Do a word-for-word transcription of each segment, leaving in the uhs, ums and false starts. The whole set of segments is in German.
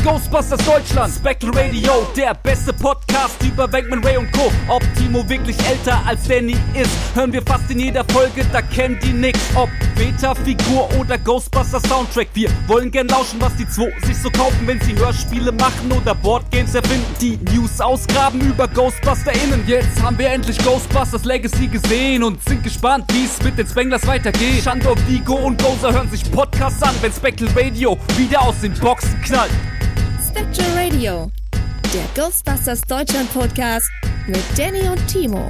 Ghostbusters Deutschland. Spectral Radio, der beste Podcast über Venkman, Ray und Co. Ob Timo wirklich älter als Danny ist, hören wir fast in jeder Folge, da kennt die nix. Ob Beta-Figur oder Ghostbusters Soundtrack, wir wollen gern lauschen, was die zwei sich so kaufen, wenn sie Hörspiele machen oder Boardgames erfinden. Die News ausgraben über GhostbusterInnen. Jetzt haben wir endlich Ghostbusters Legacy gesehen und sind gespannt, wie es mit den Spanglers weitergeht. Shandor, Vigo und Gozer hören sich Podcasts an, wenn Spectral Radio wieder aus den Boxen knallt. Spectral Radio, der Ghostbusters Deutschland Podcast mit Danny und Timo.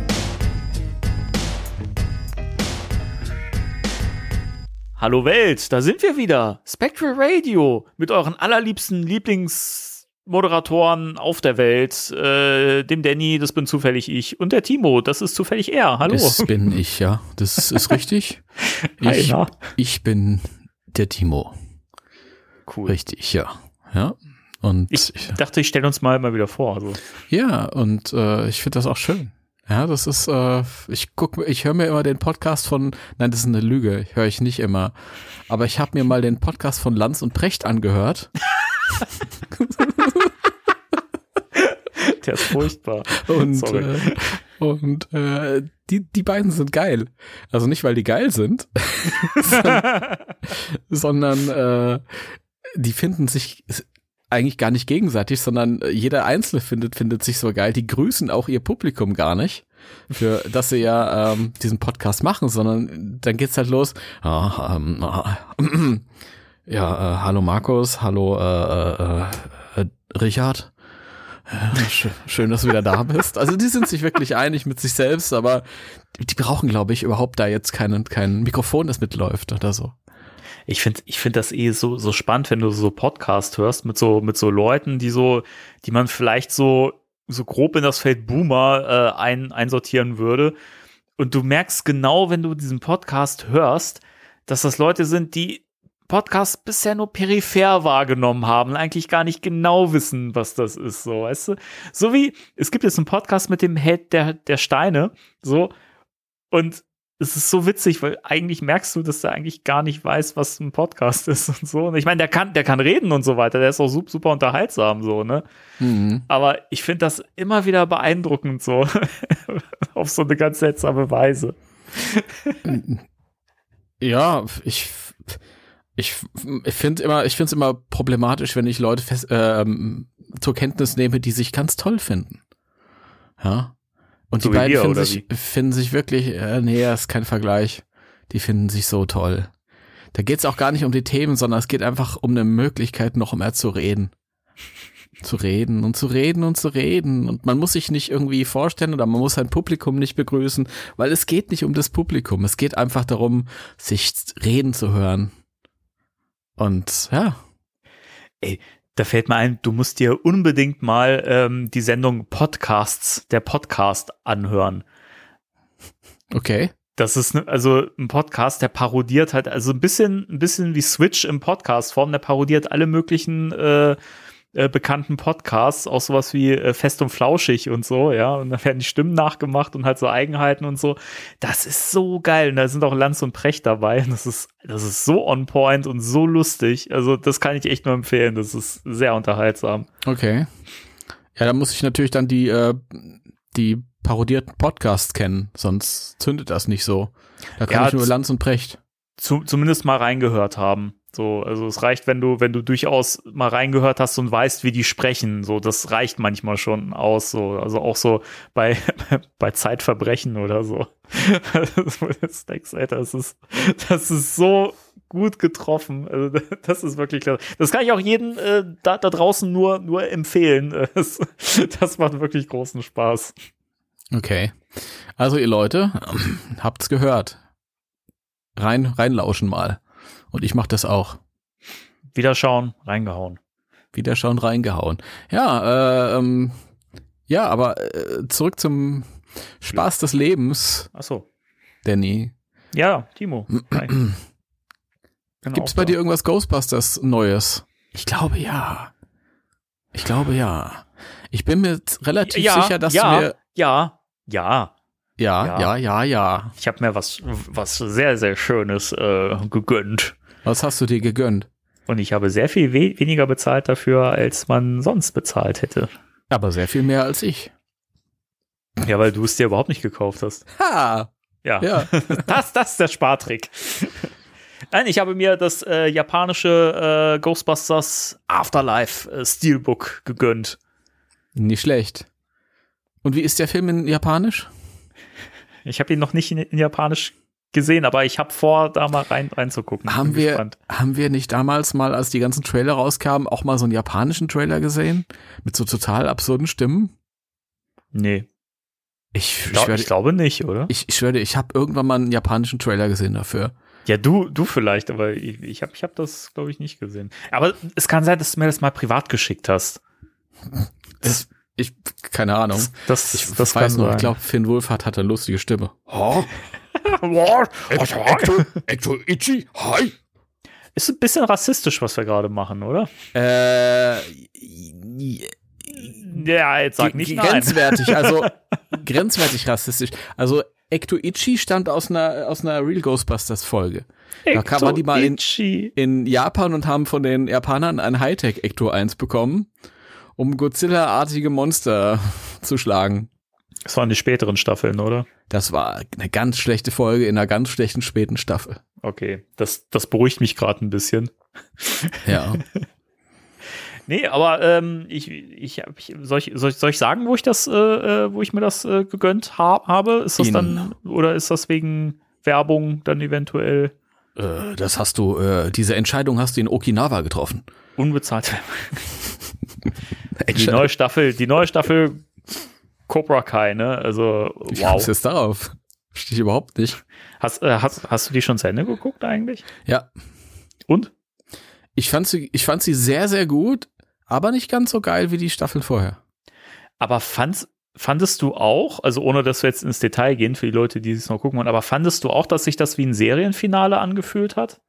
Hallo Welt, da sind wir wieder. Spectral Radio mit euren allerliebsten Lieblingsmoderatoren auf der Welt. Äh, dem Danny, das bin zufällig ich. Und der Timo, das ist zufällig er. Hallo. Das bin ich, ja. Das ist richtig. Ich, ich bin der Timo. Cool. Richtig, ja. Ja. Und ich, ich dachte, ich stelle uns mal mal wieder vor. Also. Ja, und äh, ich finde das auch schön. Ja, das ist, äh, ich guck, ich höre mir immer den Podcast von, nein, das ist eine Lüge, höre ich nicht immer. Aber ich habe mir mal den Podcast von Lanz und Precht angehört. Der ist furchtbar. Und, Sorry. Äh, und äh, die, die beiden sind geil. Also nicht, weil die geil sind, sondern, sondern äh, die finden sich eigentlich gar nicht gegenseitig, sondern jeder Einzelne findet findet sich so geil. Die grüßen auch ihr Publikum gar nicht, für dass sie ja ähm, diesen Podcast machen, sondern dann geht's halt los. Ah, ähm, ah, ja, äh, hallo Markus, hallo äh, äh, äh, Richard. Ja, schön, schön, dass du wieder da bist. Also die sind sich wirklich einig mit sich selbst, aber die brauchen, glaube ich, überhaupt da jetzt kein, kein Mikrofon, das mitläuft oder so. Ich finde, ich finde das eh so, so spannend, wenn du so Podcast hörst mit so, mit so Leuten, die so, die man vielleicht so, so grob in das Feld Boomer äh, ein, einsortieren würde. Und du merkst genau, wenn du diesen Podcast hörst, dass das Leute sind, die Podcasts bisher nur peripher wahrgenommen haben, eigentlich gar nicht genau wissen, was das ist, so, weißt du? So wie, es gibt jetzt einen Podcast mit dem Held der, der Steine, so, und es ist so witzig, weil eigentlich merkst du, dass der eigentlich gar nicht weiß, was ein Podcast ist und so. Und ich meine, der kann, der kann reden und so weiter, der ist auch super, super unterhaltsam, so, ne? Mhm. Aber ich finde das immer wieder beeindruckend, so, auf so eine ganz seltsame Weise. Ja, ich, ich, ich finde immer, ich finde es immer problematisch, wenn ich Leute fest, ähm, zur Kenntnis nehme, die sich ganz toll finden. Ja. Und so die beiden wir, finden, sich, finden sich wirklich, äh, nee, das ist kein Vergleich. Die finden sich so toll. Da geht's auch gar nicht um die Themen, sondern es geht einfach um eine Möglichkeit, noch mehr zu reden. Zu reden und zu reden und zu reden. Und man muss sich nicht irgendwie vorstellen oder man muss sein Publikum nicht begrüßen, weil es geht nicht um das Publikum. Es geht einfach darum, sich reden zu hören. Und ja. Ey, da fällt mir ein, du musst dir unbedingt mal ähm, die Sendung Podcasts, der Podcast anhören. Okay. Das ist ne, also ein Podcast, der parodiert halt, also ein bisschen, ein bisschen wie Switch im Podcast-Form, der parodiert alle möglichen äh, äh, bekannten Podcasts, auch sowas wie äh, Fest und Flauschig und so, ja, und da werden die Stimmen nachgemacht und halt so Eigenheiten und so. Das ist so geil und da sind auch Lanz und Precht dabei. Das ist, das ist so on point und so lustig. Also das kann ich echt nur empfehlen. Das ist sehr unterhaltsam. Okay. Ja, da muss ich natürlich dann die, äh, die parodierten Podcasts kennen, sonst zündet das nicht so. Da kann ja, ich nur Lanz und Precht. Zu, zumindest mal reingehört haben. So, also es reicht, wenn du, wenn du durchaus mal reingehört hast und weißt, wie die sprechen. So, das reicht manchmal schon aus. So, also auch so bei, bei Zeitverbrechen oder so. Das denkst, Alter, das ist, das ist so gut getroffen. Also das ist wirklich klasse. Das kann ich auch jedem äh, da, da draußen nur, nur empfehlen. Das, das macht wirklich großen Spaß. Okay. Also ihr Leute, habt's gehört. Rein, reinlauschen mal. Und ich mach das auch. Wiederschauen, reingehauen. Wiederschauen, reingehauen. Ja, äh, ähm, ja, aber äh, zurück zum Spaß des Lebens. Ach so. Danny. Ja, Timo. Genau. Gibt's bei dir irgendwas Ghostbusters Neues? Ich glaube ja. Ich glaube ja. Ich bin mir relativ ja, sicher, dass ja, du mir... Ja, ja. Ja, ja, ja, ja, ja. Ich habe mir was, was sehr, sehr Schönes äh, gegönnt. Was hast du dir gegönnt? Und ich habe sehr viel we- weniger bezahlt dafür, als man sonst bezahlt hätte. Aber sehr viel mehr als ich. Ja, weil du es dir überhaupt nicht gekauft hast. Ha! Ja, Ja. das, das ist der Spartrick. Nein, ich habe mir das äh, japanische äh, Ghostbusters Afterlife äh, Steelbook gegönnt. Nicht schlecht. Und wie ist der Film in Japanisch? Ich habe ihn noch nicht in, in Japanisch gesehen, aber ich habe vor, da mal rein reinzugucken. Haben Bin wir, gespannt. haben wir nicht damals mal, als die ganzen Trailer rauskamen, auch mal so einen japanischen Trailer gesehen? Mit so total absurden Stimmen? Nee, Ich, ich, glaub, schwöre, ich glaube nicht, oder? ich, ich schwöre, ich habe irgendwann mal einen japanischen Trailer gesehen dafür. Ja, du, du vielleicht, aber ich, ich habe ich hab das, glaube ich, nicht gesehen. Aber es kann sein, dass du mir das mal privat geschickt hast. Das, ich, keine Ahnung. Das, Ich das weiß kann noch, sein. ich glaube, Finn Wolfhard hat eine lustige Stimme. Oh, Ecto Ichi, hi. Ist ein bisschen rassistisch, was wir gerade machen, oder? Äh, Ja, jetzt sag nicht nein. grenzwertig, also grenzwertig rassistisch. Also Ecto Ichi stammt aus einer aus einer Real Ghostbusters Folge. Da kam man die mal in, Ecto-Ichi. in Japan und haben von den Japanern ein Hightech Ecto eins bekommen, um Godzilla-artige Monster zu schlagen. Das waren die späteren Staffeln, oder? Das war eine ganz schlechte Folge in einer ganz schlechten späten Staffel. Okay, das, das beruhigt mich gerade ein bisschen. Ja. Nee, aber ähm, ich, ich, ich, soll, ich, soll, ich, soll ich sagen, wo ich das, äh, äh, wo ich mir das äh, gegönnt ha- habe? Ist das In- dann, oder ist das wegen Werbung dann eventuell Äh, das hast du, äh, diese Entscheidung hast du in Okinawa getroffen. unbezahlt? Die neue Staffel, die neue Staffel Cobra Kai, ne? Also, Wie kommst wow. du jetzt darauf? Verstehe ich überhaupt nicht. Hast, äh, hast, hast du die schon zu Ende geguckt eigentlich? Ja. Und? Ich fand sie, ich fand sie sehr, sehr gut, aber nicht ganz so geil wie die Staffeln vorher. Aber fandst, fandest du auch, also ohne dass wir jetzt ins Detail gehen für die Leute, die es noch gucken wollen, aber fandest du auch, dass sich das wie ein Serienfinale angefühlt hat?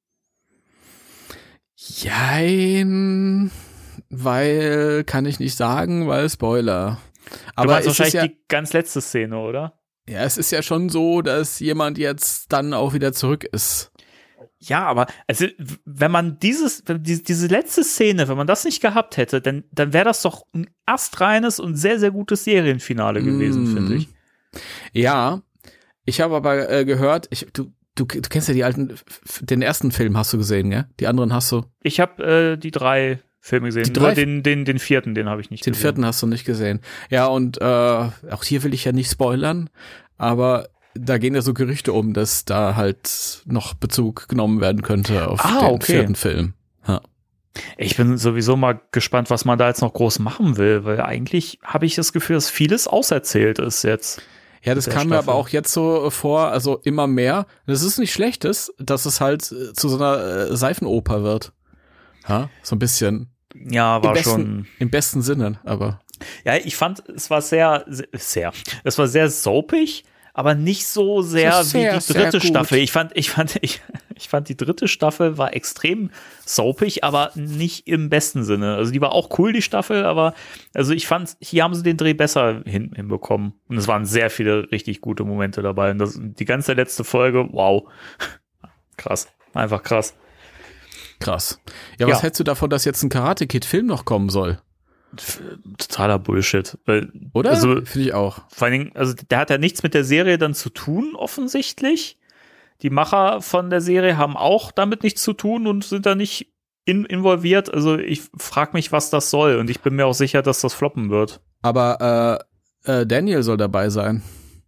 Jein, weil, kann ich nicht sagen, weil Spoiler. Aber Aber du es ist wahrscheinlich ja, die ganz letzte Szene, oder? ja, es ist ja schon so, dass jemand jetzt dann auch wieder zurück ist. Ja, aber also w- wenn man dieses, wenn die, diese letzte Szene, wenn man das nicht gehabt hätte, dann, dann wäre das doch ein astreines und sehr, sehr gutes Serienfinale gewesen, Mm. finde ich. Ja, ich habe aber äh, gehört, ich, du, du, du kennst ja die alten, f- den ersten Film hast du gesehen, gell? Die anderen hast du, Ich habe äh, die drei Filme gesehen. Die drei- Nur den, den, den vierten, den habe ich nicht den gesehen. vierten hast du nicht gesehen. Ja, und äh, auch hier will ich ja nicht spoilern, aber da gehen ja so Gerüchte um, dass da halt noch Bezug genommen werden könnte auf Ah, den okay. vierten Film. Ja. Ich bin sowieso mal gespannt, was man da jetzt noch groß machen will, weil eigentlich habe ich das Gefühl, dass vieles auserzählt ist jetzt. Ja, das Der kam mir Staffel. aber auch jetzt so vor, also immer mehr. Das ist nicht Schlechtes, dass es halt äh, zu so einer äh, Seifenoper wird. Ja, so ein bisschen. Ja, war Im besten, schon. Im besten Sinne, aber. Ja, ich fand, es war sehr, sehr, es war sehr soapig, aber nicht so sehr, Das ist sehr, wie die sehr dritte gut. Staffel. Ich fand, ich fand, ich, ich fand die dritte Staffel war extrem soapig, aber nicht im besten Sinne. Also die war auch cool, die Staffel, aber also ich fand, hier haben sie den Dreh besser hin, hinbekommen. Und es waren sehr viele richtig gute Momente dabei. Und das, die ganze letzte Folge, wow. Krass. Einfach krass. Krass. Ja, was Ja. hältst du davon, dass jetzt ein Karate-Kid-Film noch kommen soll? Totaler Bullshit. Weil, Oder? Also, Finde ich auch. vor allen Dingen, also der hat ja nichts mit der Serie dann zu tun, offensichtlich. Die Macher von der Serie haben auch damit nichts zu tun und sind da nicht in, involviert. Also ich frage mich, was das soll. Und ich bin mir auch sicher, dass das floppen wird. Aber äh, äh, Daniel soll dabei sein.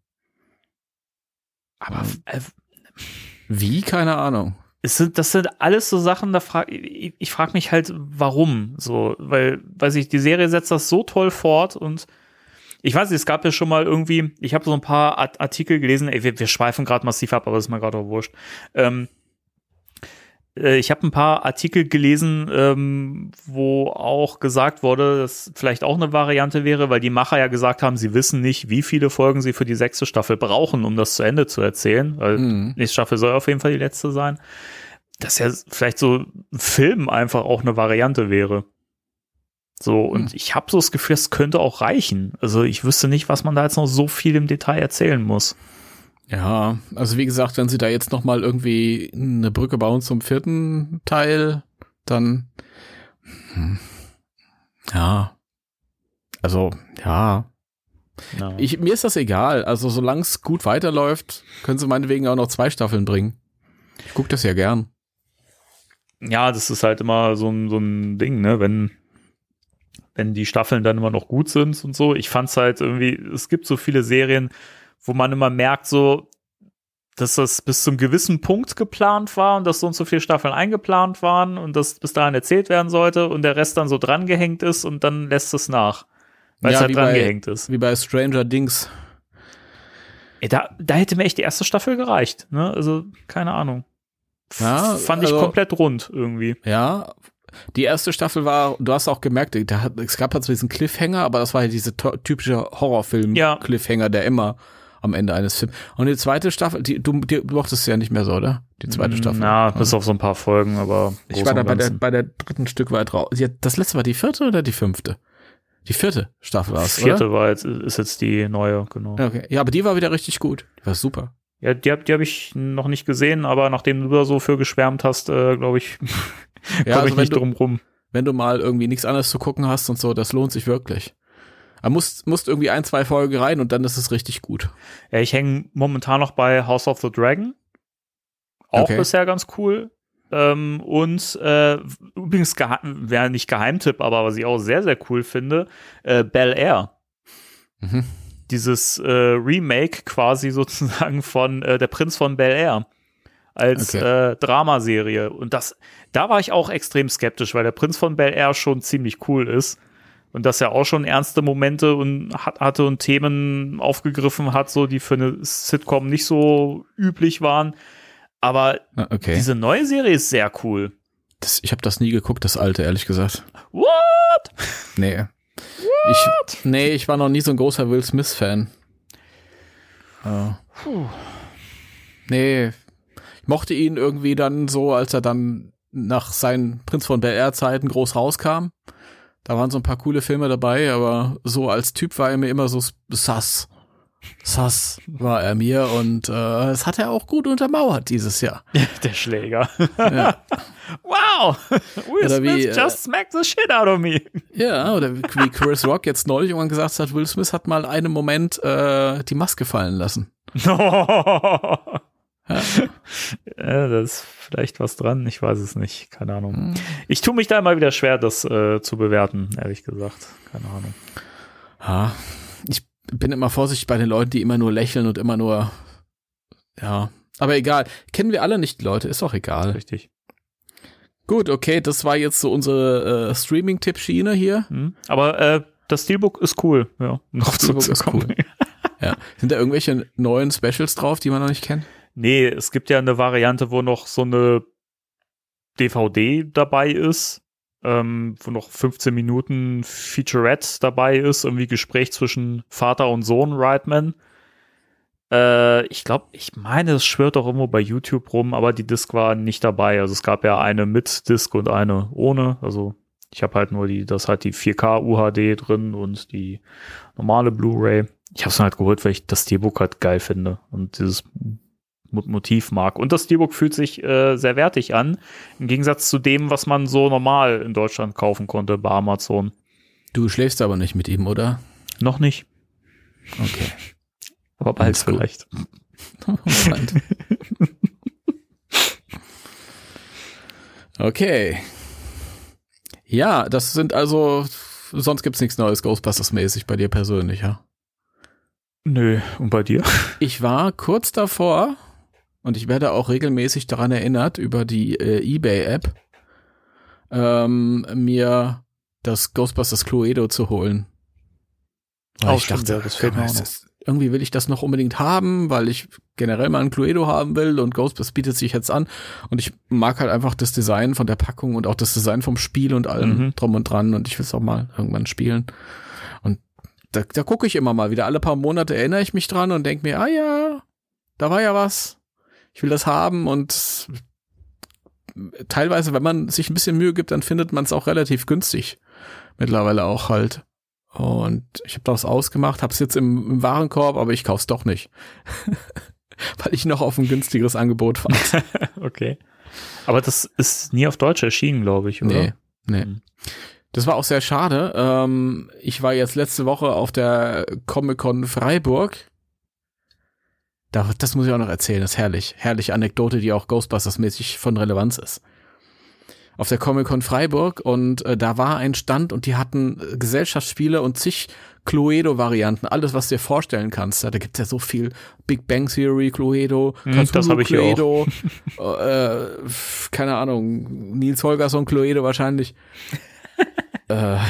Aber äh, Wie? Keine Ahnung. es sind, das sind alles so Sachen, da frage ich, ich frage mich halt, warum. So, weil, weiß ich, die Serie setzt das so toll fort und ich weiß nicht, es gab ja schon mal irgendwie, ich habe so ein paar Art- Artikel gelesen, ey, wir, wir schweifen gerade massiv ab, aber das ist mir gerade auch wurscht. Ähm, äh, ich habe ein paar Artikel gelesen, ähm, wo auch gesagt wurde, dass vielleicht auch eine Variante wäre, weil die Macher ja gesagt haben, sie wissen nicht, wie viele Folgen sie für die sechste Staffel brauchen, um das zu Ende zu erzählen, weil Mhm. nächste Staffel soll auf jeden Fall die letzte sein. Dass ja vielleicht so ein Film einfach auch eine Variante wäre. So, und Hm. ich habe so das Gefühl, es könnte auch reichen. Also ich wüsste nicht, was man da jetzt noch so viel im Detail erzählen muss. Ja, also wie gesagt, wenn sie da jetzt noch mal irgendwie eine Brücke bauen zum vierten Teil, dann hm, ja, also ja, No. ich, mir ist das egal. Also solange es gut weiterläuft, können sie meinetwegen auch noch zwei Staffeln bringen. Ich gucke das ja gern. Ja, das ist halt immer so ein, so ein Ding, ne, wenn wenn die Staffeln dann immer noch gut sind und so. Ich fand's halt irgendwie, es gibt so viele Serien, wo man immer merkt so, dass das bis zum gewissen Punkt geplant war und dass so und so viele Staffeln eingeplant waren und das bis dahin erzählt werden sollte und der Rest dann so drangehängt ist und dann lässt es nach, weil es Ja, halt wie drangehängt bei, ist. Wie bei Stranger Things. Ey, da, da hätte mir echt die erste Staffel gereicht, ne? Also, keine Ahnung. F- Ja, Fand ich also- komplett rund irgendwie. Ja, die erste Staffel war, du hast auch gemerkt, da hat, es gab halt so diesen Cliffhanger, aber das war ja diese to- typische Horrorfilm-Cliffhanger, der immer am Ende eines Films. Und die zweite Staffel, die, du, die, du mochtest ja nicht mehr so, oder? Die zweite Staffel. Ja, bis auf so ein paar Folgen, aber Ich war da bei der, bei der dritten Stück weit raus. Ja, das letzte war die vierte oder die fünfte? Die vierte Staffel war es, vierte oder? war jetzt, ist jetzt die neue, genau. Okay. Ja, aber die war wieder richtig gut. Die war super. Ja, die habe die hab ich noch nicht gesehen, aber nachdem du da so für geschwärmt hast, äh, glaube ich, Ja, komme also ich wenn nicht du, drum rum. wenn du mal irgendwie nichts anderes zu gucken hast und so, das lohnt sich wirklich. Du musst, musst irgendwie ein, zwei Folgen rein und dann ist es richtig gut. Ja, ich hänge momentan noch bei House of the Dragon. Auch Okay. bisher ganz cool. Ähm, und äh, übrigens, wäre nicht Geheimtipp, aber was ich auch sehr, sehr cool finde, äh, Bel Air. Mhm. Dieses äh, Remake quasi sozusagen von äh, Der Prinz von Bel Air als Okay. äh, Dramaserie. Und das, da war ich auch extrem skeptisch, weil Der Prinz von Bel Air schon ziemlich cool ist. Und dass er auch schon ernste Momente und hat, hatte und Themen aufgegriffen hat, so die für eine Sitcom nicht so üblich waren. Aber Ah, okay. diese neue Serie ist sehr cool. Das, ich habe das nie geguckt, das alte, ehrlich gesagt. What? Nee. Ich, nee, ich war noch nie so ein großer Will Smith-Fan. Äh, nee. Ich mochte ihn irgendwie dann so, als er dann nach seinen Prinz von Bel-Air-Zeiten groß rauskam. Da waren so ein paar coole Filme dabei, aber so als Typ war er mir immer so sass. Sass war er mir und äh, das hat er auch gut untermauert dieses Jahr. Der Schläger. Ja. Wow! Will Oder Smith wie, just äh, smacked the shit out of me. Ja, oder wie Chris Rock jetzt neulich irgendwann gesagt hat, Will Smith hat mal einen Moment äh, die Maske fallen lassen. ja. Ja. Ja, da ist vielleicht was dran, ich weiß es nicht, keine Ahnung. Hm. Ich tue mich da immer wieder schwer, das äh, zu bewerten, ehrlich gesagt. Keine Ahnung. Ja, ich bin immer vorsichtig bei den Leuten, die immer nur lächeln und immer nur, ja, aber egal. Kennen wir alle nicht, Leute, ist auch egal. Richtig. Gut, okay, das war jetzt so unsere äh, Streaming-Tipp-Schiene hier. Hm. Aber äh, das Steelbook ist cool, ja. Um noch Steelbook ist zurückzukommen. cool. Ja. Sind da irgendwelche neuen Specials drauf, die man noch nicht kennt? Nee, es gibt ja eine Variante, wo noch so eine D V D dabei ist, ähm, wo noch fünfzehn Minuten Featurette dabei ist, irgendwie Gespräch zwischen Vater und Sohn, Reitman. Äh, ich glaube, ich meine, es schwirrt auch irgendwo bei YouTube rum, aber die Disc war nicht dabei. Also es gab ja eine mit Disc und eine ohne. Also ich habe halt nur die, das halt die vier K U H D drin und die normale Blu-ray. Ich habe es halt geholt, weil ich das Steelbook halt geil finde und dieses Motiv mag. Und das Steelbook fühlt sich äh, sehr wertig an, im Gegensatz zu dem, was man so normal in Deutschland kaufen konnte bei Amazon. Du schläfst aber nicht mit ihm, oder? Noch nicht, Okay. aber bald Alles gut. vielleicht. Moment. Okay. Ja, das sind also, sonst gibt's nichts Neues Ghostbusters-mäßig bei dir persönlich, ja? Nö, und bei dir? Ich war kurz davor, und ich werde auch regelmäßig daran erinnert, über die äh, eBay-App, ähm, mir das Ghostbusters Cluedo zu holen. Weil Oh, ich stimmt, dachte, ja, das fehlt mir auch noch. ist, irgendwie will ich das noch unbedingt haben, weil ich generell mal ein Cluedo haben will und Ghostbusters bietet sich jetzt an. Und ich mag halt einfach das Design von der Packung und auch das Design vom Spiel und allem Mhm. drum und dran. Und ich will es auch mal irgendwann spielen. Und da, da gucke ich immer mal wieder. Alle paar Monate erinnere ich mich dran und denke mir, ah ja, da war ja was. Ich will das haben. Und teilweise, wenn man sich ein bisschen Mühe gibt, dann findet man es auch relativ günstig. Mittlerweile auch halt. Und ich habe das ausgemacht, habe es jetzt im, im Warenkorb, aber ich kauf's doch nicht. Weil ich noch auf ein günstigeres Angebot warte. Okay. Aber das ist nie auf Deutsch erschienen, glaube ich, oder? Nee, nee. Hm. Das war auch sehr schade. Ähm, ich war jetzt letzte Woche auf der Comic-Con Freiburg. Da, das muss ich auch noch erzählen, das ist herrlich. Herrliche Anekdote, die auch Ghostbusters-mäßig von Relevanz ist. Auf der Comic-Con Freiburg und äh, da war ein Stand und die hatten äh, Gesellschaftsspiele und zig Cluedo-Varianten, alles, was du dir vorstellen kannst. Da gibt's ja so viel Big Bang Theory, Cluedo, hm, das habe ich Cluedo, äh, keine Ahnung, Nils Holgersson, Cluedo wahrscheinlich. äh,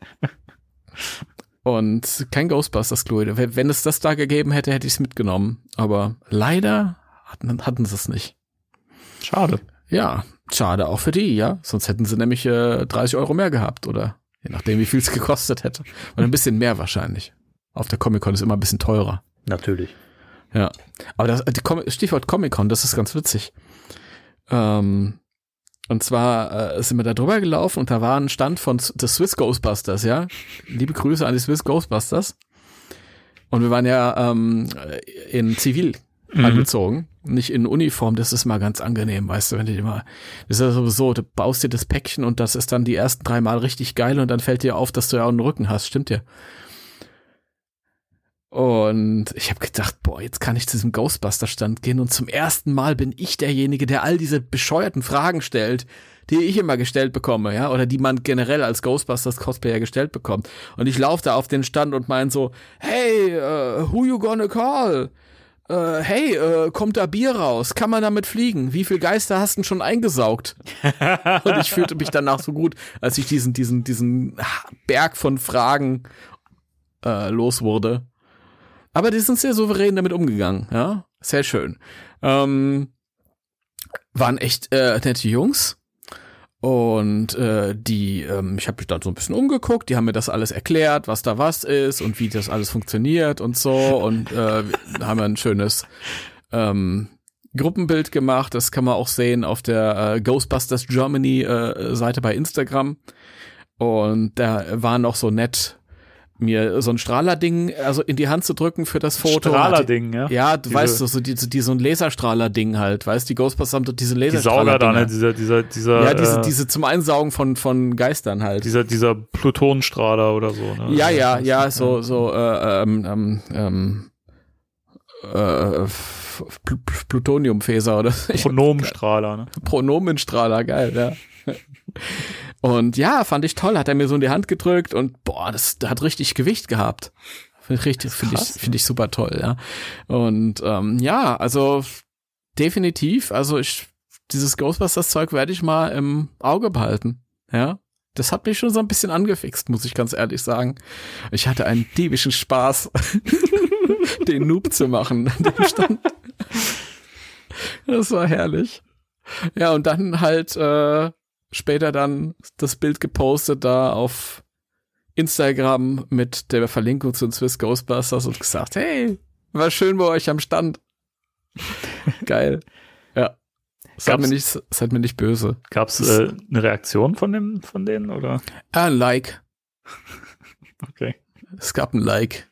und kein Ghostbusters Cluedo. Wenn es das da gegeben hätte, hätte ich es mitgenommen. Aber leider hatten, hatten sie es nicht. Schade. Ja, schade auch für die, ja. Sonst hätten sie nämlich äh, dreißig Euro mehr gehabt oder je nachdem, wie viel es gekostet hätte. Und ein bisschen mehr wahrscheinlich. Auf der Comic-Con ist immer ein bisschen teurer. Natürlich. Ja, aber das die Com- Stichwort Comic-Con, das ist ganz witzig. Ähm, und zwar äh, sind wir da drüber gelaufen und da war ein Stand von The Swiss Ghostbusters, ja. Liebe Grüße an die Swiss Ghostbusters. Und wir waren ja ähm, in Zivil mhm. angezogen, nicht in Uniform. Das ist mal ganz angenehm, weißt du, wenn du immer, das ist ja sowieso, du baust dir das Päckchen und das ist dann die ersten drei Mal richtig geil und dann fällt dir auf, dass du ja auch einen Rücken hast, stimmt ja. Und ich habe gedacht, boah, jetzt kann ich zu diesem Ghostbuster-Stand gehen und zum ersten Mal bin ich derjenige, der all diese bescheuerten Fragen stellt, die ich immer gestellt bekomme, ja, oder die man generell als Ghostbusters-Cosplayer gestellt bekommt. Und ich laufe da auf den Stand und mein so, hey, uh, who you gonna call? Uh, hey, uh, kommt da Bier raus? Kann man damit fliegen? Wie viel Geister hast du denn schon eingesaugt? Und ich fühlte mich danach so gut, als ich diesen, diesen, diesen Berg von Fragen uh, los wurde. Aber die sind sehr souverän damit umgegangen, ja, sehr schön. Ähm, waren echt äh, nette Jungs und äh, die, ähm, ich habe mich dann so ein bisschen umgeguckt, die haben mir das alles erklärt, was da was ist und wie das alles funktioniert und so und äh, haben ein schönes ähm, Gruppenbild gemacht, das kann man auch sehen auf der äh, Ghostbusters Germany äh, Seite bei Instagram und da war noch so nett, mir so ein Strahlerding also in die Hand zu drücken für das Foto. Strahlerding, ja. Ja, du diese, weißt so, so, die, die, so ein Laserstrahlerding halt, weißt die Ghostbusters haben diese Laserstrahler. Die Sauger da, ne? Dieser, dieser, dieser. Ja, diese, äh, diese zum Einsaugen von, von Geistern halt. Dieser, dieser Plutonenstrahler oder so, ne? Ja, ja, ja, so, so, äh, ähm, ähm, ähm, äh, Pl- Plutoniumfäser oder so. Pronomenstrahler, ne? Pronomenstrahler, geil, ja. Und ja, fand ich toll, hat er mir so in die Hand gedrückt und boah, das, das hat richtig Gewicht gehabt. Finde ich richtig, finde ich, finde ich super toll, ja. Und ähm, ja, also definitiv, also ich, dieses Ghostbusters-Zeug werde ich mal im Auge behalten, ja. Das hat mich schon so ein bisschen angefixt, muss ich ganz ehrlich sagen. Ich hatte einen diebischen Spaß, den Noob zu machen an dem Stand. Das war herrlich. Ja, und dann halt äh, später dann das Bild gepostet da auf Instagram mit der Verlinkung zu den Swiss Ghostbusters und gesagt, hey, war schön bei euch am Stand. Geil. Ja. Seid mir nicht, seid mir nicht böse. Gab's äh, eine Reaktion von dem, von denen, oder? Ah, ein Like. Okay. Es gab ein Like.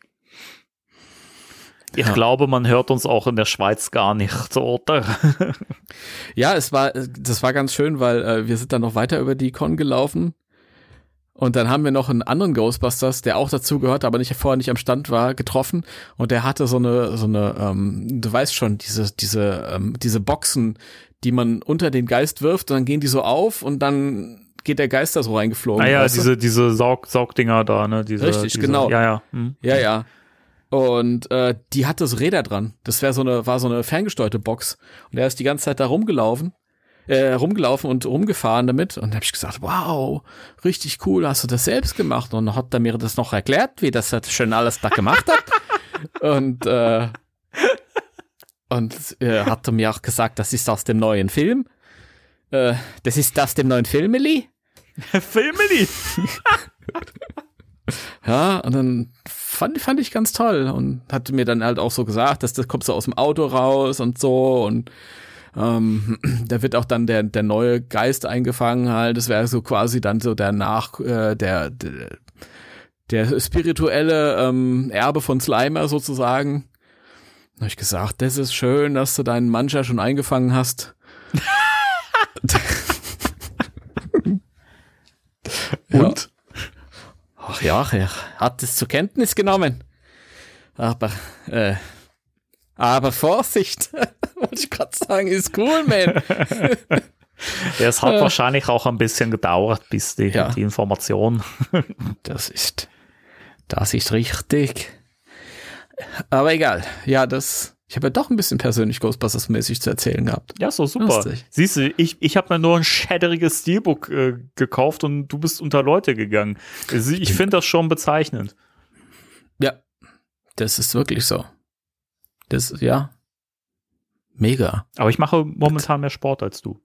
Ich ja. glaube, man hört uns auch in der Schweiz gar nicht, oder? Ja, es war, das war ganz schön, weil äh, wir sind dann noch weiter über die Con gelaufen und dann haben wir noch einen anderen Ghostbusters, der auch dazu gehört, aber nicht vorher nicht am Stand war, getroffen und der hatte so eine, so eine, ähm, du weißt schon, diese, diese, ähm, diese Boxen, die man unter den Geist wirft und dann gehen die so auf und dann geht der Geist da so reingeflogen. Ah ja, weißt diese, du? diese Saug, Saugdinger da, ne? Diese, Richtig, diese, genau. Ja, ja. Hm. Ja, ja. Und äh, die hatte so Räder dran. Das wäre so eine, war so eine ferngesteuerte Box. Und er ist die ganze Zeit da rumgelaufen, äh, rumgelaufen und rumgefahren damit. Und dann habe ich gesagt, wow, richtig cool, hast du das selbst gemacht? Und dann hat er mir das noch erklärt, wie das schön alles da gemacht hat. und äh, und äh, hat er mir auch gesagt, das ist aus dem neuen Film. Äh, das ist aus dem neuen Filmeli. Filmeli. Ja, und dann fand, fand ich ganz toll und hatte mir dann halt auch so gesagt, dass das kommt so aus dem Auto raus und so und ähm, da wird auch dann der der neue Geist eingefangen halt, das wäre so quasi dann so der nach äh, der, der der spirituelle ähm, Erbe von Slimer sozusagen. Da habe ich gesagt, das ist schön, dass du deinen Mancha schon eingefangen hast. Und? Ach ja, er hat es zur Kenntnis genommen. Aber, äh, aber Vorsicht, wollte ich gerade sagen, ist cool, man. Ja, es hat äh, wahrscheinlich auch ein bisschen gedauert, bis die, ja. die Information. Das ist, das ist richtig. Aber egal. Ja, das, ich habe ja doch ein bisschen persönlich Ghostbusters-mäßig zu erzählen gehabt. Ja, ist doch super. Lustig. Siehst du, ich, ich habe mir nur ein schäderiges Steelbook äh, gekauft und du bist unter Leute gegangen. Also ich finde das schon bezeichnend. Ja, das ist wirklich so. Das, ja, mega. Aber ich mache momentan mehr Sport als du.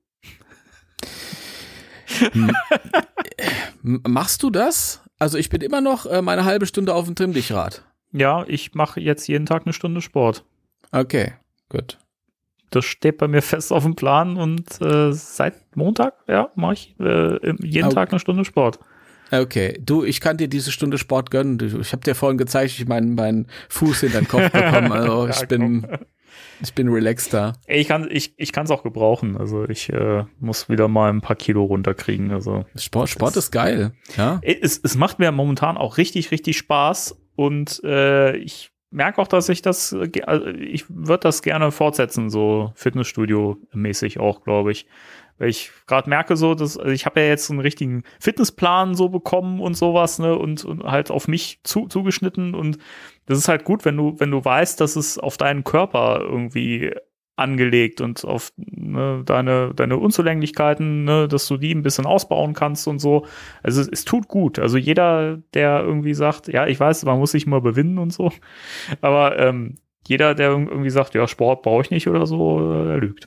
Machst du das? Also ich bin immer noch äh, meine halbe Stunde auf dem Trimm-Dich-Rad. Ja, ich mache jetzt jeden Tag eine Stunde Sport. Okay, gut. Das steht bei mir fest auf dem Plan und äh, seit Montag, ja, mache ich äh, jeden okay. Tag eine Stunde Sport. Okay, du, ich kann dir diese Stunde Sport gönnen. Ich habe dir vorhin gezeigt, ich meinen meinen Fuß in den Kopf bekommen. Also ich bin, ich bin relaxed da. Ich kann, ich, ich kann es auch gebrauchen. Also ich äh, muss wieder mal ein paar Kilo runterkriegen. Also Sport, Sport ist geil. Ja. Es, es macht mir momentan auch richtig, richtig Spaß und äh, ich merke auch, dass ich das, also ich würde das gerne fortsetzen, so Fitnessstudio-mäßig auch, glaube ich. Weil ich gerade merke so, dass also ich habe ja jetzt einen richtigen Fitnessplan so bekommen und sowas, ne, und, und halt auf mich zu, zugeschnitten und das ist halt gut, wenn du, wenn du weißt, dass es auf deinen Körper irgendwie angelegt und auf ne, deine, deine Unzulänglichkeiten, ne, dass du die ein bisschen ausbauen kannst und so. Also es, es tut gut. Also jeder, der irgendwie sagt, ja, ich weiß, man muss sich mal bewinden und so, aber ähm, jeder, der irgendwie sagt, ja, Sport brauche ich nicht oder so, der lügt.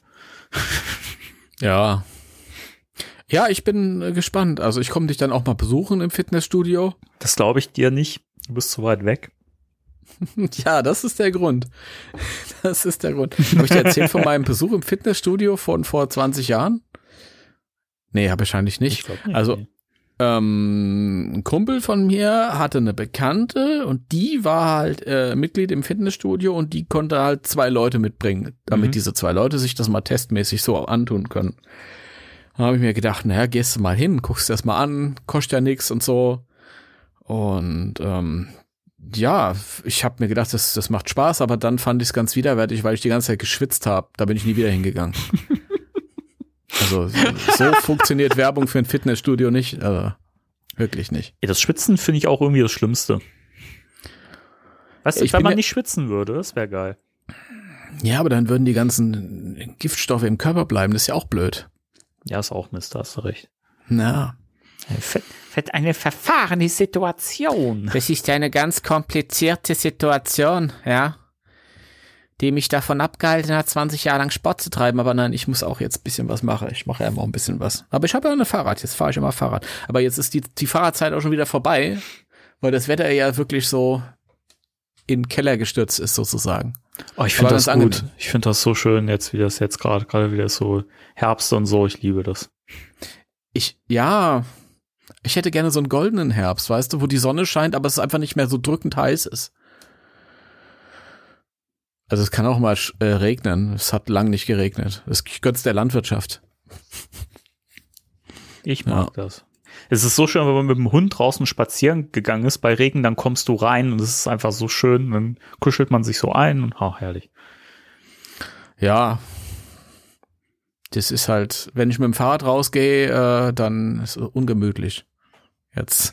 Ja. Ja, ich bin äh, gespannt. Also ich komme dich dann auch mal besuchen im Fitnessstudio. Das glaube ich dir nicht. Du bist zu weit weg. Ja, das ist der Grund. Das ist der Grund. Habe ich dir erzählt von meinem Besuch im Fitnessstudio von vor zwanzig Jahren? Nee, wahrscheinlich nicht. Ich glaub nicht. Also ähm, ein Kumpel von mir hatte eine Bekannte und die war halt äh, Mitglied im Fitnessstudio und die konnte halt zwei Leute mitbringen, damit mhm. diese zwei Leute sich das mal testmäßig so antun können. Da habe ich mir gedacht, naja, gehst du mal hin, guckst dir das mal an, kostet ja nichts und so. Und ähm, ja, ich habe mir gedacht, das, das macht Spaß, aber dann fand ich es ganz widerwärtig, weil ich die ganze Zeit geschwitzt habe. Da bin ich nie wieder hingegangen. Also so funktioniert Werbung für ein Fitnessstudio nicht, also wirklich nicht. Ja, das Schwitzen finde ich auch irgendwie das Schlimmste. Weißt du, ich wenn man ja, nicht schwitzen würde, das wäre geil. Ja, aber dann würden die ganzen Giftstoffe im Körper bleiben, das ist ja auch blöd. Ja, ist auch Mist, da hast du recht. Na. Wird eine verfahrene Situation. Das ist eine ganz komplizierte Situation, ja, die mich davon abgehalten hat, zwanzig Jahre lang Sport zu treiben. Aber nein, ich muss auch jetzt ein bisschen was machen. Ich mache ja immer ein bisschen was. Aber ich habe ja ein Fahrrad, jetzt fahre ich immer Fahrrad. Aber jetzt ist die, die Fahrradzeit auch schon wieder vorbei, weil das Wetter ja wirklich so in den Keller gestürzt ist, sozusagen. Oh, ich finde das gut. Angenehm. Ich finde das so schön, jetzt wie das jetzt gerade gerade wieder so Herbst und so. Ich liebe das. Ich, ja, ich hätte gerne so einen goldenen Herbst, weißt du, wo die Sonne scheint, aber es einfach nicht mehr so drückend heiß ist. Also es kann auch mal äh, regnen. Es hat lang nicht geregnet. Das gönn's der Landwirtschaft. Ich mag ja. das. Es ist so schön, wenn man mit dem Hund draußen spazieren gegangen ist. Bei Regen, dann kommst du rein und es ist einfach so schön. Dann kuschelt man sich so ein und ach, herrlich. Ja. Das ist halt, wenn ich mit dem Fahrrad rausgehe, äh, dann ist es ungemütlich. Jetzt.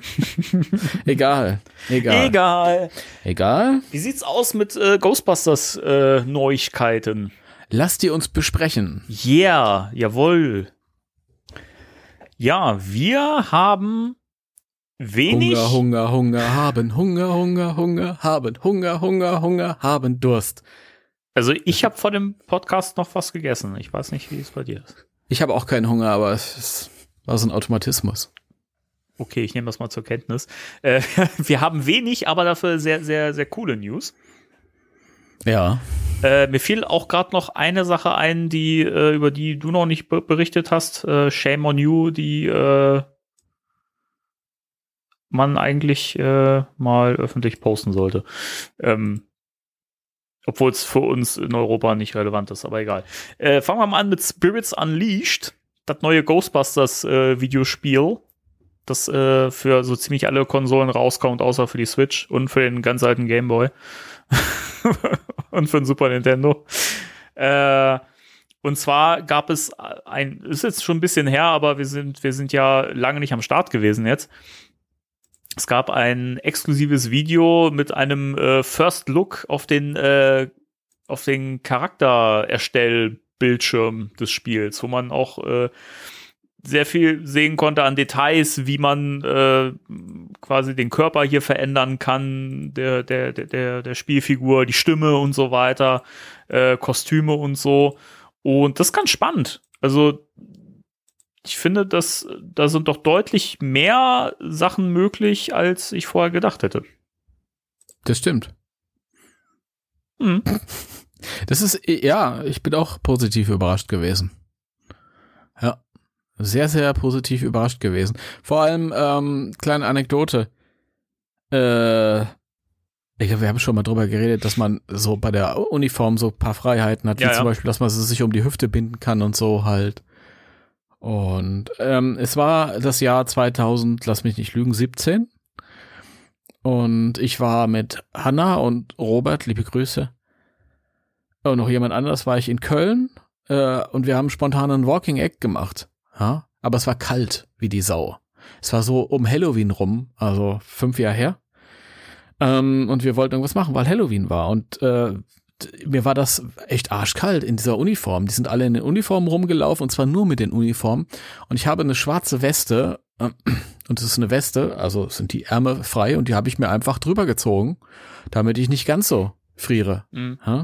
Egal. Egal. Egal. Egal. Wie sieht's aus mit äh, Ghostbusters äh, Neuigkeiten? Lass die uns besprechen. Yeah, jawohl. Ja, wir haben wenig. Hunger, Hunger, Hunger, haben Hunger, Hunger, Hunger, haben Hunger, Hunger, Hunger, haben Durst. Also ich habe vor dem Podcast noch was gegessen. Ich weiß nicht, wie es bei dir ist. Ich habe auch keinen Hunger, aber es war so ein Automatismus. Okay, ich nehme das mal zur Kenntnis. Äh, wir haben wenig, aber dafür sehr, sehr, sehr coole News. Ja. Äh, mir fiel auch gerade noch eine Sache ein, die äh, über die du noch nicht be- berichtet hast. Äh, Shame on you, die äh, man eigentlich äh, mal öffentlich posten sollte. Ähm, Obwohl es für uns in Europa nicht relevant ist, aber egal. Äh, fangen wir mal an mit Spirits Unleashed, das neue Ghostbusters-Videospiel, äh, das äh, für so ziemlich alle Konsolen rauskommt, außer für die Switch und für den ganz alten Game Boy und für den Super Nintendo. Äh, und zwar gab es ein, ist jetzt schon ein bisschen her, aber wir sind, wir sind ja lange nicht am Start gewesen jetzt. Es gab ein exklusives Video mit einem äh, First Look auf den äh, auf den Charaktererstellbildschirm des Spiels, wo man auch äh, sehr viel sehen konnte an Details, wie man äh, quasi den Körper hier verändern kann, der der der der Spielfigur, die Stimme und so weiter, äh, Kostüme und so. Und das ist ganz spannend. Also ich finde, dass da sind doch deutlich mehr Sachen möglich, als ich vorher gedacht hätte. Das stimmt. Hm. Das ist, ja, ich bin auch positiv überrascht gewesen. Ja, sehr, sehr positiv überrascht gewesen. Vor allem, ähm, kleine Anekdote. Äh, ich glaube, wir haben schon mal drüber geredet, dass man so bei der Uniform so ein paar Freiheiten hat, wie ja, zum ja. Beispiel, dass man sie sich um die Hüfte binden kann und so halt. Und ähm, es war das Jahr zweitausend, lass mich nicht lügen, siebzehn. Und ich war mit Hanna und Robert, liebe Grüße, und noch jemand anderes, war ich in Köln äh, und wir haben spontan einen Walking Egg gemacht. Ja? Aber es war kalt wie die Sau. Es war so um Halloween rum, also fünf Jahre her. Ähm, und wir wollten irgendwas machen, weil Halloween war. Und äh, mir war das echt arschkalt in dieser Uniform. Die sind alle in den Uniformen rumgelaufen und zwar nur mit den Uniformen. Und ich habe eine schwarze Weste äh, und es ist eine Weste, also sind die Ärmel frei und die habe ich mir einfach drüber gezogen, damit ich nicht ganz so friere. Mhm. Ja?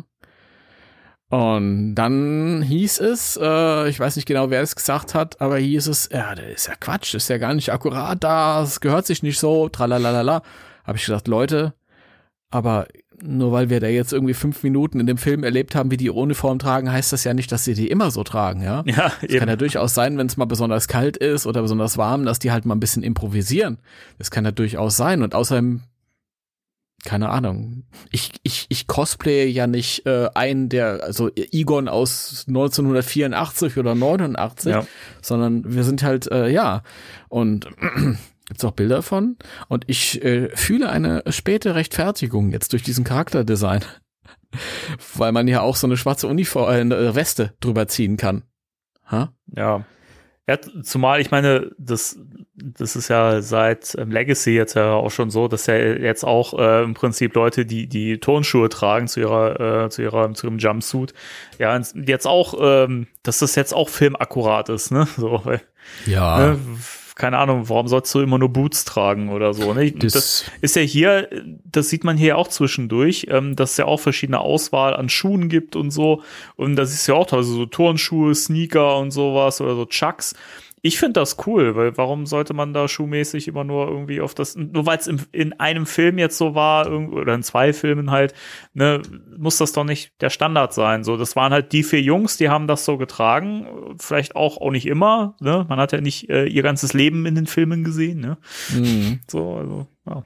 Und dann hieß es, äh, ich weiß nicht genau, wer es gesagt hat, aber hieß es, ja, das ist ja Quatsch, das ist ja gar nicht akkurat, das gehört sich nicht so, tralalala. Habe ich gesagt, Leute, aber nur weil wir da jetzt irgendwie fünf Minuten in dem Film erlebt haben, wie die Uniform tragen, heißt das ja nicht, dass sie die immer so tragen, ja? Ja, es eben. kann ja durchaus sein, wenn es mal besonders kalt ist oder besonders warm, dass die halt mal ein bisschen improvisieren. Das kann ja durchaus sein und außerdem, keine Ahnung, ich ich ich cosplaye ja nicht äh, einen, der, also Egon aus neunzehnhundertvierundachtzig oder neunundachtzig, Ja. sondern wir sind halt, äh, ja, und gibt's auch Bilder von und ich äh, fühle eine späte Rechtfertigung jetzt durch diesen Charakterdesign, weil man ja auch so eine schwarze Uniform, äh, eine Weste drüber ziehen kann. Ha? Ja. Ja, zumal, ich meine, das, das ist ja seit ähm, Legacy jetzt ja auch schon so, dass ja jetzt auch äh, im Prinzip Leute, die die Turnschuhe tragen zu ihrer, äh, zu ihrer, zu ihrem Jumpsuit, ja, jetzt auch, ähm, dass das jetzt auch filmakkurat ist, ne? So, weil, Ja. ne? Keine Ahnung, warum sollst du immer nur Boots tragen oder so, ne? Das, Das ist ja hier, das sieht man hier auch zwischendurch, ähm, dass es ja auch verschiedene Auswahl an Schuhen gibt und so. Und das ist ja auch teilweise so Turnschuhe, Sneaker und sowas oder so Chucks. Ich finde das cool, weil warum sollte man da schuhmäßig immer nur irgendwie auf das, nur weil es in einem Film jetzt so war, oder in zwei Filmen halt, ne, muss das doch nicht der Standard sein. So, das waren halt die vier Jungs, die haben das so getragen, vielleicht auch auch nicht immer, ne, man hat ja nicht äh, ihr ganzes Leben in den Filmen gesehen, ne, mhm. so, also, ja.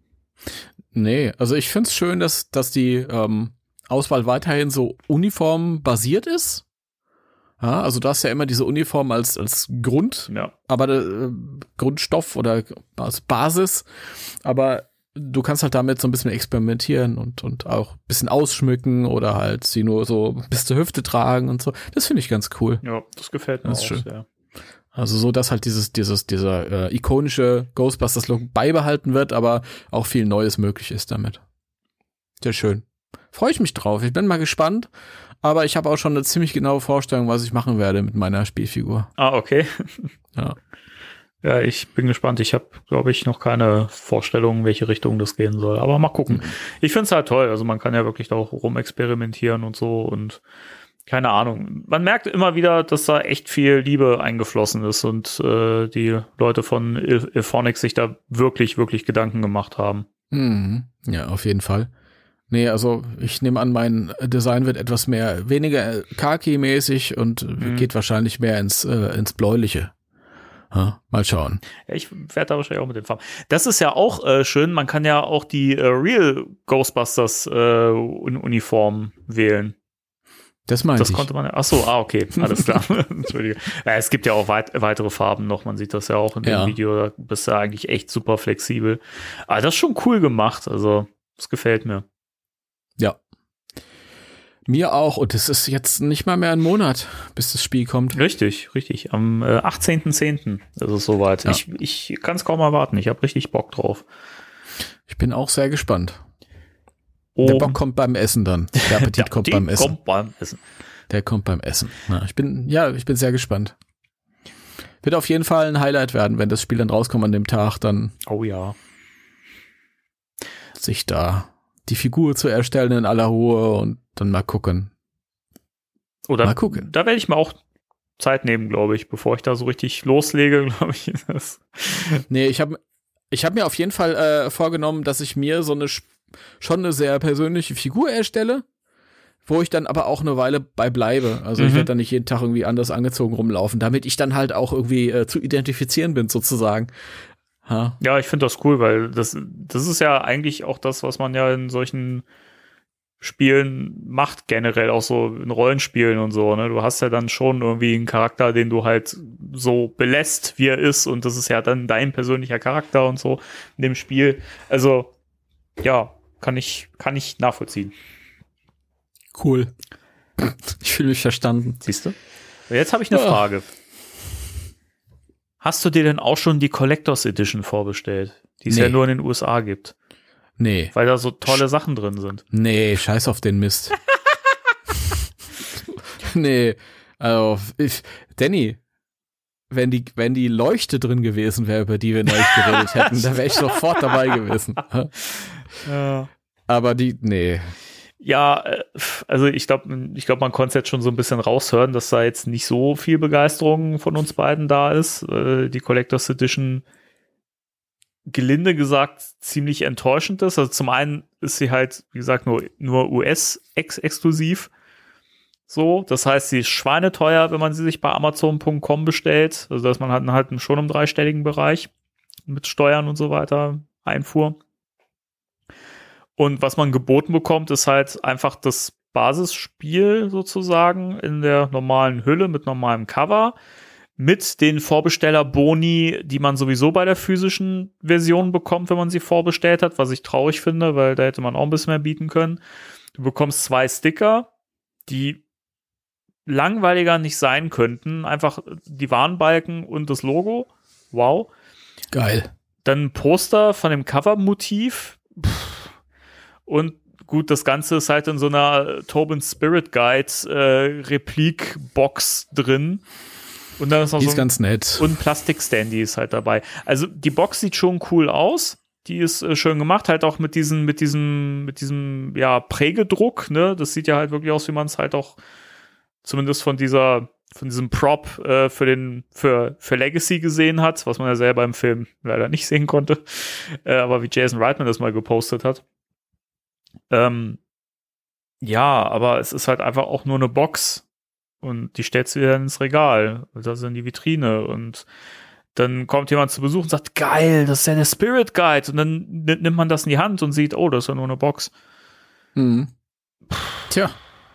Nee, also ich find's schön, dass, dass die ähm, Auswahl weiterhin so uniformbasiert ist. Ja, also du hast ja immer diese Uniform als als Grund, Ja. aber äh, Grundstoff oder als Basis, aber du kannst halt damit so ein bisschen experimentieren und und auch ein bisschen ausschmücken oder halt sie nur so bis zur Hüfte tragen und so. Das finde ich ganz cool. Ja, das gefällt mir Das ist auch schön. sehr. Also so, dass halt dieses dieses dieser äh, ikonische Ghostbusters-Look beibehalten wird, aber auch viel Neues möglich ist damit. Sehr schön. Freue ich mich drauf. Ich bin mal gespannt. Aber ich habe auch schon eine ziemlich genaue Vorstellung, was ich machen werde mit meiner Spielfigur. Ah, okay. Ja. Ja, ich bin gespannt. Ich habe, glaube ich, noch keine Vorstellung, in welche Richtung das gehen soll. Aber mal gucken. Mhm. Ich finde es halt toll. Also man kann ja wirklich da auch rumexperimentieren und so und keine Ahnung. Man merkt immer wieder, dass da echt viel Liebe eingeflossen ist und äh, die Leute von Ilphonics sich da wirklich, wirklich Gedanken gemacht haben. Mhm. Ja, auf jeden Fall. Nee, also ich nehme an, mein Design wird etwas mehr, weniger Khaki-mäßig und Mhm. geht wahrscheinlich mehr ins, äh, ins Bläuliche. Ha, mal schauen. Ja, ich werde da wahrscheinlich auch mit den Farben. Das ist ja auch äh, schön, man kann ja auch die äh, Real Ghostbusters äh, Uniform wählen. Das meinte Das ich. konnte man ja. Ach so, ah, okay, alles klar. Entschuldige. Ja, es gibt ja auch weit, weitere Farben noch, man sieht das ja auch in dem Ja. Video, da bist du ja eigentlich echt super flexibel. Aber das ist schon cool gemacht, also das gefällt mir. Ja. Mir auch. Und es ist jetzt nicht mal mehr ein Monat, bis das Spiel kommt. Richtig, richtig. Am äh, achtzehnten zehnten ist es soweit. Ja. Ich, ich kann es kaum erwarten, ich habe richtig Bock drauf. Ich bin auch sehr gespannt. Oh, Der Bock kommt beim Essen dann. Der Appetit der kommt Appetit beim Essen. kommt beim Essen. Der kommt beim Essen. Na, ich bin, ja, ich bin sehr gespannt. Wird auf jeden Fall ein Highlight werden, wenn das Spiel dann rauskommt an dem Tag, dann Oh ja. sich da die Figur zu erstellen in aller Ruhe und dann mal gucken. Oder Mal gucken. Da werde ich mir auch Zeit nehmen, glaube ich, bevor ich da so richtig loslege, glaube ich. Das Nee, ich habe ich hab mir auf jeden Fall äh, vorgenommen, dass ich mir so eine sch- schon eine sehr persönliche Figur erstelle, wo ich dann aber auch eine Weile bei bleibe. Also Mhm. ich werde dann nicht jeden Tag irgendwie anders angezogen rumlaufen, damit ich dann halt auch irgendwie äh, zu identifizieren bin, sozusagen. Ha. Ja, ich finde das cool, weil das, das ist ja eigentlich auch das, was man ja in solchen Spielen macht, generell auch so in Rollenspielen und so, ne? Du hast ja dann schon irgendwie einen Charakter, den du halt so belässt, wie er ist, und das ist ja dann dein persönlicher Charakter und so in dem Spiel. Also, ja, kann ich, kann ich nachvollziehen. Cool. Ich fühle mich verstanden. Siehst du? Jetzt habe ich eine Ja. Frage. Hast du dir denn auch schon die Collectors Edition vorbestellt, die es Nee. ja nur in den U S A gibt, Nee. weil da so tolle Sachen drin sind? Nee, scheiß auf den Mist. Nee, also, ich, Danny, wenn die, wenn die Leuchte drin gewesen wäre, über die wir neulich geredet hätten, da wäre ich sofort dabei gewesen. Ja. Aber die, nee. Ja, äh, also ich glaube, ich glaube, man konnte es jetzt schon so ein bisschen raushören, dass da jetzt nicht so viel Begeisterung von uns beiden da ist. Äh, die Collectors Edition, gelinde gesagt, ziemlich enttäuschend ist. Also zum einen ist sie halt, wie gesagt, nur, nur U S-exklusiv. So, das heißt, sie ist schweineteuer, wenn man sie sich bei Amazon Punkt com bestellt. Also dass man halt, halt schon im dreistelligen Bereich mit Steuern und so weiter, Einfuhr. Und was man geboten bekommt, ist halt einfach das Basisspiel sozusagen in der normalen Hülle mit normalem Cover, mit den Vorbesteller-Boni, die man sowieso bei der physischen Version bekommt, wenn man sie vorbestellt hat, was ich traurig finde, weil da hätte man auch ein bisschen mehr bieten können. Du bekommst zwei Sticker, die langweiliger nicht sein könnten. Einfach die Warnbalken und das Logo. Wow. Geil. Dann ein Poster von dem Cover-Motiv. Pff. Und gut, das Ganze ist halt in so einer Tobin Spirit Guide äh, Replik-Box drin. Und dann ist noch Die so ist ein, ganz nett. und ein Plastik-Standy ist halt dabei. Also die Box sieht schon cool aus. Die ist äh, schön gemacht, halt auch mit diesem, mit diesem, mit diesem, ja, Prägedruck, ne? Das sieht ja halt wirklich aus, wie man es halt auch zumindest von dieser, von diesem Prop äh, für den, für, für Legacy gesehen hat, was man ja selber im Film leider nicht sehen konnte. Äh, aber wie Jason Reitman das mal gepostet hat. Ähm, ja, aber es ist halt einfach auch nur eine Box und die stellst du dir dann ins Regal, das ist in die Vitrine und dann kommt jemand zu Besuch und sagt, geil, das ist ja der Spirit Guide und dann nimmt man das in die Hand und sieht, oh, das ist ja nur eine Box. Mhm. Tja.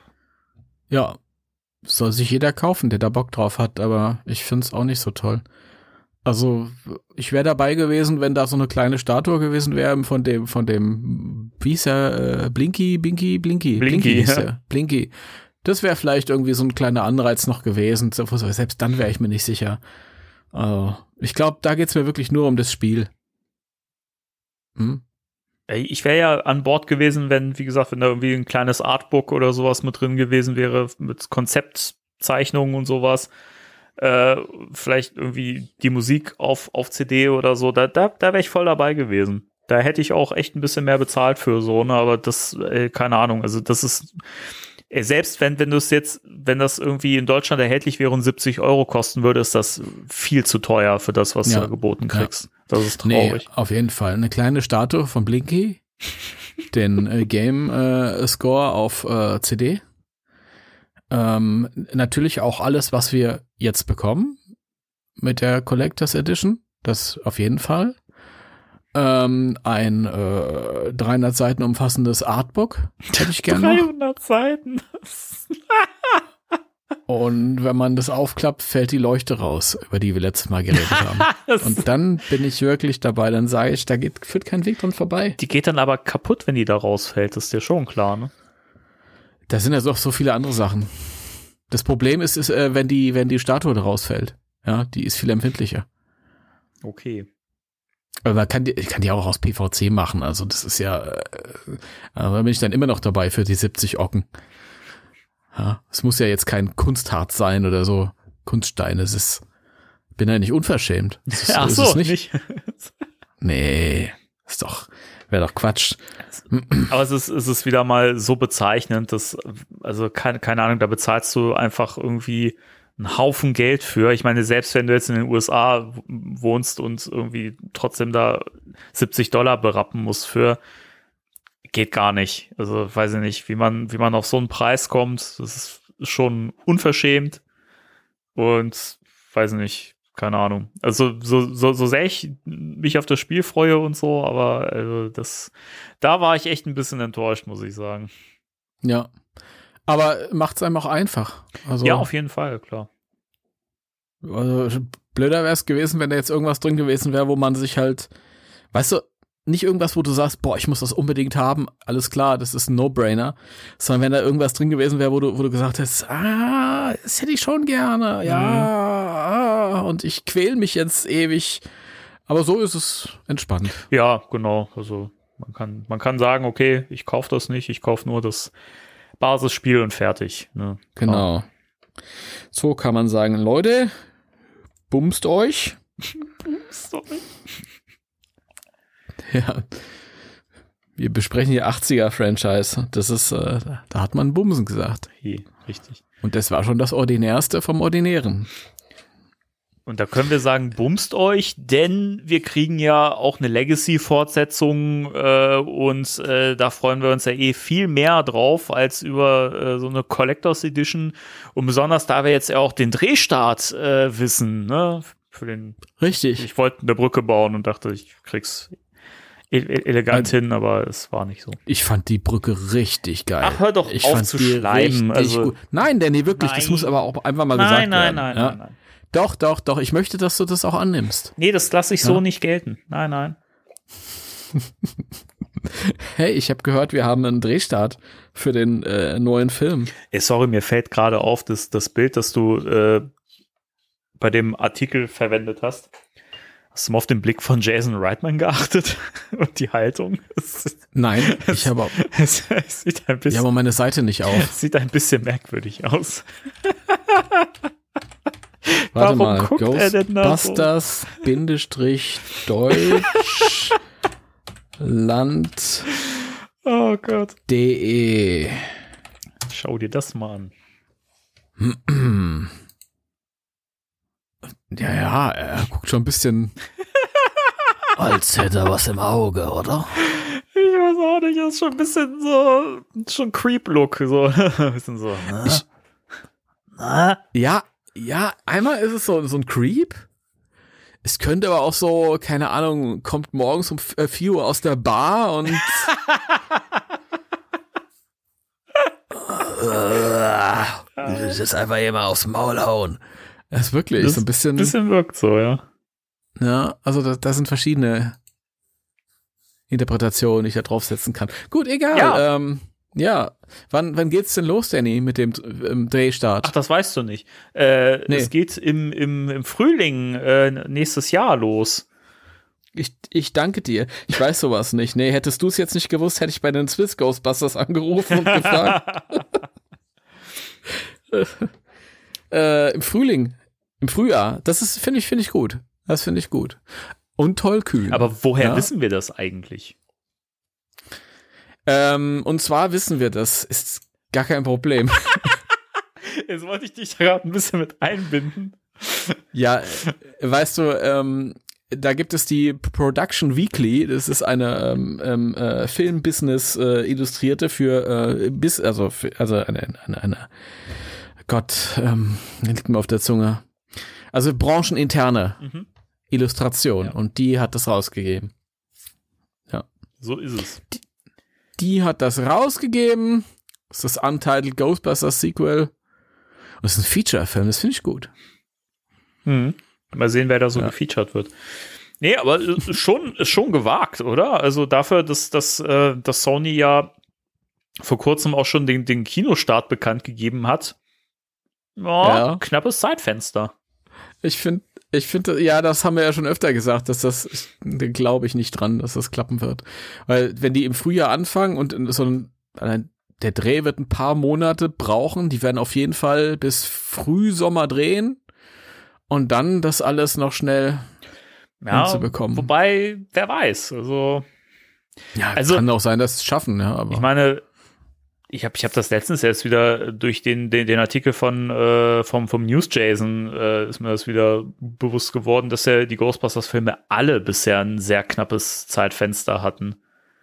Ja. Soll sich jeder kaufen, der da Bock drauf hat, aber ich find's auch nicht so toll. Also, ich wäre dabei gewesen, wenn da so eine kleine Statue gewesen wäre von dem, von dem, wie hieß er, äh, Blinky, Binky, Blinky, Blinky, hieß ja. er, Blinky. Das wäre vielleicht irgendwie so ein kleiner Anreiz noch gewesen, selbst dann wäre ich mir nicht sicher. Also, ich glaube, da geht's mir wirklich nur um das Spiel. Hm? Ich wäre ja an Bord gewesen, wenn, wie gesagt, wenn da irgendwie ein kleines Artbook oder sowas mit drin gewesen wäre, mit Konzeptzeichnungen und sowas. Äh, vielleicht irgendwie die Musik auf, auf C D oder so, da, da, da wäre ich voll dabei gewesen. Da hätte ich auch echt ein bisschen mehr bezahlt für so, ne, aber das, äh, keine Ahnung, also das ist, äh, selbst wenn, wenn du es jetzt, wenn das irgendwie in Deutschland erhältlich wäre und siebzig Euro kosten würde, ist das viel zu teuer für das, was Ja. du da geboten kriegst. Ja. Das ist Nee, traurig. auf jeden Fall. Eine kleine Statue von Blinky, den äh, Game äh, Score auf äh, C D. Ähm, natürlich auch alles, was wir jetzt bekommen. mit der Collectors Edition, das auf jeden Fall. Ähm, ein äh, dreihundert Seiten umfassendes Artbook hätte ich gerne. dreihundert Seiten. Und wenn man das aufklappt, fällt die Leuchte raus, über die wir letztes Mal geredet haben. Und dann bin ich wirklich dabei, dann sage ich, da geht, führt kein Weg dran vorbei. Die geht dann aber kaputt, wenn die da rausfällt, das ist dir schon klar, ne? Da sind ja doch so viele andere Sachen. Das Problem ist, ist äh, wenn die, wenn die Statue da rausfällt. Ja, die ist viel empfindlicher. Okay. Aber man kann die, ich kann die auch aus P V C machen, also das ist ja, äh, aber da bin ich dann immer noch dabei für die siebzig Ocken. Ja, es muss ja jetzt kein Kunstharz sein oder so, Kunststein, es ist, bin ja nicht unverschämt. Das ist, Ach ist so, es nicht. nicht. Nee, ist doch, wäre doch Quatsch. Aber es ist, es ist wieder mal so bezeichnend, dass, also keine, keine Ahnung, da bezahlst du einfach irgendwie einen Haufen Geld für. Ich meine, selbst wenn du jetzt in den U S A wohnst und irgendwie trotzdem da siebzig Dollar berappen musst für, geht gar nicht. Also weiß ich nicht, wie man, wie man auf so einen Preis kommt. Das ist schon unverschämt. Und weiß ich nicht, keine Ahnung. Also so, so, so sehr ich mich auf das Spiel freue und so, aber also das, da war ich echt ein bisschen enttäuscht, muss ich sagen. Ja. Aber macht's einem auch einfach. Also, Ja, auf jeden Fall, klar. Also, blöder wäre es gewesen, wenn da jetzt irgendwas drin gewesen wäre, wo man sich halt, weißt du, nicht irgendwas, wo du sagst, boah, ich muss das unbedingt haben, alles klar, das ist ein No-Brainer, sondern wenn da irgendwas drin gewesen wäre, wo du, wo du gesagt hast, ah, das hätte ich schon gerne, ja, mhm. ah, und ich quäl mich jetzt ewig, aber so ist es entspannt. Ja, genau, also man kann, man kann sagen, okay, ich kaufe das nicht, ich kaufe nur das Basisspiel und fertig. Ne? Genau. So kann man sagen, Leute, bumst euch. Bumst euch. Ja. Wir besprechen hier achtziger-Franchise. Das ist, äh, da hat man Bumsen gesagt. Hey, richtig. Und das war schon das Ordinärste vom Ordinären. Und da können wir sagen, bumst euch, denn wir kriegen ja auch eine Legacy-Fortsetzung äh, und äh, da freuen wir uns ja eh viel mehr drauf als über äh, so eine Collectors Edition. Und besonders, da wir jetzt ja auch den Drehstart äh, wissen, ne? Für den. Richtig. Ich wollte eine Brücke bauen und dachte, ich krieg's e- e- elegant Also, hin, aber es war nicht so. Ich fand die Brücke richtig geil. Ach, hör doch ich auf fand zu die schleimen. richtig Also, gut. Nein, Danny, wirklich, nein. das muss aber auch einfach mal nein, gesagt nein, werden. nein, ja? nein, nein. Doch, doch, doch. Ich möchte, dass du das auch annimmst. Nee, das lasse ich so Ja. nicht gelten. Nein, nein. Hey, ich habe gehört, wir haben einen Drehstart für den äh, neuen Film. Ey, sorry, mir fällt gerade auf, dass das Bild, das du äh, bei dem Artikel verwendet hast. Hast du mal auf den Blick von Jason Reitman geachtet? Und die Haltung? Es, Nein, ich habe es, es sieht ein ich bisschen, habe meine Seite nicht auf. es sieht ein bisschen merkwürdig aus. Warte Warum mal, guckt er denn da so? Ghostbusters Bindestrich Deutsch Land Oh Gott. de. Schau dir das mal an. Ja, ja, er guckt schon ein bisschen als hätte er was im Auge, oder? Ich weiß auch nicht, das ist schon ein bisschen so, schon Creep-Look, so. Ein bisschen so. Na? Ich- Na? Ja, ja, einmal ist es so, so ein Creep. Es könnte aber auch so, keine Ahnung, kommt morgens um vier Uhr aus der Bar und das ist einfach immer aufs Maul hauen. Das ist wirklich Das so ein bisschen, bisschen wirkt so, ja. ja, also da, da sind verschiedene Interpretationen, die ich da draufsetzen kann. Gut, egal. Ja. Ähm, ja, wann, wann geht's denn los, Danny, mit dem ähm, Drehstart? Ach, das weißt du nicht. Äh, Nee. Es geht im, im, im Frühling äh, nächstes Jahr los. Ich, ich danke dir. Ich weiß sowas nicht. Nee, hättest du es jetzt nicht gewusst, hätte ich bei den Swiss Ghostbusters angerufen und gefragt. äh, Im Frühling, im Frühjahr. Das ist, finde ich, finde ich gut. Das finde ich gut. Und tollkühn. Aber woher Ja. wissen wir das eigentlich? Ähm, und zwar wissen wir, das ist gar kein Problem. Jetzt wollte ich dich gerade ein bisschen mit einbinden. Ja, äh, weißt du, ähm, da gibt es die Production Weekly, das ist eine ähm, ähm, äh, Film-Business äh, Illustrierte für äh, bis, also für, also eine, eine, eine Gott, ähm, liegt mir auf der Zunge. Also brancheninterne Mhm. Illustration. Ja. Und die hat das rausgegeben. Ja. So ist es. Die hat das rausgegeben. Das ist das Untitled Ghostbusters Sequel. Und das ist ein Feature-Film, das finde ich gut. Mhm. Mal sehen, wer da so Ja. gefeatured wird. Nee, aber ist schon, ist schon gewagt, oder? Also dafür, dass, dass, äh, dass Sony ja vor kurzem auch schon den, den Kinostart bekannt gegeben hat. Ja, Ja. knappes Zeitfenster. Ich finde, ich finde, ja, das haben wir ja schon öfter gesagt, dass das, da glaube ich nicht dran, dass das klappen wird. Weil wenn die im Frühjahr anfangen und so ein, allein der Dreh wird ein paar Monate brauchen, die werden auf jeden Fall bis Frühsommer drehen und dann das alles noch schnell Ja, hinzubekommen. wobei, wer weiß. Also, Ja, also- kann auch sein, dass sie es schaffen, ja, aber. ich meine, ich habe ich hab das letztens jetzt wieder durch den, den, den Artikel von äh, vom, vom News Jason äh, ist mir das wieder bewusst geworden, dass ja die Ghostbusters-Filme alle bisher ein sehr knappes Zeitfenster hatten.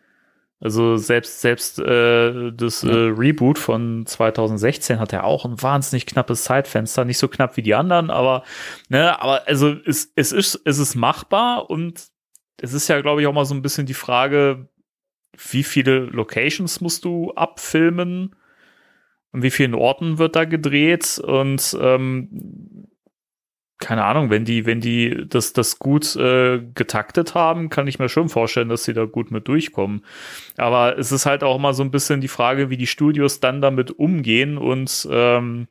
Also selbst selbst äh, das Ja. äh, Reboot von zwanzig sechzehn hat ja auch ein wahnsinnig knappes Zeitfenster, nicht so knapp wie die anderen, aber ne, aber also es, es ist es ist machbar und es ist ja, glaube ich, auch mal so ein bisschen die Frage, wie viele Locations musst du abfilmen? An wie vielen Orten wird da gedreht? Und ähm, keine Ahnung, wenn die, wenn die das, das gut äh, getaktet haben, kann ich mir schon vorstellen, dass sie da gut mit durchkommen. Aber es ist halt auch immer so ein bisschen die Frage, wie die Studios dann damit umgehen und ähm,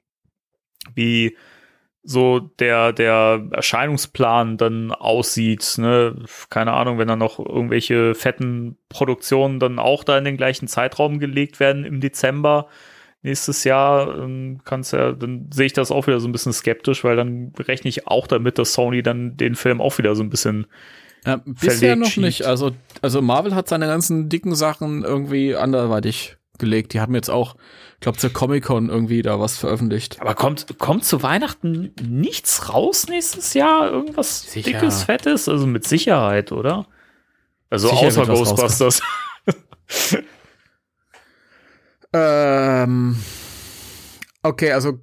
wie so der, der Erscheinungsplan dann aussieht, ne? Keine Ahnung, wenn dann noch irgendwelche fetten Produktionen dann auch da in den gleichen Zeitraum gelegt werden im Dezember nächstes Jahr, ähm, kann's ja, dann sehe ich das auch wieder so ein bisschen skeptisch, weil dann rechne ich auch damit, dass Sony dann den Film auch wieder so ein bisschen Ja, bisher verlegt noch schiebt. nicht. Also, also Marvel hat seine ganzen dicken Sachen irgendwie anderweitig gelegt. Die haben jetzt auch, ich glaube, zur Comic-Con irgendwie da was veröffentlicht. Aber kommt, kommt zu Weihnachten nichts raus nächstes Jahr? Irgendwas Sicher. Dickes, Fettes? Also mit Sicherheit, oder? Also Sicher außer wird was Ghostbusters. Ähm, okay, also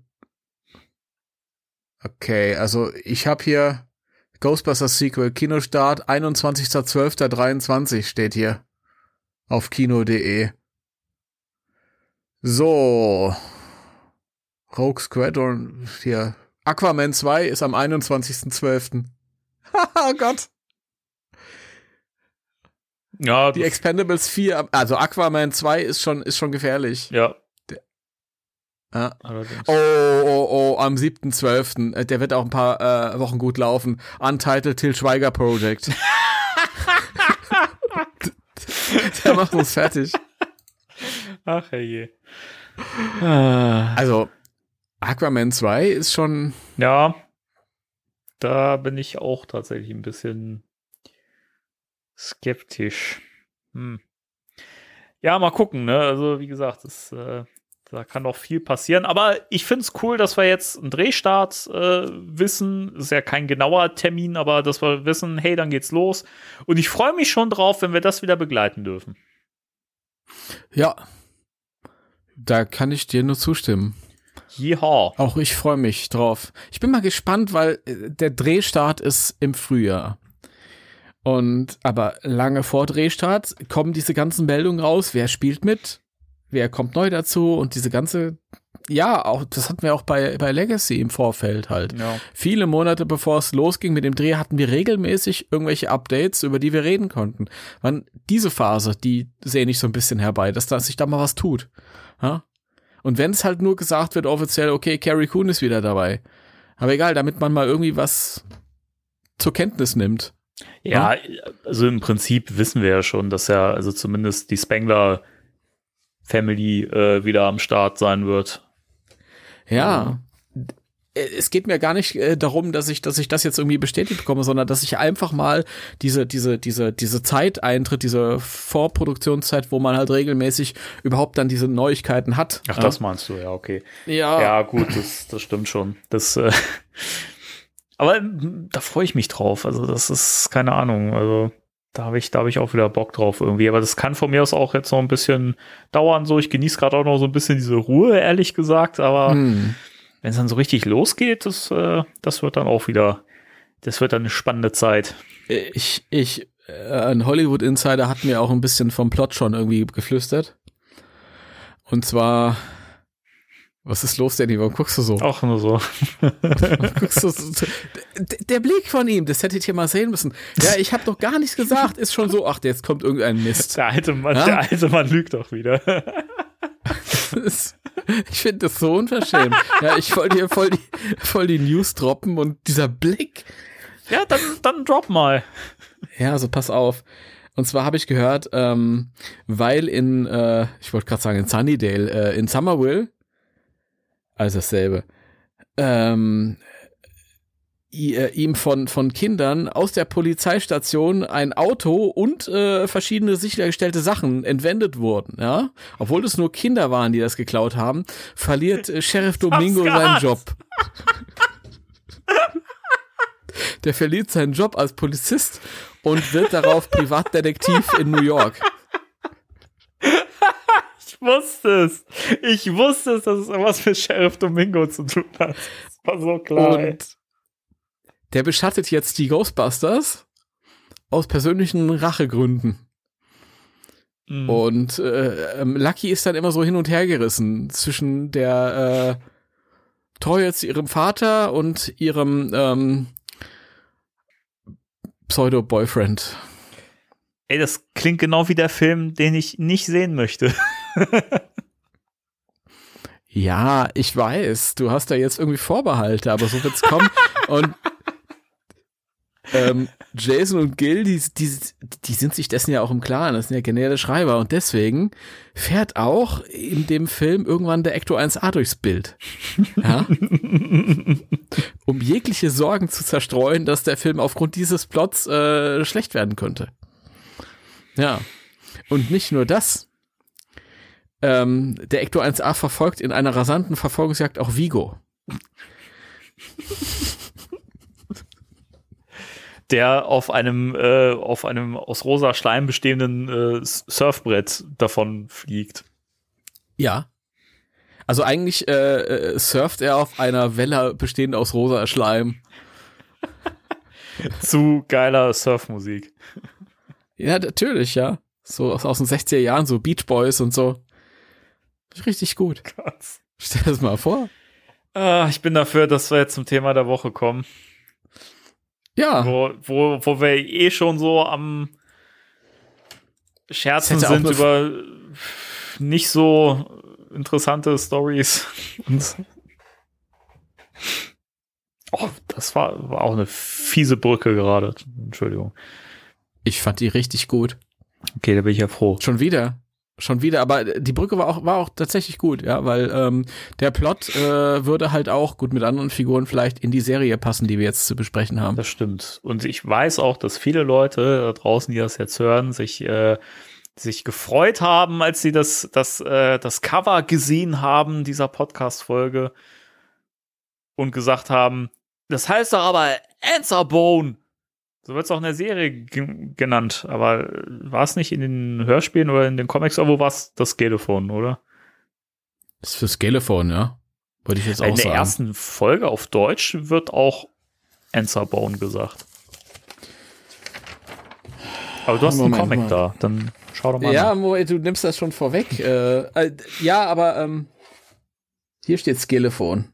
okay, also ich habe hier Ghostbusters Sequel Kinostart einundzwanzigster zwölfter dreiundzwanzig steht hier auf kino punkt de. So, Rogue Squadron hier. Aquaman zwei ist am einundzwanzigsten zwölften Oh Gott. Ja, Die Expendables vier, also Aquaman zwei ist schon, ist schon gefährlich. ja. Ja. Allerdings. Oh, oh, oh, am siebten zwölften Der wird auch ein paar äh, Wochen gut laufen. Untitled Till Schweiger Project. Der macht uns fertig. Ach, herrje. Also, Aquaman zwei ist schon. Ja, da bin ich auch tatsächlich ein bisschen skeptisch. Hm. Ja, mal gucken, ne? Also, wie gesagt, das, äh, da kann noch viel passieren. Aber ich finde es cool, dass wir jetzt einen Drehstart äh, wissen. Ist ja kein genauer Termin, aber dass wir wissen, hey, dann geht's los. Und ich freue mich schon drauf, wenn wir das wieder begleiten dürfen. Ja. Da kann ich dir nur zustimmen. Yeehaw. Auch ich freue mich drauf. Ich bin mal gespannt, weil äh, der Drehstart ist im Frühjahr. Und aber lange vor Drehstart kommen diese ganzen Meldungen raus. Wer spielt mit? Wer kommt neu dazu? Und diese ganze, ja, auch das hatten wir auch bei bei Legacy im Vorfeld halt. Ja. Viele Monate bevor es losging mit dem Dreh, hatten wir regelmäßig irgendwelche Updates, über die wir reden konnten. Wann diese Phase, die sehe ich so ein bisschen herbei, dass da sich da mal was tut. Ja? Und wenn es halt nur gesagt wird offiziell, okay, Carrie Coon ist wieder dabei. Aber egal, damit man mal irgendwie was zur Kenntnis nimmt. Ja, also im Prinzip wissen wir ja schon, dass ja also zumindest die Spengler Family äh, wieder am Start sein wird. Ja. Es geht mir gar nicht äh, darum, dass ich, dass ich das jetzt irgendwie bestätigt bekomme, sondern dass ich einfach mal diese, diese, diese, diese Zeit eintritt, diese Vorproduktionszeit, wo man halt regelmäßig überhaupt dann diese Neuigkeiten hat. Ach, ja? das meinst du, ja, okay. Ja. Ja, gut, das, das stimmt schon. Das, äh, aber mm, da freue ich mich drauf. Also, das ist keine Ahnung. Also, da habe ich, da habe ich auch wieder Bock drauf irgendwie. Aber das kann von mir aus auch jetzt noch ein bisschen dauern. So, ich genieße gerade auch noch so ein bisschen diese Ruhe, ehrlich gesagt. Aber Hm. wenn es dann so richtig losgeht, das, äh, das wird dann auch wieder, das wird dann eine spannende Zeit. Ich, ich, äh, ein Hollywood Insider hat mir auch ein bisschen vom Plot schon irgendwie geflüstert. Und zwar, was ist los, Danny? Warum guckst du so? Auch nur so. guckst du so? Der, der Blick von ihm, das hättet ihr mal sehen müssen. Ja, ich habe doch gar nichts gesagt. Ist schon so, ach, jetzt kommt irgendein Mist. Der alte Mann, ja? der alte Mann lügt doch wieder. Das, ich finde das so unverschämt. Ja, ich wollte hier voll die, voll die News droppen und dieser Blick. Ja, dann, dann drop mal. Ja, also pass auf. Und zwar habe ich gehört, ähm, weil in, äh, ich wollte gerade sagen in Sunnydale, äh, in Somerville, also dasselbe, ähm, ihm von, von Kindern aus der Polizeistation ein Auto und äh, verschiedene sichergestellte Sachen entwendet wurden, ja. Obwohl es nur Kinder waren, die das geklaut haben, verliert äh, Sheriff Domingo seinen Job. Der verliert seinen Job als Polizist und wird darauf Privatdetektiv in New York. Ich wusste es. Ich wusste es, dass es irgendwas mit Sheriff Domingo zu tun hat. Das war so klar. Und der beschattet jetzt die Ghostbusters aus persönlichen Rachegründen. Mhm. Und äh, Lucky ist dann immer so hin und her gerissen zwischen der äh, Treue zu ihrem Vater und ihrem ähm, Pseudo-Boyfriend. Ey, das klingt genau wie der Film, den ich nicht sehen möchte. Ja, ich weiß, du hast da jetzt irgendwie Vorbehalte, aber so wird's kommen. Und ähm, Jason und Gil, die, die, die sind sich dessen ja auch im Klaren, das sind ja geniale Schreiber und deswegen fährt auch in dem Film irgendwann der Ecto eins A durchs Bild. Ja? Um jegliche Sorgen zu zerstreuen, dass der Film aufgrund dieses Plots äh, schlecht werden könnte. Ja. Und nicht nur das. Ähm, der Ecto eins A verfolgt in einer rasanten Verfolgungsjagd auch Vigo. Der auf einem äh, auf einem aus rosa Schleim bestehenden äh, Surfbrett davon fliegt. Ja. Also eigentlich äh, äh, surft er auf einer Welle bestehend aus rosa Schleim. Zu geiler Surfmusik. Ja, natürlich, ja. So aus, aus den sechziger Jahren, so Beach Boys und so. Richtig gut. Gott. Stell dir das mal vor. Ah, ich bin dafür, dass wir jetzt zum Thema der Woche kommen. Ja. Wo, wo, wo wir eh schon so am Scherzen sind über nicht so interessante Storys. Oh, das war, war auch eine fiese Brücke gerade. Entschuldigung. Ich fand die richtig gut. Okay, da bin ich ja froh. Schon wieder. Schon wieder, aber die Brücke war auch, war auch tatsächlich gut, ja, weil ähm, der Plot äh, würde halt auch gut mit anderen Figuren vielleicht in die Serie passen, die wir jetzt zu besprechen haben. Das stimmt. Und ich weiß auch, dass viele Leute da draußen, die das jetzt hören, sich äh, sich gefreut haben, als sie das das äh, das Cover gesehen haben dieser Podcast-Folge und gesagt haben, das heißt doch aber Answerbone. So wird es auch in der Serie g- genannt, aber war es nicht in den Hörspielen oder in den Comics, aber wo war es das Skelephon, oder? Das ist für Skelephon, ja. Würde ich jetzt auch in der sagen. ersten Folge auf Deutsch wird auch Answerbone gesagt. Aber du hast Moment, einen Comic Moment. da, dann schau doch mal Ja, an. Moment, du nimmst das schon vorweg. äh, äh, ja, aber ähm, hier steht Skelephon.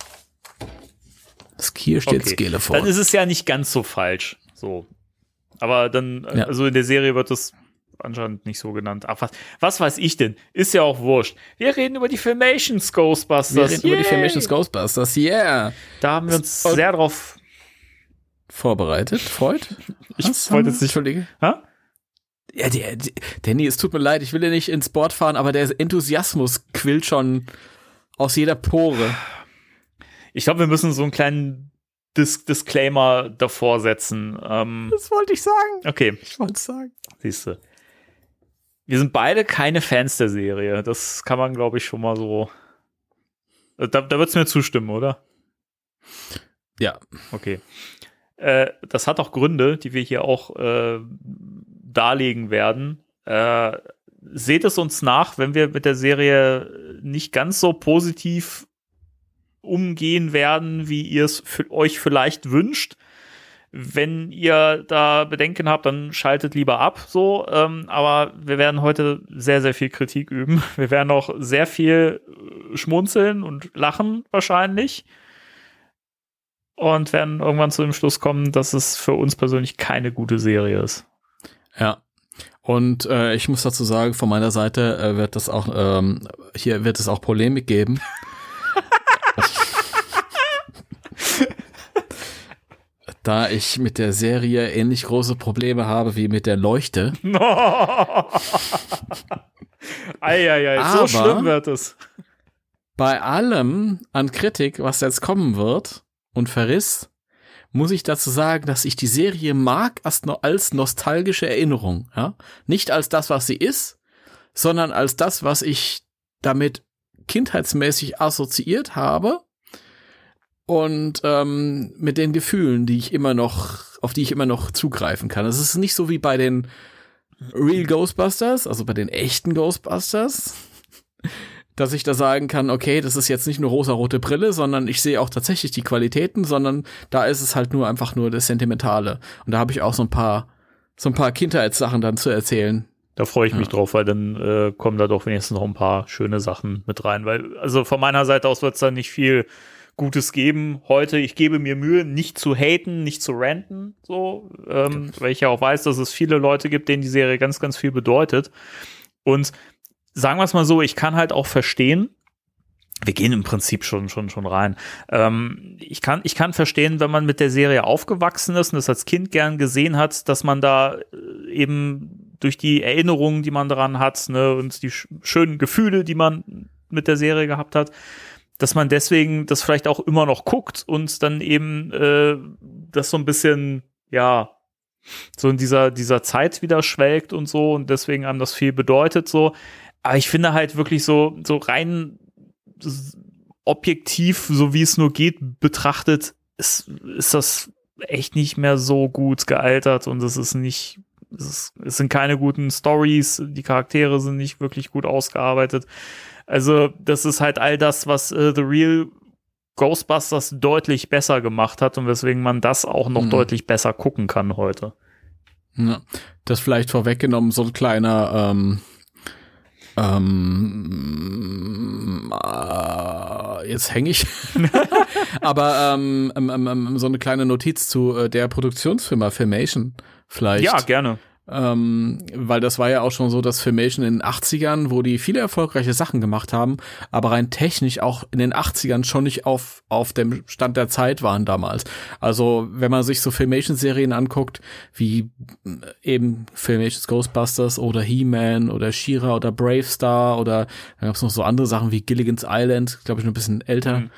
Hier steht Okay. Skelephon. Dann ist es ja nicht ganz so falsch. So. Aber dann, Ja. also in der Serie wird es anscheinend nicht so genannt. Ach, was, was weiß ich denn? Ist ja auch wurscht. Wir reden über die Filmations Ghostbusters. Wir reden über die Yay! Filmations Ghostbusters, yeah. Da haben wir uns Und- sehr drauf. Vorbereitet, Freud? Ich Was wollte haben jetzt wir? nicht- Entschuldige. Hä? Ja, der, der, Danny, es tut mir leid, ich will ja nicht ins Board fahren, aber der Enthusiasmus quillt schon aus jeder Pore. Ich glaube, wir müssen so einen kleinen Dis- Disclaimer davor setzen. Ähm, Das wollte ich sagen. okay, Ich wollte es sagen. siehst du. Wir sind beide keine Fans der Serie. Das kann man, glaube ich, schon mal so. Da, da würdest du mir zustimmen, oder? Ja. Okay. Äh, das hat auch Gründe, die wir hier auch äh, darlegen werden. Äh, seht es uns nach, wenn wir mit der Serie nicht ganz so positiv umgehen werden, wie ihr es für euch vielleicht wünscht. Wenn ihr da Bedenken habt, dann schaltet lieber ab, so. Ähm, aber wir werden heute sehr, sehr viel Kritik üben. Wir werden auch sehr viel schmunzeln und lachen wahrscheinlich. Und werden irgendwann zu dem Schluss kommen, dass es für uns persönlich keine gute Serie ist. Ja. Und äh, ich muss dazu sagen, von meiner Seite äh, wird das auch, ähm, hier wird es auch Polemik geben. Da ich mit der Serie ähnlich große Probleme habe wie mit der Leuchte. Eieiei, so schlimm wird es. Bei allem an Kritik, was jetzt kommen wird und Verriss, muss ich dazu sagen, dass ich die Serie mag als, als nostalgische Erinnerung. Ja? Nicht als das, was sie ist, sondern als das, was ich damit kindheitsmäßig assoziiert habe. Und ähm, mit den Gefühlen, die ich immer noch, auf die ich immer noch zugreifen kann. Es ist nicht so wie bei den Real Ghostbusters, also bei den echten Ghostbusters, dass ich da sagen kann, okay, das ist jetzt nicht nur rosa-rote Brille, sondern ich sehe auch tatsächlich die Qualitäten, sondern da ist es halt nur einfach nur das Sentimentale. Und da habe ich auch so ein paar, so ein paar Kindheitssachen dann zu erzählen. Da freue ich mich ja. drauf, weil dann äh, kommen da doch wenigstens noch ein paar schöne Sachen mit rein. Weil, also von meiner Seite aus wird es da nicht viel Gutes geben. Heute, ich gebe mir Mühe, nicht zu haten, nicht zu ranten, so, ähm, weil ich ja auch weiß, dass es viele Leute gibt, denen die Serie ganz, ganz viel bedeutet. Und sagen wir es mal so, ich kann halt auch verstehen, wir gehen im Prinzip schon, schon, schon rein. Ähm, ich kann, ich kann verstehen, wenn man mit der Serie aufgewachsen ist und das als Kind gern gesehen hat, dass man da eben durch die Erinnerungen, die man daran hat, ne, und die sch- schönen Gefühle, die man mit der Serie gehabt hat, dass man deswegen das vielleicht auch immer noch guckt und dann eben äh, das so ein bisschen, ja, so in dieser, dieser Zeit wieder schwelgt und so und deswegen einem das viel bedeutet, so. Aber ich finde halt wirklich so, so rein objektiv, so wie es nur geht, betrachtet, ist, ist das echt nicht mehr so gut gealtert und es ist nicht, es, ist, es sind keine guten Stories, die Charaktere sind nicht wirklich gut ausgearbeitet. Also das ist halt all das, was äh, The Real Ghostbusters deutlich besser gemacht hat und weswegen man das auch noch mhm. deutlich besser gucken kann heute. Ja, das vielleicht vorweggenommen, so ein kleiner ähm, ähm, äh, jetzt hänge ich. Aber ähm, ähm, ähm, so eine kleine Notiz zu äh, der Produktionsfirma Filmation vielleicht. Ja, gerne. Ähm, weil das war ja auch schon so, dass Filmation in den achtzigern, wo die viele erfolgreiche Sachen gemacht haben, aber rein technisch auch in den achtzigern schon nicht auf auf dem Stand der Zeit waren damals. Also wenn man sich so Filmation-Serien anguckt, wie eben Filmation's Ghostbusters oder He-Man oder She-Ra oder Brave Star oder dann gab es noch so andere Sachen wie Gilligan's Island, glaube ich, noch ein bisschen älter. Mhm.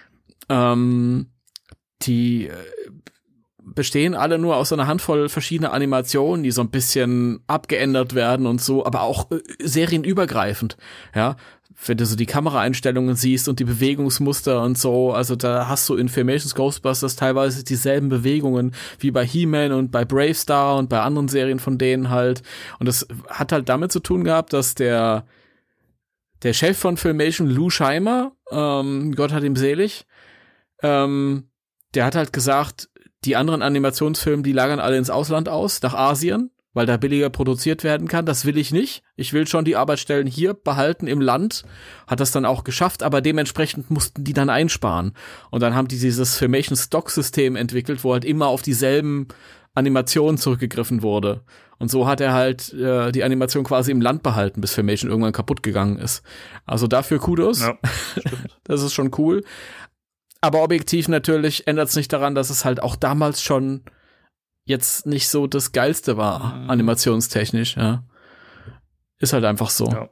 Ähm, die bestehen alle nur aus so einer Handvoll verschiedener Animationen, die so ein bisschen abgeändert werden und so, aber auch äh, serienübergreifend, ja. Wenn du so die Kameraeinstellungen siehst und die Bewegungsmuster und so, also da hast du in Filmation's Ghostbusters teilweise dieselben Bewegungen wie bei He-Man und bei Brave Star und bei anderen Serien von denen halt. Und das hat halt damit zu tun gehabt, dass der der Chef von Filmation, Lou Scheimer, ähm, Gott hat ihm selig, ähm, der hat halt gesagt, die anderen Animationsfilme, die lagern alle ins Ausland aus, nach Asien, weil da billiger produziert werden kann. Das will ich nicht. Ich will schon die Arbeitsstellen hier behalten im Land. Hat das dann auch geschafft, aber dementsprechend mussten die dann einsparen. Und dann haben die dieses Filmation Stock System entwickelt, wo halt immer auf dieselben Animationen zurückgegriffen wurde. Und so hat er halt äh, die Animation quasi im Land behalten, bis Filmation irgendwann kaputt gegangen ist. Also dafür Kudos. Ja, stimmt. Das ist schon cool. Aber objektiv natürlich ändert es nicht daran, dass es halt auch damals schon jetzt nicht so das Geilste war, mhm. animationstechnisch, ja. Ist halt einfach so. Ja.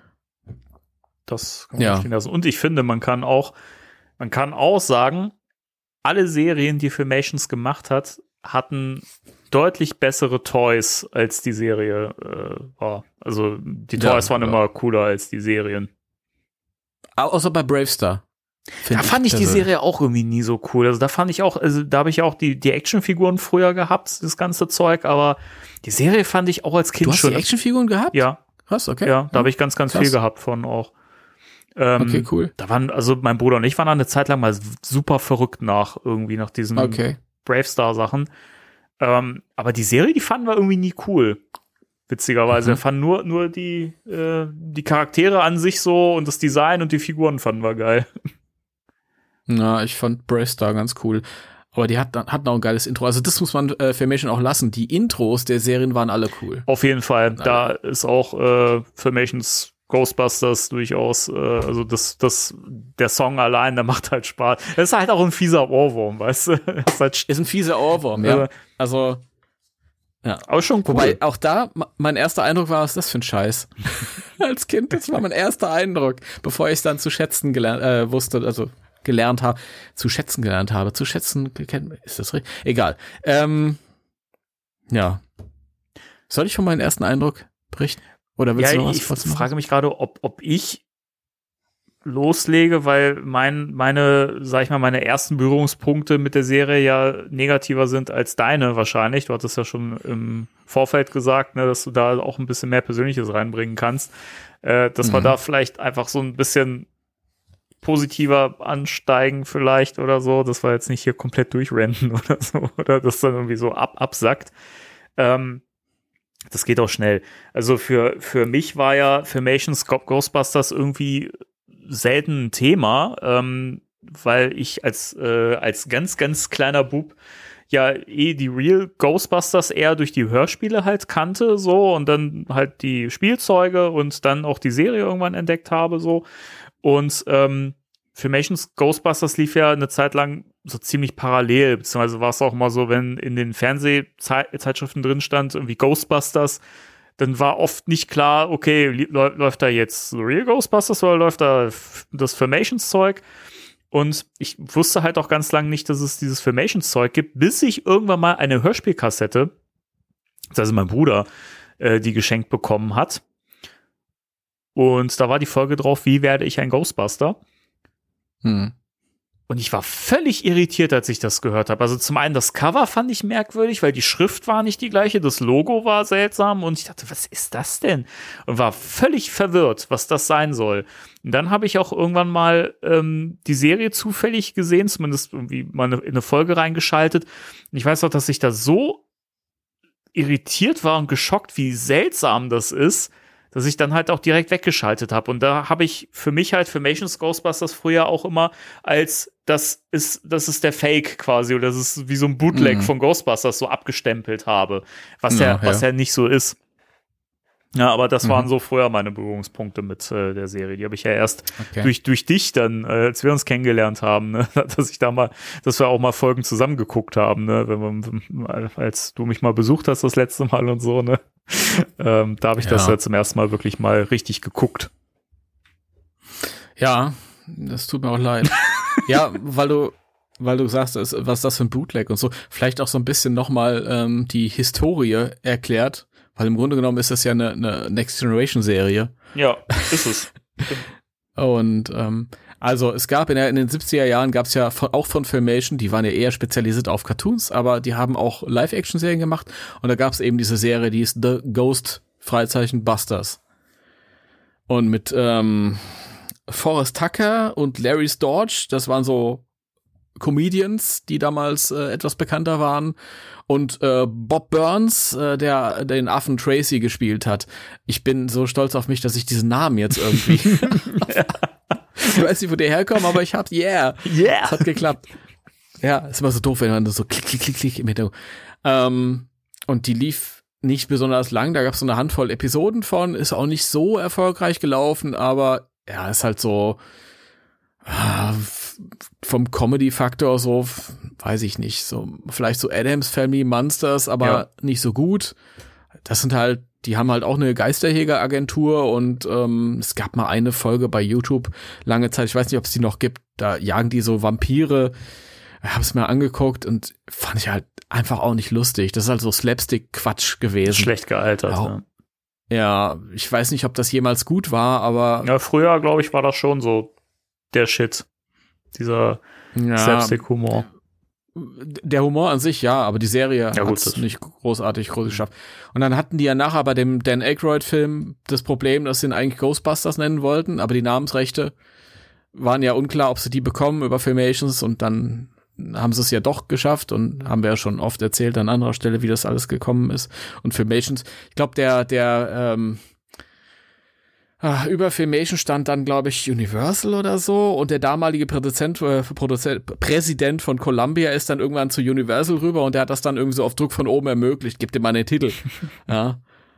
Das kann man ja stehen lassen. Und ich finde, man kann auch, man kann auch sagen, alle Serien, die Filmations gemacht hat, hatten deutlich bessere Toys, als die Serie äh, war. Also die Toys ja, waren ja. immer cooler als die Serien. Außer bei Brave Star. Da fand ich die Serie auch irgendwie nie so cool. Also da fand ich auch, also da habe ich auch die, die Actionfiguren früher gehabt, das ganze Zeug, aber die Serie fand ich auch als Kind schon. Du hast schon. die Actionfiguren gehabt? Ja. Krass, okay. Ja, da ja. habe ich ganz, ganz Krass. viel gehabt von auch. Ähm, okay, cool. Da waren, also mein Bruder und ich waren da eine Zeit lang mal super verrückt nach, irgendwie nach diesen Okay. Bravestar-Sachen. Ähm, aber die Serie, die fanden wir irgendwie nie cool. Witzigerweise. Wir Mhm. fanden nur, nur die, äh, die Charaktere an sich so und das Design und die Figuren fanden wir geil. Na, ich fand Bravestar ganz cool. Aber die hat, hatten auch ein geiles Intro. Also das muss man äh, Filmation auch lassen. Die Intros der Serien waren alle cool. Auf jeden Fall. Da ist auch äh, Filmations Ghostbusters durchaus, äh, also das, das, der Song allein, der macht halt Spaß. Das ist halt auch ein fieser Ohrwurm, weißt du? Das ist, halt Ist ein fieser Ohrwurm, ja. Also, ja. auch schon cool. Wobei, auch da, mein erster Eindruck war, was ist das für ein Scheiß? Als Kind, das war mein erster Eindruck, bevor ich es dann zu schätzen gelernt, äh, wusste, also gelernt habe, zu schätzen gelernt habe. Zu schätzen, ist das richtig? Egal. Ähm, ja. Soll ich von meinem ersten Eindruck berichten? Oder willst ja, du noch was? ich was frage mich gerade, ob, ob ich loslege, weil mein, meine, sag ich mal, meine ersten Berührungspunkte mit der Serie ja negativer sind als deine wahrscheinlich. Du hattest ja schon im Vorfeld gesagt, ne, dass du da auch ein bisschen mehr Persönliches reinbringen kannst. Äh, dass wir Mhm. da vielleicht einfach so ein bisschen positiver ansteigen vielleicht oder so, dass wir jetzt nicht hier komplett durchrennen oder so, oder das dann irgendwie so ab, absackt. Ähm, das geht auch schnell. Also für, für mich war ja Filmations Ghostbusters irgendwie selten ein Thema, ähm, weil ich als, äh, als ganz, ganz kleiner Bub ja eh die Real Ghostbusters eher durch die Hörspiele halt kannte, so, und dann halt die Spielzeuge und dann auch die Serie irgendwann entdeckt habe, so. Und ähm, Filmations Ghostbusters lief ja eine Zeit lang so ziemlich parallel, beziehungsweise war es auch mal so, wenn in den Fernsehzeitschriften drin stand, irgendwie Ghostbusters, dann war oft nicht klar, okay, li- läuft da jetzt The Real Ghostbusters oder läuft da f- das Filmations-Zeug? Und ich wusste halt auch ganz lange nicht, dass es dieses Filmations-Zeug gibt, bis ich irgendwann mal eine Hörspielkassette, also mein Bruder, äh, die geschenkt bekommen hat. Und da war die Folge drauf, wie werde ich ein Ghostbuster? Hm. Und ich war völlig irritiert, als ich das gehört habe. Also zum einen das Cover fand ich merkwürdig, weil die Schrift war nicht die gleiche, das Logo war seltsam und ich dachte, was ist das denn? Und war völlig verwirrt, was das sein soll. Und dann habe ich auch irgendwann mal ähm, die Serie zufällig gesehen, zumindest irgendwie mal eine, in eine Folge reingeschaltet. Und ich weiß auch, dass ich da so irritiert war und geschockt, wie seltsam das ist, dass ich dann halt auch direkt weggeschaltet habe. Und da habe ich für mich halt Filmations Ghostbusters früher auch immer als, das ist, das ist der Fake quasi, oder das ist wie so ein Bootleg Mhm. von Ghostbusters so abgestempelt habe, was ja, Ja, was ja. ja nicht so ist. Ja, aber das Mhm. waren so früher meine Berührungspunkte mit äh, der Serie. Die habe ich ja erst Okay. durch, durch dich dann, äh, als wir uns kennengelernt haben, ne? dass ich da mal, dass wir auch mal Folgen zusammen geguckt haben, ne? Wenn wir, als du mich mal besucht hast das letzte Mal und so, ne? ähm, da habe ich das Ja. ja zum ersten Mal wirklich mal richtig geguckt. Ja, das tut mir auch leid. Ja, weil du, weil du sagst, es- was ist das für ein Bootleg und so, vielleicht auch so ein bisschen nochmal ähm, die Historie erklärt, weil im Grunde genommen ist das ja eine, eine Next Generation Serie. Ja, ist es. Und ähm, also es gab in, der, in den siebziger Jahren gab es ja von, auch von Filmation, die waren ja eher spezialisiert auf Cartoons, aber die haben auch Live-Action-Serien gemacht und da gab es eben diese Serie, die ist The Ghost Freizeichen Busters. Und mit ähm, Forrest Tucker und Larry Storch, das waren so Comedians, die damals äh, etwas bekannter waren. Und äh, Bob Burns, äh, der den Affen Tracy gespielt hat. Ich bin so stolz auf mich, dass ich diesen Namen jetzt irgendwie ich weiß nicht, wo der herkommt, aber ich hab's, yeah. Yeah. Es hat geklappt. Ja, ist immer so doof, wenn man so klick, klick, klick, klick im Hintergrund. Ähm, und die lief nicht besonders lang, da gab's so eine Handvoll Episoden von, ist auch nicht so erfolgreich gelaufen, aber ja, ist halt so ah, f- vom Comedy-Faktor so, f- weiß ich nicht, so vielleicht so Addams Family Monsters, aber Ja. nicht so gut. Das sind halt, die haben halt auch eine Geisterjägeragentur und ähm, es gab mal eine Folge bei YouTube lange Zeit, ich weiß nicht, ob es die noch gibt, da jagen die so Vampire. Ich habe es mir angeguckt und fand ich halt einfach auch nicht lustig. Das ist halt so Slapstick-Quatsch gewesen. Schlecht gealtert. Ja. Ne? Ja, ich weiß nicht, ob das jemals gut war, aber Ja, früher, glaube ich, war das schon so der Shit. Dieser ja, Slapstick-Humor. Der Humor an sich, ja, aber die Serie ja, hat es nicht großartig groß geschafft. Und dann hatten die ja nachher bei dem Dan Aykroyd-Film das Problem, dass sie ihn eigentlich Ghostbusters nennen wollten, aber die Namensrechte waren ja unklar, ob sie die bekommen über Filmations, und dann haben sie es ja doch geschafft, und haben wir ja schon oft erzählt an anderer Stelle, wie das alles gekommen ist. Und Filmations, ich glaube, der, der, ähm, Ah, über Filmation stand dann, glaube ich, Universal oder so, und der damalige Produzent, äh, Produzent, Präsident von Columbia ist dann irgendwann zu Universal rüber, und der hat das dann irgendwie so auf Druck von oben ermöglicht, gibt ihm mal den Titel. Ja.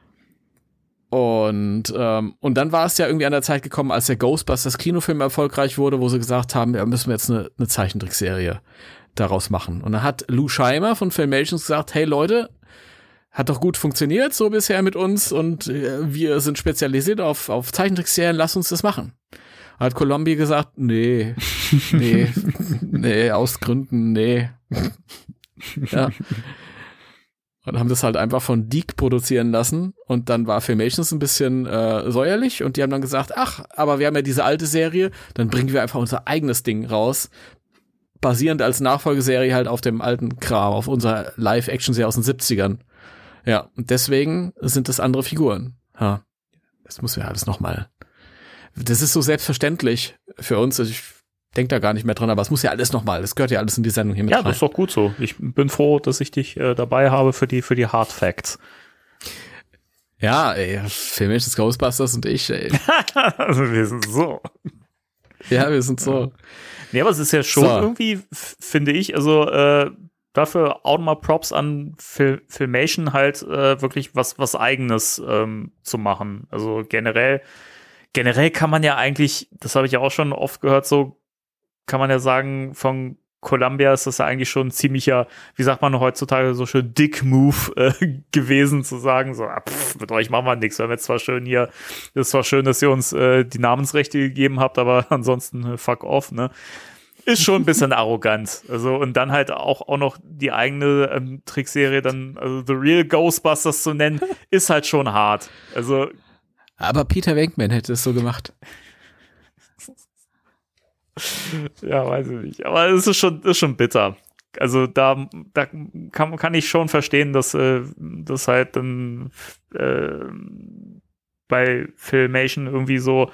Und ähm, und dann war es ja irgendwie an der Zeit gekommen, als der Ghostbusters Kinofilm erfolgreich wurde, wo sie gesagt haben, ja, müssen wir jetzt eine, eine Zeichentrickserie daraus machen. Und dann hat Lou Scheimer von Filmations gesagt, hey Leute, hat doch gut funktioniert so bisher mit uns, und äh, wir sind spezialisiert auf, auf Zeichentrickserien, lass uns das machen. Hat Columbia gesagt, nee, nee, nee, aus Gründen, nee. Ja. Und haben das halt einfach von Deke produzieren lassen, und dann war Filmations ein bisschen äh, säuerlich, und die haben dann gesagt, ach, aber wir haben ja diese alte Serie, dann bringen wir einfach unser eigenes Ding raus, basierend als Nachfolgeserie halt auf dem alten Kram, auf unserer Live-Action-Serie aus den siebzigern. Ja, und deswegen sind das andere Figuren. Ja, das muss ja alles nochmal. Das ist so selbstverständlich für uns. Also ich denke da gar nicht mehr dran, aber es muss ja alles nochmal. Das gehört ja alles in die Sendung hier mit ja, rein. Ja, das ist doch gut so. Ich bin froh, dass ich dich äh, dabei habe für die für die Hard Facts. Ja, ey, Filmations Ghostbusters und ich, ey. Also wir sind so. Ja, wir sind so. Nee, aber es ist ja schon so. Irgendwie, finde ich, also äh, dafür auch mal Props an Fil- Filmation halt äh, wirklich was was Eigenes ähm, zu machen. Also generell generell kann man ja eigentlich, das habe ich ja auch schon oft gehört, so kann man ja sagen, von Columbia ist das ja eigentlich schon ein ziemlicher, wie sagt man heutzutage, so schön Dick-Move äh, gewesen, zu sagen, so, ah, pff, mit euch machen wir nichts. Wir haben jetzt zwar schön hier, ist zwar schön, dass ihr uns äh, die Namensrechte gegeben habt, aber ansonsten äh, fuck off, ne? Ist schon ein bisschen arrogant. Also, und dann halt auch, auch noch die eigene ähm, Trickserie dann, also The Real Ghostbusters zu nennen, ist halt schon hart. Also. Aber Peter Venkman hätte es so gemacht. Ja, weiß ich nicht. Aber es ist schon, ist schon bitter. Also da, da kann, kann ich schon verstehen, dass äh, das halt dann äh, bei Filmation irgendwie so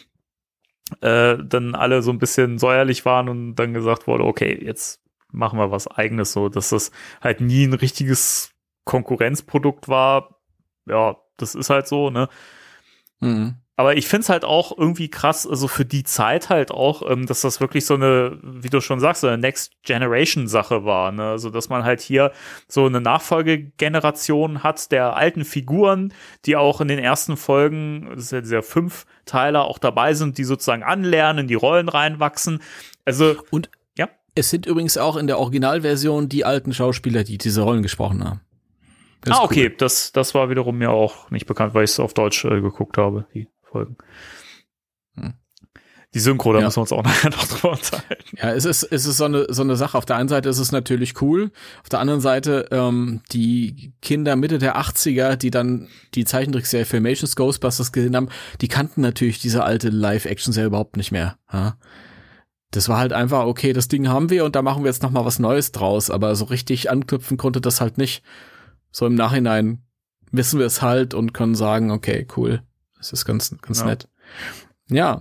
äh, dann alle so ein bisschen säuerlich waren und dann gesagt wurde, okay, jetzt machen wir was Eigenes, so, dass das halt nie ein richtiges Konkurrenzprodukt war. Ja, das ist halt so, ne? Mhm. Aber ich find's halt auch irgendwie krass, also für die Zeit halt auch, ähm, dass das wirklich so eine, wie du schon sagst, so eine Next-Generation-Sache war, ne? Also, dass man halt hier so eine Nachfolgegeneration hat der alten Figuren, die auch in den ersten Folgen, das ist ja dieser Fünf-Teiler, auch dabei sind, die sozusagen anlernen, in die Rollen reinwachsen. Also, und ja. Es sind übrigens auch in der Originalversion die alten Schauspieler, die diese Rollen gesprochen haben. Ah, okay, cool. das, das war wiederum mir auch nicht bekannt, weil ich es auf Deutsch äh, geguckt habe, die Folgen. Hm. Die Synchro, da ja. müssen wir uns auch nachher noch drüber unterhalten. Ja, es ist, es ist so eine, so eine Sache. Auf der einen Seite ist es natürlich cool. Auf der anderen Seite, ähm, die Kinder Mitte der achtziger, die dann die Zeichentrickserie Filmations Ghostbusters gesehen haben, die kannten natürlich diese alte Live-Action-Serie überhaupt nicht mehr. Ja? Das war halt einfach, okay, das Ding haben wir und da machen wir jetzt noch mal was Neues draus. Aber so richtig anknüpfen konnte das halt nicht. So im Nachhinein wissen wir es halt und können sagen, okay, cool. Das ist ganz, ganz ja. nett. Ja.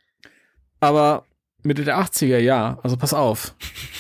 Aber Mitte der achtziger, ja. Also pass auf.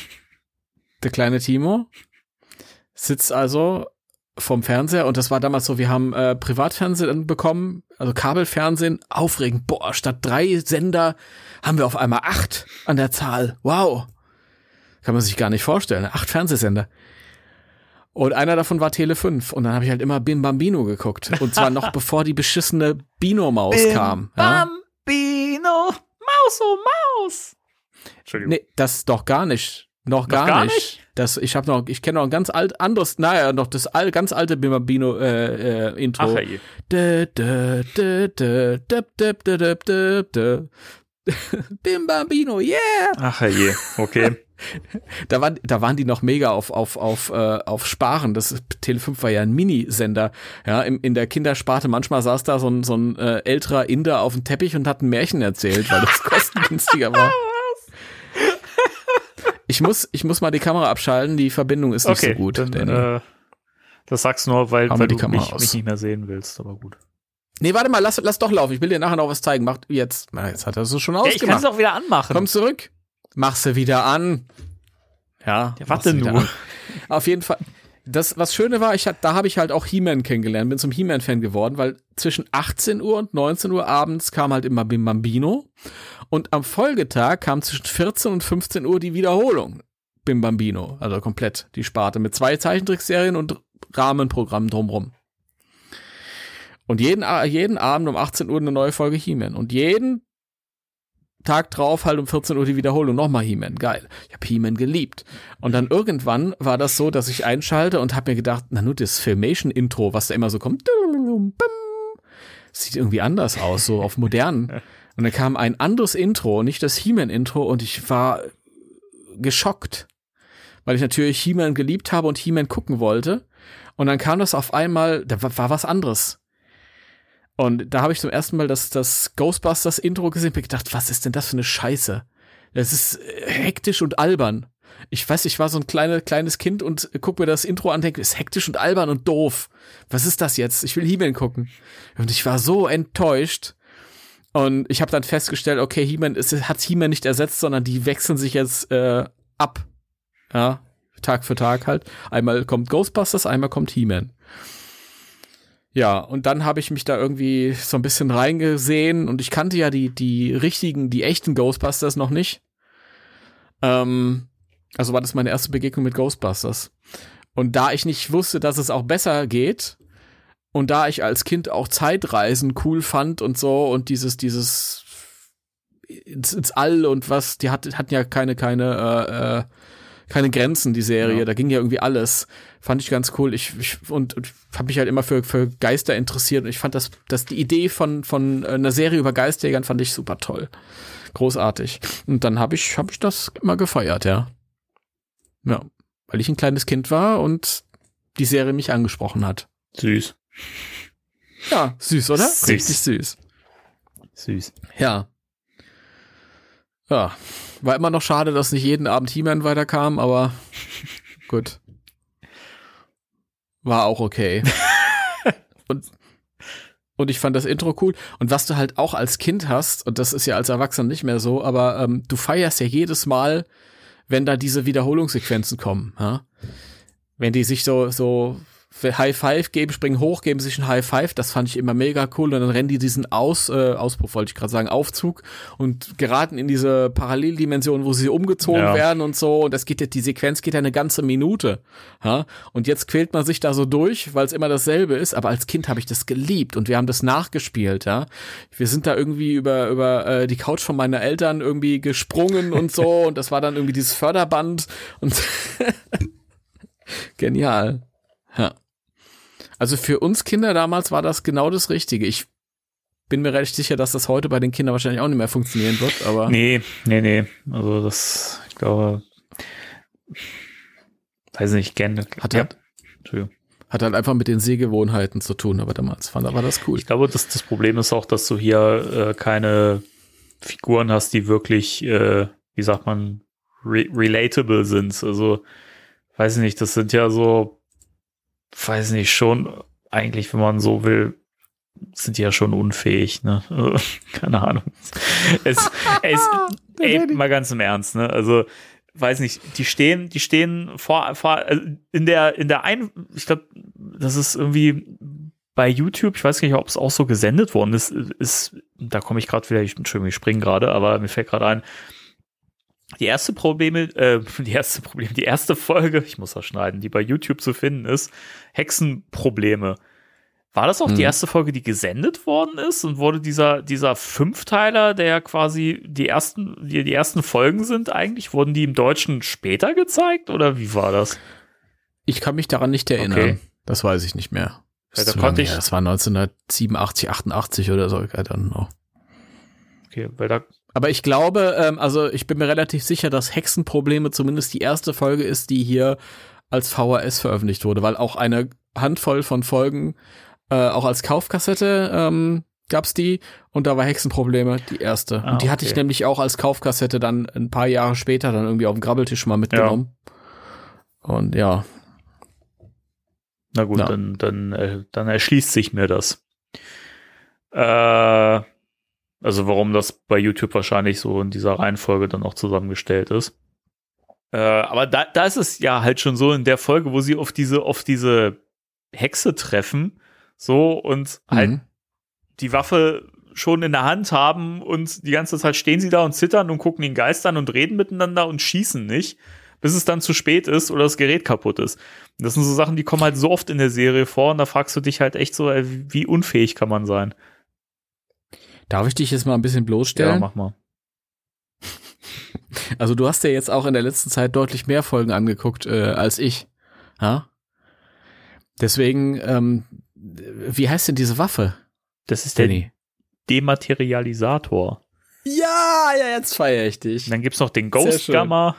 Der kleine Timo sitzt also vorm Fernseher und das war damals so, wir haben äh, Privatfernsehen bekommen, also Kabelfernsehen, aufregend. Boah, statt drei Sender haben wir auf einmal acht an der Zahl. Wow. Kann man sich gar nicht vorstellen. Acht Fernsehsender. Und einer davon war Tele fünf. Und dann habe ich halt immer Bim Bambino geguckt. Und zwar noch bevor die beschissene Bino-Maus Bim kam. Ja? Bambino, Maus, oh Maus. Entschuldigung. Nee, das doch gar nicht. Noch, noch gar, gar nicht. nicht. Das, ich habe noch, ich kenne noch ein ganz alt anderes, naja, noch das all, ganz alte Bim Bambino äh, äh, Intro. Ach, je. Bim Bambino, yeah! Ach je, okay. Da waren, da waren die noch mega auf, auf, auf, äh, auf Sparen. Das Tele fünf war ja ein Minisender. Ja, in, in der Kindersparte manchmal saß da so ein, so ein äh, älterer Inder auf dem Teppich und hat ein Märchen erzählt, weil das kostengünstiger war. Ich muss, ich muss mal die Kamera abschalten, die Verbindung ist nicht okay, so gut. Dann, Danny. äh, das sagst du nur, weil, Haben weil wir die du Kamera mich, aus. mich nicht mehr sehen willst, aber gut. Nee, warte mal, lass, lass doch laufen. Ich will dir nachher noch was zeigen. Mach jetzt. Na, jetzt hat er so schon Ja, ich kann ausgemacht. es auch wieder anmachen. Komm zurück. Mach sie wieder an. Ja, Ja, mach warte sie wieder nur. an. Auf jeden Fall. Das, was Schöne war, ich hat, da habe ich halt auch He-Man kennengelernt, bin zum He-Man-Fan geworden, weil zwischen achtzehn Uhr und neunzehn Uhr abends kam halt immer Bim Bambino und am Folgetag kam zwischen vierzehn und fünfzehn Uhr die Wiederholung Bim Bambino, also komplett die Sparte mit zwei Zeichentrickserien und Rahmenprogrammen drumrum. Und jeden, jeden Abend um achtzehn Uhr eine neue Folge He-Man und jeden Tag drauf halt um vierzehn Uhr die Wiederholung, nochmal He-Man, geil. Ich habe He-Man geliebt. Und dann irgendwann war das so, dass ich einschalte und habe mir gedacht, na nur das Filmation-Intro, was da immer so kommt, sieht irgendwie anders aus, so auf modernen. Und dann kam ein anderes Intro, nicht das He-Man-Intro und ich war geschockt, weil ich natürlich He-Man geliebt habe und He-Man gucken wollte. Und dann kam das auf einmal, da war, war was anderes. Und da habe ich zum ersten Mal das, das Ghostbusters-Intro gesehen und mir gedacht, was ist denn das für eine Scheiße? Das ist hektisch und albern. Ich weiß, ich war so ein kleine, kleines Kind und guck mir das Intro an und denke, ist hektisch und albern und doof. Was ist das jetzt? Ich will He-Man gucken. Und ich war so enttäuscht. Und ich habe dann festgestellt, okay, He-Man ist, hat He-Man nicht ersetzt, sondern die wechseln sich jetzt äh, ab. Ja, Tag für Tag halt. Einmal kommt Ghostbusters, einmal kommt He-Man. Ja, und dann habe ich mich da irgendwie so ein bisschen reingesehen und ich kannte ja die, die richtigen, die echten Ghostbusters noch nicht. Ähm, also war das meine erste Begegnung mit Ghostbusters. Und da ich nicht wusste, dass es auch besser geht und da ich als Kind auch Zeitreisen cool fand und so und dieses, dieses ins, ins All und was, die hat, hatten ja keine, keine, äh, äh, keine Grenzen, die Serie, ja. Da ging ja irgendwie alles. Fand ich ganz cool. Ich, ich und, und habe mich halt immer für, für Geister interessiert und ich fand das, das die Idee von, von einer Serie über Geisterjägern fand ich super toll. Großartig. Und dann habe ich, habe ich das immer gefeiert, ja. Ja. Weil ich ein kleines Kind war und die Serie mich angesprochen hat. Süß. Ja, süß, oder? Süß. Richtig süß. Süß. Ja. Ja. War immer noch schade, dass nicht jeden Abend He-Man weiterkam, aber gut. War auch okay. und, und ich fand das Intro cool. Und was du halt auch als Kind hast, und das ist ja als Erwachsener nicht mehr so, aber ähm, du feierst ja jedes Mal, wenn da diese Wiederholungssequenzen kommen. Ja? Wenn die sich so, so High Five geben, springen hoch, geben sich ein High Five, das fand ich immer mega cool und dann rennen die diesen Aus, äh, Auspuff, wollte ich gerade sagen, Aufzug und geraten in diese Paralleldimension, wo sie umgezogen ja. werden und so und das geht ja, die Sequenz geht ja eine ganze Minute, ja, und jetzt quält man sich da so durch, weil es immer dasselbe ist, aber als Kind habe ich das geliebt und wir haben das nachgespielt, ja, wir sind da irgendwie über über äh, die Couch von meinen Eltern irgendwie gesprungen und so und das war dann irgendwie dieses Förderband und genial. Ja. Also für uns Kinder damals war das genau das Richtige. Ich bin mir recht sicher, dass das heute bei den Kindern wahrscheinlich auch nicht mehr funktionieren wird, aber. Nee, nee, nee. Also das, ich glaube, weiß nicht, gerne. Hat ja. halt, hat halt einfach mit den Sehgewohnheiten zu tun, aber damals fand, war das cool. Ich glaube, das, das Problem ist auch, dass du hier äh, keine Figuren hast, die wirklich, äh, wie sagt man, re- relatable sind. Also, weiß ich nicht, das sind ja so, weiß nicht, schon eigentlich, wenn man so will, sind die ja schon unfähig, ne? Also, keine Ahnung. Es, es, ey, mal ganz im Ernst, ne? Also, weiß nicht, die stehen, die stehen vor, vor in der, in der ein, ich glaube, das ist irgendwie bei YouTube, ich weiß nicht, ob es auch so gesendet worden ist, ist, da komme ich gerade wieder, ich, Entschuldigung, ich springe gerade, aber mir fällt gerade ein, Die erste Probleme, äh, die erste Problem, die erste Folge, ich muss das schneiden, die bei YouTube zu finden ist, Hexenprobleme. War das auch hm. die erste Folge, die gesendet worden ist und wurde dieser, dieser Fünfteiler, der ja quasi die ersten, die, die ersten Folgen sind eigentlich, wurden die im Deutschen später gezeigt oder wie war das? Ich kann mich daran nicht erinnern. Okay. Das weiß ich nicht mehr. Das, ja, da konnte ich, das war neunzehnhundertsiebenundachtzig, achtundachtzig oder so, I don't know. Okay, weil da Aber ich glaube, ähm, also ich bin mir relativ sicher, dass Hexenprobleme zumindest die erste Folge ist, die hier als V H S veröffentlicht wurde, weil auch eine Handvoll von Folgen äh, auch als Kaufkassette ähm, gab's die und da war Hexenprobleme die erste. Ah, und die hatte okay. ich nämlich auch als Kaufkassette dann ein paar Jahre später dann irgendwie auf dem Grabbeltisch mal mitgenommen. Ja. Und ja. Na gut, Ja. dann, dann, äh, dann erschließt sich mir das. Äh, also warum das bei YouTube wahrscheinlich so in dieser Reihenfolge dann auch zusammengestellt ist. Äh, aber da, da ist es ja halt schon so in der Folge, wo sie auf diese, auf diese Hexe treffen, so und halt Mhm. die Waffe schon in der Hand haben und die ganze Zeit stehen sie da und zittern und gucken den Geist an und reden miteinander und schießen nicht, bis es dann zu spät ist oder das Gerät kaputt ist. Und das sind so Sachen, die kommen halt so oft in der Serie vor und da fragst du dich halt echt so, ey, wie unfähig kann man sein? Darf ich dich jetzt mal ein bisschen bloßstellen? Ja, mach mal. Also du hast ja jetzt auch in der letzten Zeit deutlich mehr Folgen angeguckt äh, als ich. Ja? Deswegen, ähm, wie heißt denn diese Waffe? Das ist der Danny. Dematerialisator. Ja, ja, jetzt feiere ich dich. Und dann gibt's noch den Sehr Ghost schön. Gamma.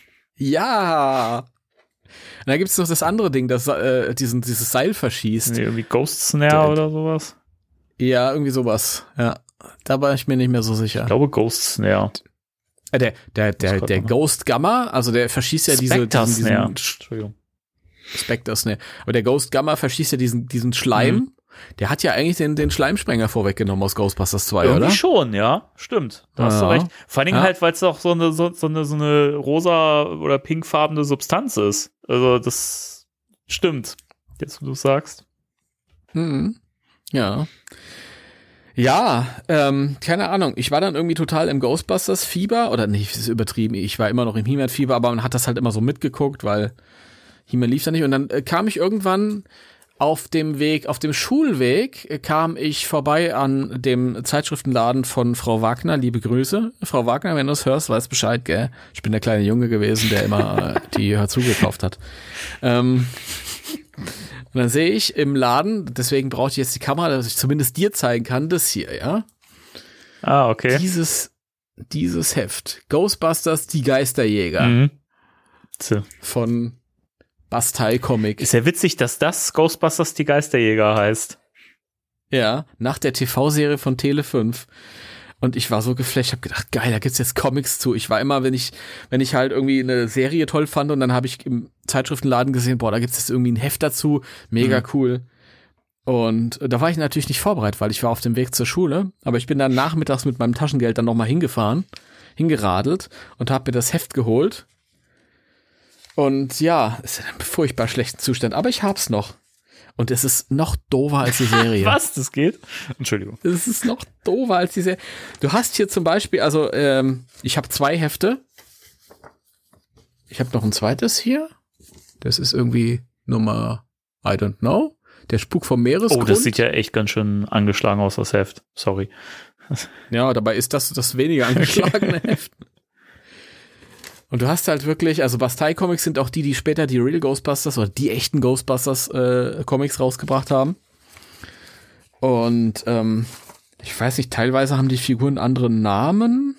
Ja. Und dann gibt's noch das andere Ding, das äh, diesen, dieses Seil verschießt. Nee, irgendwie Ghost Snare oder sowas. Ja, irgendwie sowas. Ja. Da war ich mir nicht mehr so sicher. Ich glaube Ghost Snare. Äh, der der, der, grad der noch. Ghost Gamma, also der verschießt ja diese, Spectre diesen, Snare. diesen Entschuldigung. Spectre Snare. Aber der Ghost Gamma verschießt ja diesen, diesen Schleim. Mhm. Der hat ja eigentlich den, den Schleimsprenger vorweggenommen aus Ghostbusters zwei, Irgendwie oder? schon, ja. Stimmt. Da hast du Ja. recht. Vor allen Dingen Ja. halt, weil es auch so eine, so, so eine, so eine rosa oder pinkfarbene Substanz ist. Also das stimmt. Jetzt, wo du sagst. Mhm. Ja. Ja, ähm, keine Ahnung. Ich war dann irgendwie total im Ghostbusters-Fieber. Oder nicht, das ist übertrieben. Ich war immer noch im He-Man-Fieber, aber man hat das halt immer so mitgeguckt, weil He-Man lief da nicht. Und dann äh, kam ich irgendwann auf dem Weg, auf dem Schulweg, äh, kam ich vorbei an dem Zeitschriftenladen von Frau Wagner. Liebe Grüße. Frau Wagner, wenn du es hörst, weißt Bescheid, gell? Ich bin der kleine Junge gewesen, der immer äh, die Hör zugekauft hat. Ähm, und dann sehe ich im Laden, deswegen brauche ich jetzt die Kamera, dass ich zumindest dir zeigen kann, das hier, ja? Ah, okay. Dieses, dieses Heft. Ghostbusters, die Geisterjäger Mhm. So. von Bastei Comic. Ist ja witzig, dass das Ghostbusters die Geisterjäger heißt. Ja, nach der T V-Serie von Tele fünf. Und ich war so geflasht, hab gedacht, geil, da gibt's jetzt Comics zu. Ich war immer, wenn ich, wenn ich halt irgendwie eine Serie toll fand und dann habe ich im Zeitschriftenladen gesehen, boah, da gibt's jetzt irgendwie ein Heft dazu, mega Mhm. cool. Und da war ich natürlich nicht vorbereitet, weil ich war auf dem Weg zur Schule, aber ich bin dann nachmittags mit meinem Taschengeld dann nochmal hingefahren, hingeradelt und habe mir das Heft geholt. Und ja, es ist in einem furchtbar schlechten Zustand, aber ich hab's noch. Und es ist noch doofer als die Serie. Was? Das geht? Entschuldigung. Es ist noch doofer als diese. Du hast hier zum Beispiel, also ähm, ich habe zwei Hefte. Ich habe noch ein zweites hier. Das ist irgendwie Nummer, I don't know. Der Spuk vom Meeresgrund. Oh, das sieht ja echt ganz schön angeschlagen aus, das Heft. Sorry. Ja, dabei ist das das weniger angeschlagene Heft. Und du hast halt wirklich, also Bastei Comics sind auch die, die später die Real Ghostbusters oder die echten Ghostbusters äh, Comics rausgebracht haben. Und ähm, ich weiß nicht, teilweise haben die Figuren andere Namen.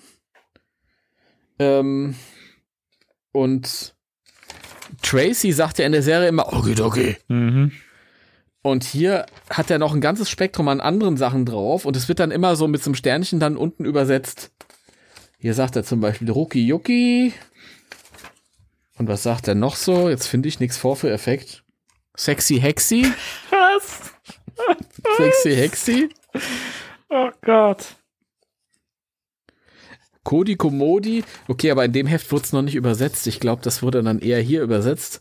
Ähm, und Tracy sagt ja in der Serie immer, okay, okay. Mhm. Und hier hat er noch ein ganzes Spektrum an anderen Sachen drauf und es wird dann immer so mit so einem Sternchen dann unten übersetzt. Hier sagt er zum Beispiel Ruki Yuki. Und was sagt er noch so? Jetzt finde ich nichts Vorführeffekt. Sexy Hexy. Was? Sexy Hexy. Oh Gott. Kodi Komodi. Okay, aber in dem Heft wurde es noch nicht übersetzt. Ich glaube, das wurde dann eher hier übersetzt.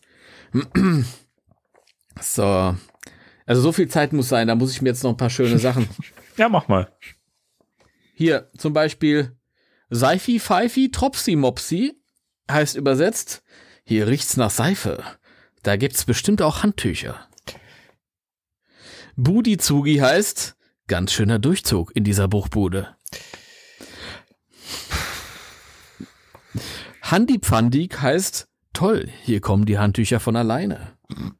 So. Also so viel Zeit muss sein. Da muss ich mir jetzt noch ein paar schöne Sachen. Ja, mach mal. Hier zum Beispiel Seifi Pfeifi Tropsi Mopsi heißt übersetzt, hier riecht's nach Seife. Da gibt's bestimmt auch Handtücher. Budi Zugi heißt, ganz schöner Durchzug in dieser Bruchbude. Handi Pfandig heißt, toll, hier kommen die Handtücher von alleine.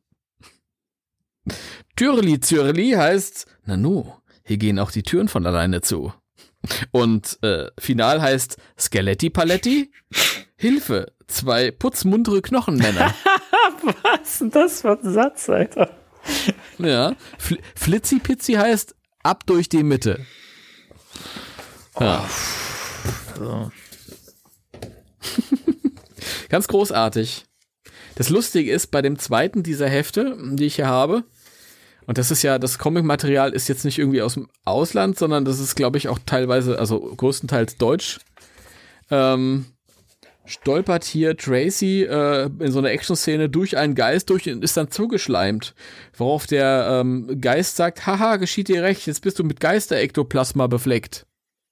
Türli Zürli heißt, nanu, hier gehen auch die Türen von alleine zu. Und äh, final heißt Skeletti Paletti, Hilfe, zwei putzmuntere Knochenmänner. Was ist denn das für ein Satz, Alter? Ja, Fl- Flitzi Pizzi heißt ab durch die Mitte. Ja. So. Ganz großartig. Das Lustige ist, bei dem zweiten dieser Hefte, die ich hier habe, und das ist ja, das Comic-Material ist jetzt nicht irgendwie aus dem Ausland, sondern das ist, glaube ich, auch teilweise, also größtenteils deutsch, ähm, stolpert hier Tracy äh, in so einer Action-Szene durch einen Geist durch und ist dann zugeschleimt. Worauf der ähm, Geist sagt, haha, geschieht dir recht, jetzt bist du mit Geister-Ektoplasma befleckt.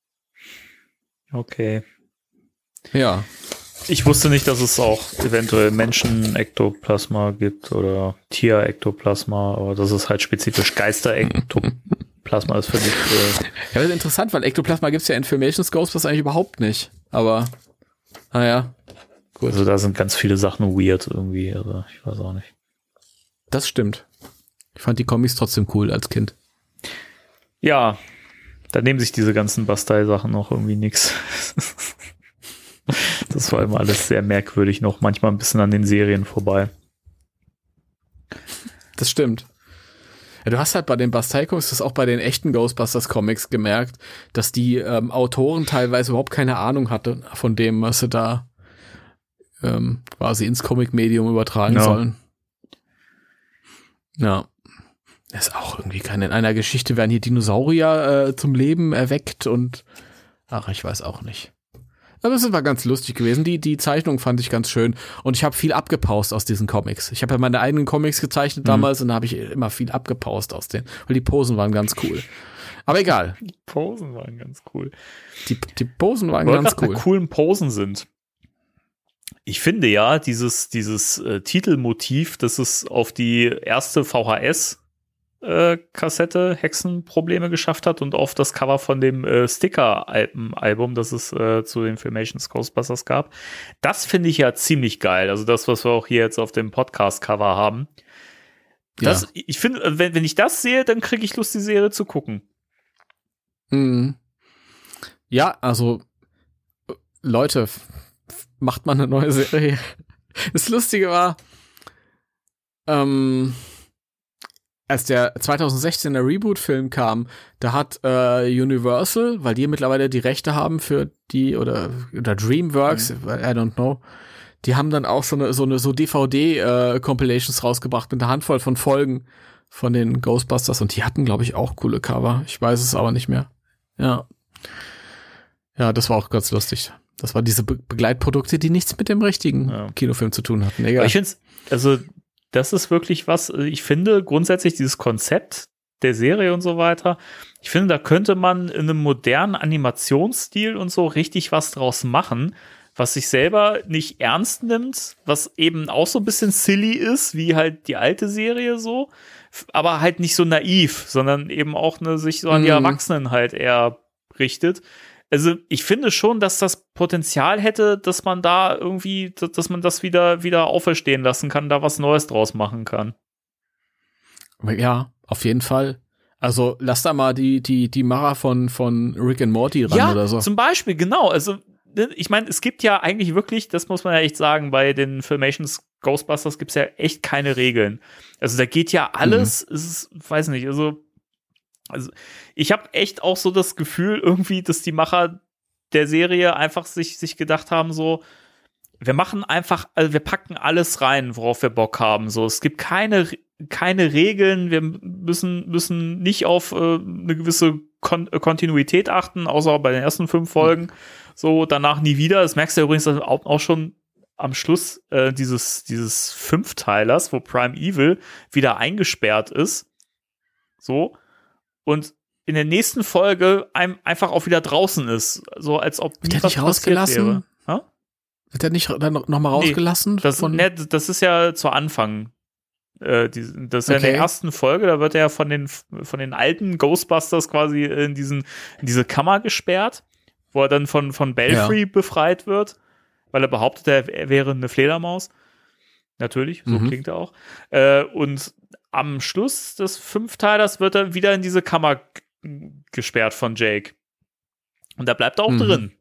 Okay. Ja. Ich wusste nicht, dass es auch eventuell Menschen-Ektoplasma gibt oder Tier-Ektoplasma, aber dass es halt spezifisch Geister-Ektoplasma ist für mich. Äh Ja, das ist interessant, weil Ektoplasma gibt's ja in Filmations Ghostbusters eigentlich überhaupt nicht. Aber, naja, gut. Also da sind ganz viele Sachen weird irgendwie, also ich weiß auch nicht. Das stimmt. Ich fand die Comics trotzdem cool als Kind. Ja, da nehmen sich diese ganzen Bastei-Sachen noch irgendwie nix. Das war immer alles sehr merkwürdig noch, manchmal ein bisschen an den Serien vorbei. Das stimmt. Ja, du hast halt bei den Bastei-Comics, das auch bei den echten Ghostbusters-Comics gemerkt, dass die ähm, Autoren teilweise überhaupt keine Ahnung hatten von dem, was sie da ähm, quasi ins Comic-Medium übertragen Ja. sollen. Ja. Das ist auch irgendwie keine, in einer Geschichte werden hier Dinosaurier äh, zum Leben erweckt und ach, ich weiß auch nicht. Aber es war ganz lustig gewesen. Die, die Zeichnung fand ich ganz schön. Und ich habe viel abgepaust aus diesen Comics. Ich habe ja meine eigenen Comics gezeichnet Mhm. damals und da habe ich immer viel abgepaust aus denen. Weil die Posen waren ganz cool. Aber egal. Die Posen waren ganz cool. Die, die Posen waren Weil wir ganz gerade cool. bei coolen Posen sind. Ich finde ja, dieses, dieses äh, Titelmotiv, das es auf die erste V H S äh, Kassette Hexenprobleme geschafft hat und auf das Cover von dem äh, Sticker-Album, das es äh, zu den Filmations Ghostbusters gab. Das finde ich ja ziemlich geil. Also das, was wir auch hier jetzt auf dem Podcast-Cover haben. Das, Ja. Ich finde, wenn, wenn ich das sehe, dann kriege ich Lust, die Serie zu gucken. Mhm. Ja, also Leute, f- f- macht mal eine neue Serie. Das Lustige war, ähm, als der zwanzig sechzehn der Reboot-Film kam, da hat äh, Universal, weil die mittlerweile die Rechte haben für die, oder, oder DreamWorks, Mhm. I don't know, die haben dann auch so eine so eine so D V D-Compilations äh, rausgebracht mit einer Handvoll von Folgen von den Ghostbusters und die hatten, glaube ich, auch coole Cover. Ich weiß es aber nicht mehr. Ja. Ja, das war auch ganz lustig. Das waren diese Be- Begleitprodukte, die nichts mit dem richtigen Ja. Kinofilm zu tun hatten. Aber Egal. ich finde es, also das ist wirklich was, ich finde grundsätzlich dieses Konzept der Serie und so weiter, ich finde, da könnte man in einem modernen Animationsstil und so richtig was draus machen, was sich selber nicht ernst nimmt, was eben auch so ein bisschen silly ist, wie halt die alte Serie so, f- aber halt nicht so naiv, sondern eben auch ne, sich so an die Mhm. Erwachsenen halt eher richtet. Also ich finde schon, dass das Potenzial hätte, dass man da irgendwie, dass dass man das wieder, wieder auferstehen lassen kann, da was Neues draus machen kann. Ja, auf jeden Fall. Also lass da mal die die die Macher von von Rick and Morty ran Ja, oder so. zum Beispiel, genau. Also ne, ich meine, es gibt ja eigentlich wirklich, das muss man ja echt sagen, bei den Filmations Ghostbusters gibt es ja echt keine Regeln. Also da geht ja alles, Mhm. es ist, weiß nicht, also Also ich habe echt auch so das Gefühl irgendwie, dass die Macher der Serie einfach sich, sich gedacht haben, so, wir machen einfach, also wir packen alles rein, worauf wir Bock haben. So, es gibt keine, keine Regeln, wir müssen, müssen nicht auf äh, eine gewisse Kon- Kontinuität achten, außer bei den ersten fünf Folgen. So, danach nie wieder. Das merkst du ja übrigens auch, auch schon am Schluss äh, dieses, dieses Fünfteilers, wo Prime Evil wieder eingesperrt ist. So. Und in der nächsten Folge einem einfach auch wieder draußen ist. So als ob Wird nie der was nicht passiert rausgelassen? wäre. Ha? Wird der nicht dann noch mal Nee, rausgelassen? Das, von ne, das ist ja zu Anfang. Äh, die, das ist ja in der Okay. ersten Folge, da wird er von den, von den alten Ghostbusters quasi in, diesen, in diese Kammer gesperrt, wo er dann von, von Belfry Ja. befreit wird, weil er behauptet, er, er wäre eine Fledermaus. Natürlich, so Mhm. klingt er auch. Äh, und am Schluss des Fünfteilers wird er wieder in diese Kammer g- gesperrt von Jake. Und da bleibt er auch Mhm. drin.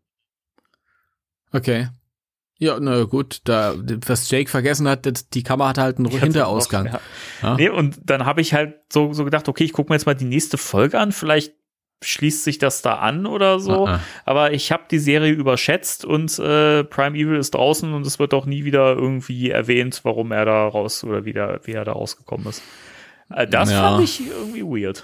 Okay. Ja, na gut, da was Jake vergessen hat, das, die Kamera hat halt einen Hinterausgang. Ja. Ja. Nee, und dann habe ich halt so, so gedacht, okay, ich gucke mir jetzt mal die nächste Folge an, vielleicht schließt sich das da an oder so. Uh-uh. Aber ich habe die Serie überschätzt und äh, Primeval ist draußen und es wird auch nie wieder irgendwie erwähnt, warum er da raus oder wie, der, wie er da rausgekommen ist. Äh, das ja. fand ich irgendwie weird.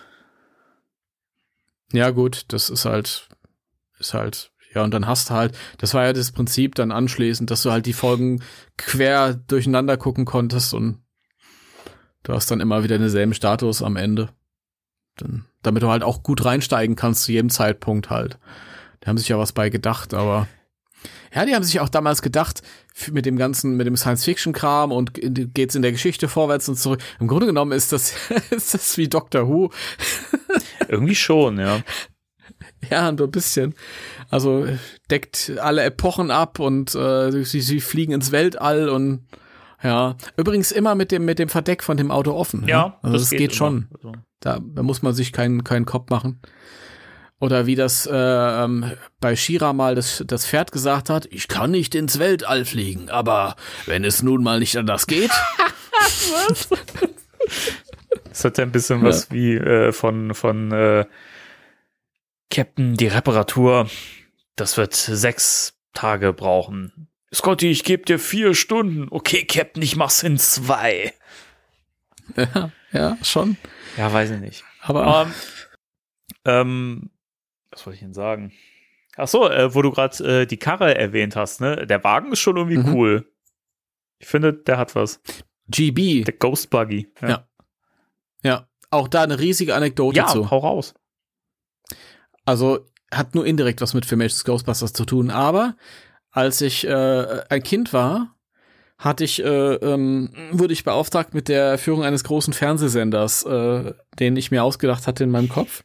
Ja, gut, das ist halt, ist halt, ja, und dann hast du halt, das war ja das Prinzip dann anschließend, dass du halt die Folgen quer durcheinander gucken konntest und du hast dann immer wieder denselben Status am Ende. Dann, damit du halt auch gut reinsteigen kannst zu jedem Zeitpunkt halt. Die haben sich ja was bei gedacht, aber ja, die haben sich auch damals gedacht, mit dem ganzen, mit dem Science-Fiction-Kram und geht's in der Geschichte vorwärts und zurück. Im Grunde genommen ist das, ist das wie Doctor Who. Irgendwie schon, ja. Ja, ein bisschen. Also deckt alle Epochen ab und äh, sie, sie fliegen ins Weltall und ja. Übrigens immer mit dem mit dem Verdeck von dem Auto offen. Ja, ne? Also das, das geht, geht schon. Also. Da, da muss man sich keinen keinen Kopf machen. Oder wie das äh, ähm, bei She-Ra mal das, das Pferd gesagt hat, ich kann nicht ins Weltall fliegen, aber wenn es nun mal nicht anders geht. Was? Das hat ja ein bisschen ja. was wie äh, von, von äh, Captain, die Reparatur, das wird sechs Tage brauchen. Scotty, ich gebe dir vier Stunden. Okay, Captain, ich mach's in zwei. Ja, ja, schon. Ja, weiß ich nicht. Aber um, ähm, was wollte ich denn sagen? Ach so, äh, wo du gerade äh, die Karre erwähnt hast, ne? Der Wagen ist schon irgendwie mhm. cool. Ich finde, der hat was. G B. Der Ghost Buggy. Ja. Ja, ja. Auch da eine riesige Anekdote ja, zu. Ja, hau raus. Also, hat nur indirekt was mit Filmations Ghostbusters zu tun, aber als ich äh, ein Kind war, hatte ich, äh, ähm, wurde ich beauftragt mit der Führung eines großen Fernsehsenders, äh, den ich mir ausgedacht hatte in meinem Kopf.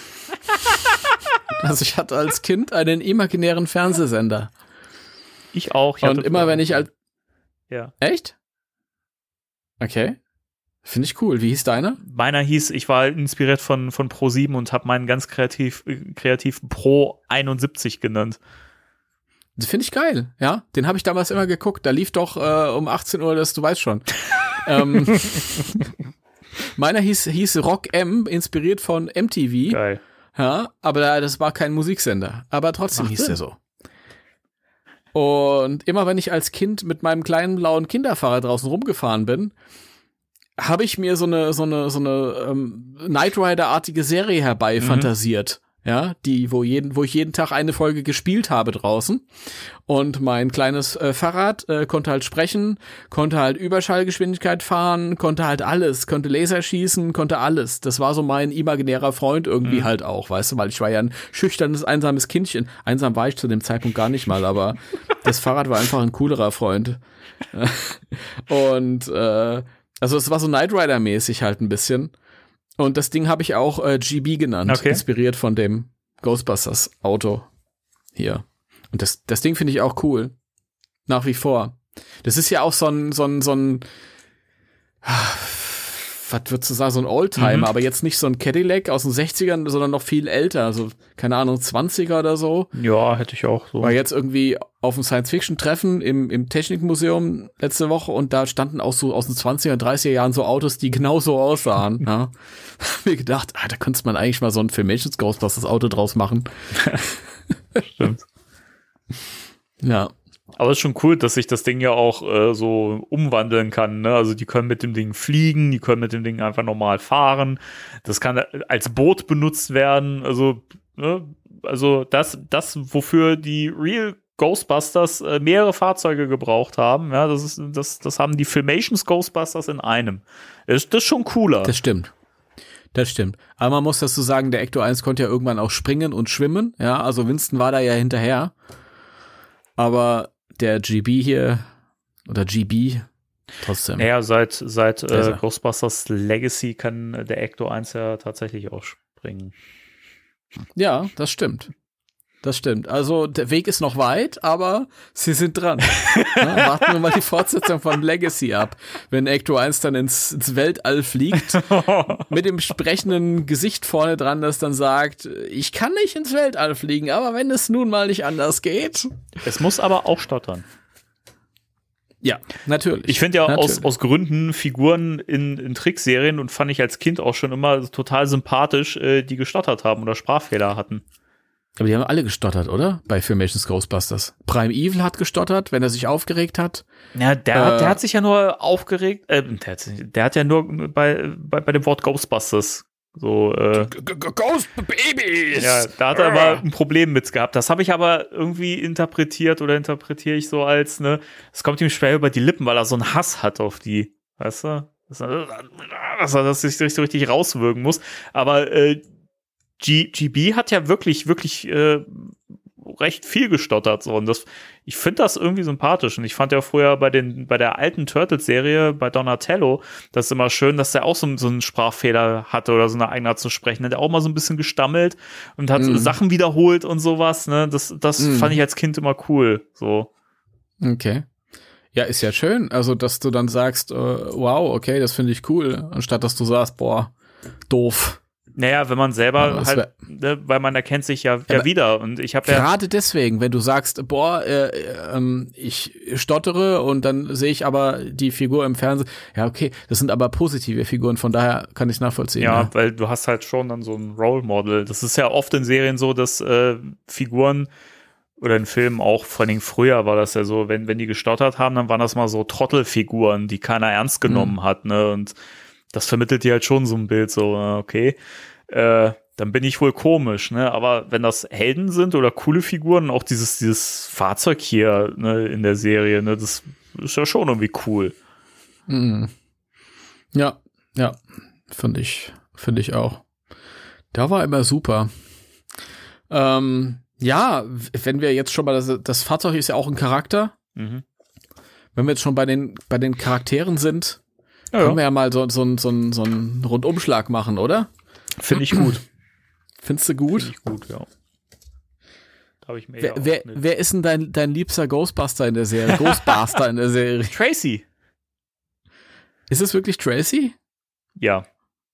Also ich hatte als Kind einen imaginären Fernsehsender. Ich auch. Ich und immer wenn ich als... Ja. Echt? Okay. Finde ich cool. Wie hieß deiner? Meiner hieß, ich war inspiriert von, von Pro sieben und habe meinen ganz kreativ, kreativ Pro einundsiebzig genannt. Das finde ich geil, ja. Den habe ich damals immer geguckt. Da lief doch äh, um achtzehn Uhr, das du weißt schon. ähm, meiner hieß, hieß Rock M, inspiriert von M T V. Geil. Ja, aber das war kein Musiksender. Aber trotzdem Ach, hieß der so. Und immer wenn ich als Kind mit meinem kleinen blauen Kinderfahrrad draußen rumgefahren bin, habe ich mir so eine so eine so eine ähm, Knight Rider-artige Serie herbei mhm. fantasiert. Ja, die, wo jeden, wo ich jeden Tag eine Folge gespielt habe draußen. Und mein kleines äh, Fahrrad äh, konnte halt sprechen, konnte halt Überschallgeschwindigkeit fahren, konnte halt alles, konnte Laser schießen, konnte alles. Das war so mein imaginärer Freund irgendwie mhm. halt auch, weißt du, weil ich war ja ein schüchternes, einsames Kindchen. Einsam war ich zu dem Zeitpunkt gar nicht mal, aber das Fahrrad war einfach ein coolerer Freund. Und äh, also es war so Knight Rider-mäßig halt ein bisschen. Und das Ding habe ich auch äh, G B genannt, okay. Inspiriert von dem Ghostbusters Auto hier. Und das, das Ding finde ich auch cool. Nach wie vor. Das ist ja auch so ein, so ein, so ein, was würdest du sagen, so ein Oldtimer, mhm. aber jetzt nicht so ein Cadillac aus den sechzigern, sondern noch viel älter, also keine Ahnung, zwanziger oder so. Ja, hätte ich auch so. War jetzt irgendwie auf einem Science-Fiction-Treffen im, im Technikmuseum letzte Woche und da standen auch so aus den zwanziger, dreißiger Jahren so Autos, die genau so aussahen. Ja. Hab mir gedacht, ah, da könnte man eigentlich mal so ein Filmations Ghostbusters Auto draus machen. Stimmt. Ja. Aber es ist schon cool, dass sich das Ding ja auch äh, so umwandeln kann, ne? Also die können mit dem Ding fliegen, die können mit dem Ding einfach normal fahren. Das kann als Boot benutzt werden. Also, ne? Also das, das, wofür die Real Ghostbusters äh, mehrere Fahrzeuge gebraucht haben, ja, das ist, das, das haben die Filmations Ghostbusters in einem. Das, das ist schon cooler. Das stimmt. Das stimmt. Aber man muss dazu sagen, der Ecto eins konnte ja irgendwann auch springen und schwimmen. Ja, also Winston war da ja hinterher. Aber der G B hier, oder G B, trotzdem. Ja, seit, seit äh, Ghostbusters Legacy kann der Ecto eins ja tatsächlich auch springen. Ja, das stimmt. Das stimmt. Also der Weg ist noch weit, aber sie sind dran. Na, warten wir mal die Fortsetzung von Legacy ab. Wenn Ecto eins dann ins, ins Weltall fliegt, mit dem sprechenden Gesicht vorne dran, das dann sagt, ich kann nicht ins Weltall fliegen, aber wenn es nun mal nicht anders geht. Es muss aber auch stottern. Ja, natürlich. Ich finde ja natürlich. aus, aus Gründen Figuren in, in Trickserien und fand ich als Kind auch schon immer total sympathisch, äh, die gestottert haben oder Sprachfehler hatten. Aber die haben alle gestottert, oder? Bei Filmations Ghostbusters. Prime Evil hat gestottert, wenn er sich aufgeregt hat. Ja, der, äh, hat, der hat sich ja nur aufgeregt, äh, der, hat, der hat ja nur bei, bei, bei dem Wort Ghostbusters so, äh, Ghost Babies! Ja, da hat er aber ein Problem mit gehabt. Das habe ich aber irgendwie interpretiert oder interpretiere ich so als, ne, es kommt ihm schwer über die Lippen, weil er so einen Hass hat auf die, weißt du? Dass er, dass er das sich so richtig rauswürgen muss. Aber äh, G- GB hat ja wirklich, wirklich äh, recht viel gestottert. So. Und das, ich finde das irgendwie sympathisch. Und ich fand ja früher bei den bei der alten Turtles-Serie, bei Donatello, das ist immer schön, dass der auch so, so einen Sprachfehler hatte oder so eine Eigenart zu sprechen. Der hat auch mal so ein bisschen gestammelt und hat mm. Sachen wiederholt und sowas. Ne? Das, das mm. fand ich als Kind immer cool. So. Okay. Ja, ist ja schön. Also, dass du dann sagst, äh, wow, okay, das finde ich cool. Anstatt, dass du sagst, boah, doof. Naja, wenn man selber ja, halt, ne, weil man erkennt sich ja, ja wieder und ich habe ja gerade deswegen, wenn du sagst, boah, äh, äh, ich stottere und dann sehe ich aber die Figur im Fernsehen, ja okay, das sind aber positive Figuren, von daher kann ich nachvollziehen. Ja, ja, weil du hast halt schon dann so ein Role Model. Das ist ja oft in Serien so, dass äh, Figuren oder in Filmen auch, vor allem früher war das ja so, wenn wenn die gestottert haben, dann waren das mal so Trottelfiguren, die keiner ernst genommen mhm. hat, ne, und das vermittelt dir halt schon so ein Bild, so, okay, äh, dann bin ich wohl komisch, ne, aber wenn das Helden sind oder coole Figuren, auch dieses, dieses Fahrzeug hier, ne, in der Serie, ne, das ist ja schon irgendwie cool. Mhm. Ja, ja, finde ich, finde ich auch. Der war immer super. Ähm, ja, wenn wir jetzt schon mal, das, das Fahrzeug ist ja auch ein Charakter. Mhm. Wenn wir jetzt schon bei den, bei den Charakteren sind, ja, können wir ja mal so, so, so, so einen Rundumschlag machen, oder? Finde ich gut. Findest du gut? Finde ich gut, ja. Da habe ich mir wer, ja auch wer, wer ist denn dein, dein liebster Ghostbuster in der Serie? Ghostbuster in der Serie? Tracy. Ist es wirklich Tracy? Ja.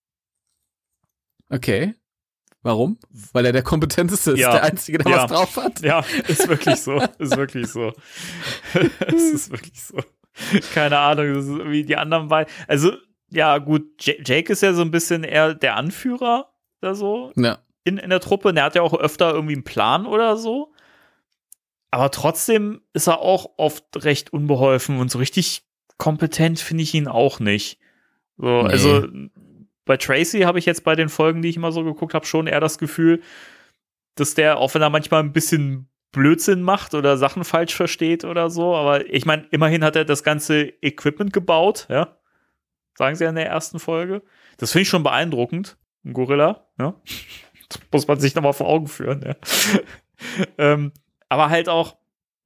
Okay. Warum? Weil er der kompetenteste ist, ja. Der Einzige, der ja. was drauf hat? Ja, ist wirklich so. Ist wirklich so. Es ist wirklich so. Keine Ahnung, das ist irgendwie die anderen beiden. Also, ja, gut, J- Jake ist ja so ein bisschen eher der Anführer oder so ja. in, in der Truppe. Und der hat ja auch öfter irgendwie einen Plan oder so. Aber trotzdem ist er auch oft recht unbeholfen und so richtig kompetent finde ich ihn auch nicht. So, nee. Also, bei Tracy habe ich jetzt bei den Folgen, die ich immer so geguckt habe, schon eher das Gefühl, dass der, auch wenn er manchmal ein bisschen Blödsinn macht oder Sachen falsch versteht oder so, aber ich meine, immerhin hat er das ganze Equipment gebaut, ja, sagen sie ja in der ersten Folge. Das finde ich schon beeindruckend, ein Gorilla, ja. Das muss man sich nochmal vor Augen führen, ja. ähm, aber halt auch,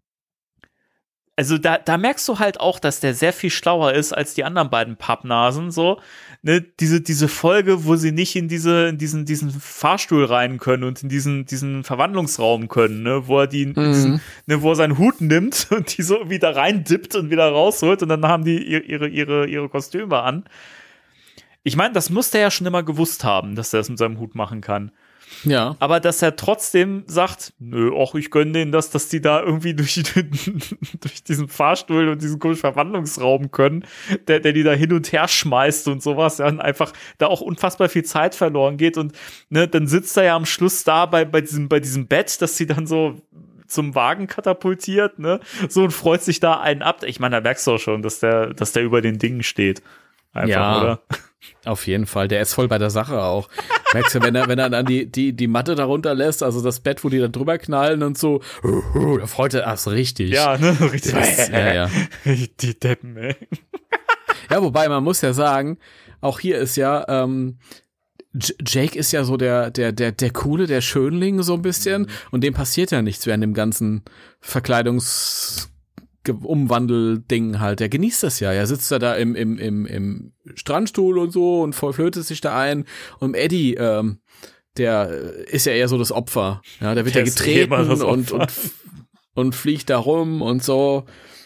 also da, da merkst du halt auch, dass der sehr viel schlauer ist als die anderen beiden Pappnasen, so, ne, diese, diese Folge, wo sie nicht in diese, in diesen, diesen Fahrstuhl rein können und in diesen, diesen Verwandlungsraum können, ne, wo er die, mhm. diesen, ne, wo er seinen Hut nimmt und die so wieder reindippt und wieder rausholt und dann haben die ihre, ihre, ihre Kostüme an. Ich meine, das muss der ja schon immer gewusst haben, dass er das mit seinem Hut machen kann. Ja. Aber dass er trotzdem sagt, nö, auch ich gönne denen das, dass die da irgendwie durch, durch diesen Fahrstuhl und diesen komischen Verwandlungsraum können, der, der die da hin und her schmeißt und sowas, ja, und einfach da auch unfassbar viel Zeit verloren geht und ne, dann sitzt er ja am Schluss da bei, bei diesem, bei diesem Bett, dass sie dann so zum Wagen katapultiert, ne, so und freut sich da einen ab. Ich meine, da merkst du auch schon, dass der, dass der über den Dingen steht. Einfach, ja, oder? Auf jeden Fall. Der ist voll bei der Sache auch. Merkst du, wenn er, wenn er dann die, die, die Matte darunter lässt, also das Bett, wo die dann drüber knallen und so, uh, da freut er erst richtig. Ja, ne, richtig. Ja, ja. Die Deppen, ey. Ja, wobei, man muss ja sagen, auch hier ist ja, ähm, J- Jake ist ja so der, der, der, der Coole, der Schönling so ein bisschen, mhm. und dem passiert ja nichts während dem ganzen Verkleidungs- Umwandel-Ding halt. Der genießt das ja. Er sitzt da, da im, im, im, im Strandstuhl und so und voll flötet sich da ein. Und Eddie, ähm, der ist ja eher so das Opfer. Ja, der wird der ja getreten und, und, und fliegt da rum und so.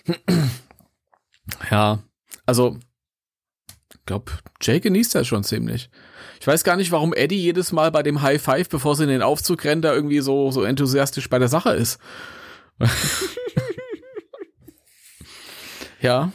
Ja, also, ich glaube, Jake genießt das schon ziemlich. Ich weiß gar nicht, warum Eddie jedes Mal bei dem High Five, bevor sie in den Aufzug rennt, da irgendwie so, so enthusiastisch bei der Sache ist. Ja.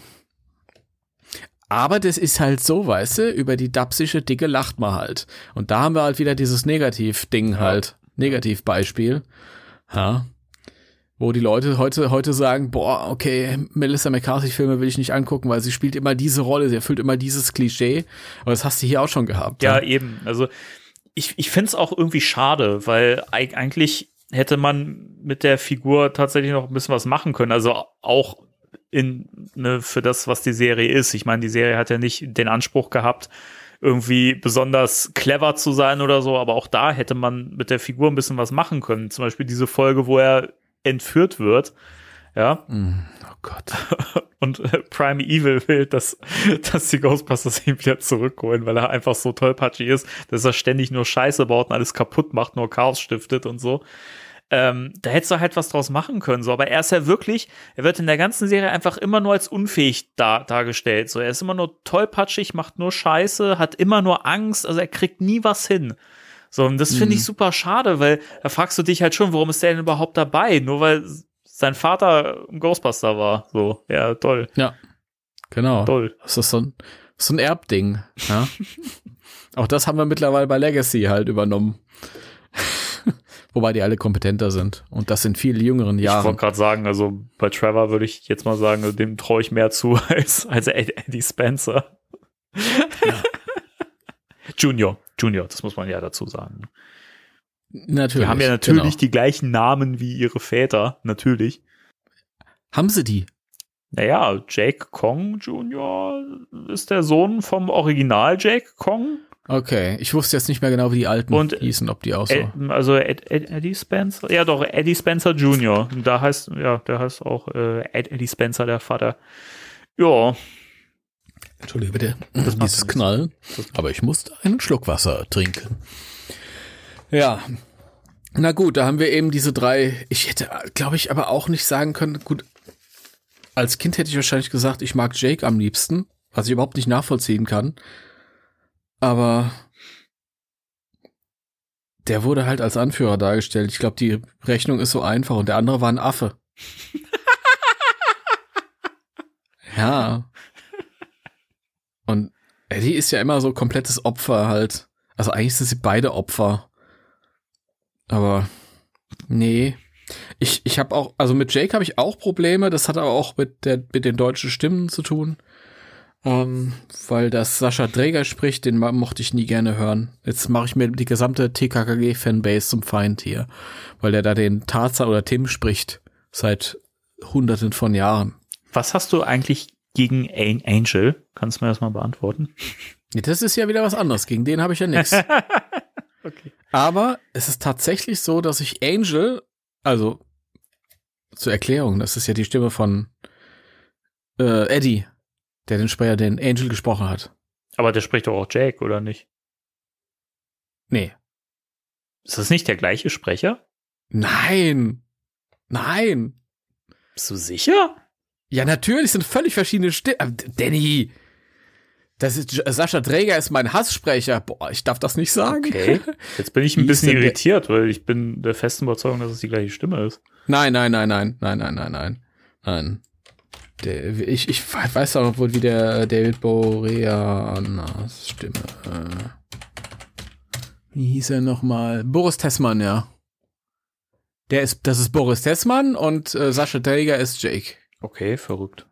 Aber das ist halt so, weißt du, über die dapsische Dicke lacht man halt. Und da haben wir halt wieder dieses Negativ-Ding halt, Negativbeispiel. Ja. Wo die Leute heute, heute sagen, boah, okay, Melissa McCarthy-Filme will ich nicht angucken, weil sie spielt immer diese Rolle, sie erfüllt immer dieses Klischee. Aber das hast du hier auch schon gehabt. Ja, ja? eben. Also ich, ich finde es auch irgendwie schade, weil eigentlich hätte man mit der Figur tatsächlich noch ein bisschen was machen können. Also auch in ne, für das, was die Serie ist. Ich meine, die Serie hat ja nicht den Anspruch gehabt, irgendwie besonders clever zu sein oder so, aber auch da hätte man mit der Figur ein bisschen was machen können. Zum Beispiel diese Folge, wo er entführt wird, ja. Oh Gott. Und äh, Prime Evil will, dass, dass die Ghostbusters ihn wieder zurückholen, weil er einfach so tollpatschig ist, dass er ständig nur Scheiße baut und alles kaputt macht, nur Chaos stiftet und so. Ähm, da hättest du halt was draus machen können, so. Aber er ist ja wirklich, er wird in der ganzen Serie einfach immer nur als unfähig da, dargestellt, so. Er ist immer nur tollpatschig, macht nur Scheiße, hat immer nur Angst, also er kriegt nie was hin. So, und das finde ich super schade, weil da fragst du dich halt schon, warum ist der denn überhaupt dabei? Nur weil sein Vater ein Ghostbuster war. So, ja, toll. Ja, genau. Toll. Das ist so ein, so ein Erbding. Ja? Auch das haben wir mittlerweile bei Legacy halt übernommen. Wobei die alle kompetenter sind. Und das in viel jüngeren Jahren. Ich wollte gerade sagen, also bei Trevor würde ich jetzt mal sagen, dem traue ich mehr zu als, als Eddie Spencer. Ja. Junior, Junior, das muss man ja dazu sagen. Natürlich. Die haben ja natürlich genau. die gleichen Namen wie ihre Väter, natürlich. Haben sie die? Naja, Jake Kong Junior ist der Sohn vom Original Jake Kong. Okay, ich wusste jetzt nicht mehr genau, wie die alten und hießen, ob die auch so. Ed, also Ed, Ed, Eddie Spencer, ja doch, Eddie Spencer Junior Da heißt, ja, der heißt auch äh, Ed, Eddie Spencer, der Vater. Ja. Entschuldige bitte, das dieses Knallen. Aber ich musste einen Schluck Wasser trinken. Ja. Na gut, da haben wir eben diese drei. Ich hätte, glaube ich, aber auch nicht sagen können, gut, als Kind hätte ich wahrscheinlich gesagt, ich mag Jake am liebsten, was ich überhaupt nicht nachvollziehen kann. Aber der wurde halt als Anführer dargestellt. Ich glaube, die Rechnung ist so einfach und der andere war ein Affe. Ja. Und Eddie ist ja immer so komplettes Opfer halt. Also eigentlich sind sie beide Opfer. Aber nee. Ich, ich habe auch, also mit Jake habe ich auch Probleme. Das hat aber auch mit, der, mit den deutschen Stimmen zu tun. Ähm, weil das Sascha Draeger spricht, den mochte ich nie gerne hören. Jetzt mache ich mir die gesamte T K K G-Fanbase zum Feind hier. Weil der da den Tarzan oder Tim spricht. Seit hunderten von Jahren. Was hast du eigentlich gegen Angel? Kannst du mir das mal beantworten? Das ist ja wieder was anderes. Gegen den habe ich ja nichts. Okay. Aber es ist tatsächlich so, dass ich Angel, also zur Erklärung, das ist ja die Stimme von äh, Eddie, der den Sprecher, den Angel gesprochen hat. Aber der spricht doch auch Jake, oder nicht? Nee. Ist das nicht der gleiche Sprecher? Nein. Nein. Bist du sicher? Ja, natürlich sind völlig verschiedene Stimmen. Danny, das ist, Sascha Draeger ist mein Hasssprecher. Boah, ich darf das nicht sagen. Okay. Jetzt bin ich ein bisschen irritiert, weil ich bin der festen Überzeugung, dass es die gleiche Stimme ist. Nein, nein, nein, nein, nein, nein, nein, nein, nein. Der, ich, ich weiß auch noch wohl, wie der David Boreanaz Stimme. Äh, wie hieß er nochmal? Boris Tessmann, ja. Der ist, das ist Boris Tessmann und äh, Sascha Draeger ist Jake. Okay, verrückt.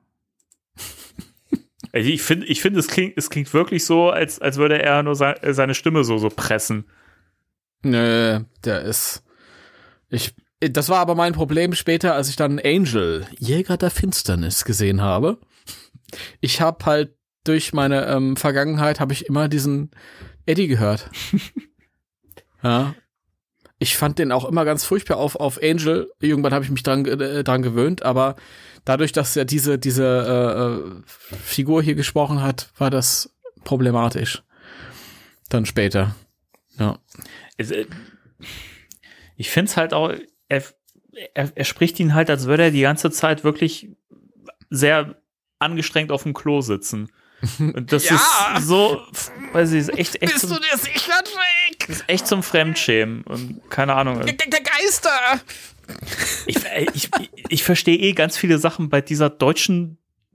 Also ich finde, ich finde, es klingt, es klingt wirklich so, als, als würde er nur se- seine Stimme so, so pressen. Nö, der ist, ich, das war aber mein Problem später, als ich dann Angel, Jäger der Finsternis, gesehen habe. Ich habe halt durch meine ähm, Vergangenheit habe ich immer diesen Eddie gehört. Ja. Ich fand den auch immer ganz furchtbar auf, auf Angel. Irgendwann habe ich mich dran, äh, dran gewöhnt, aber dadurch, dass er diese, diese äh, Figur hier gesprochen hat, war das problematisch. Dann später. Ja. Ich finde es halt auch, er, er, er spricht ihn halt, als würde er die ganze Zeit wirklich sehr angestrengt auf dem Klo sitzen. Und das Ja. ist so, weiß ich, ist echt, echt, Bist zum, du dir sicher, Jake? ist echt zum Fremdschämen und keine Ahnung. Der, der Geister! Ich, ich, ich verstehe eh ganz viele Sachen bei dieser deutschen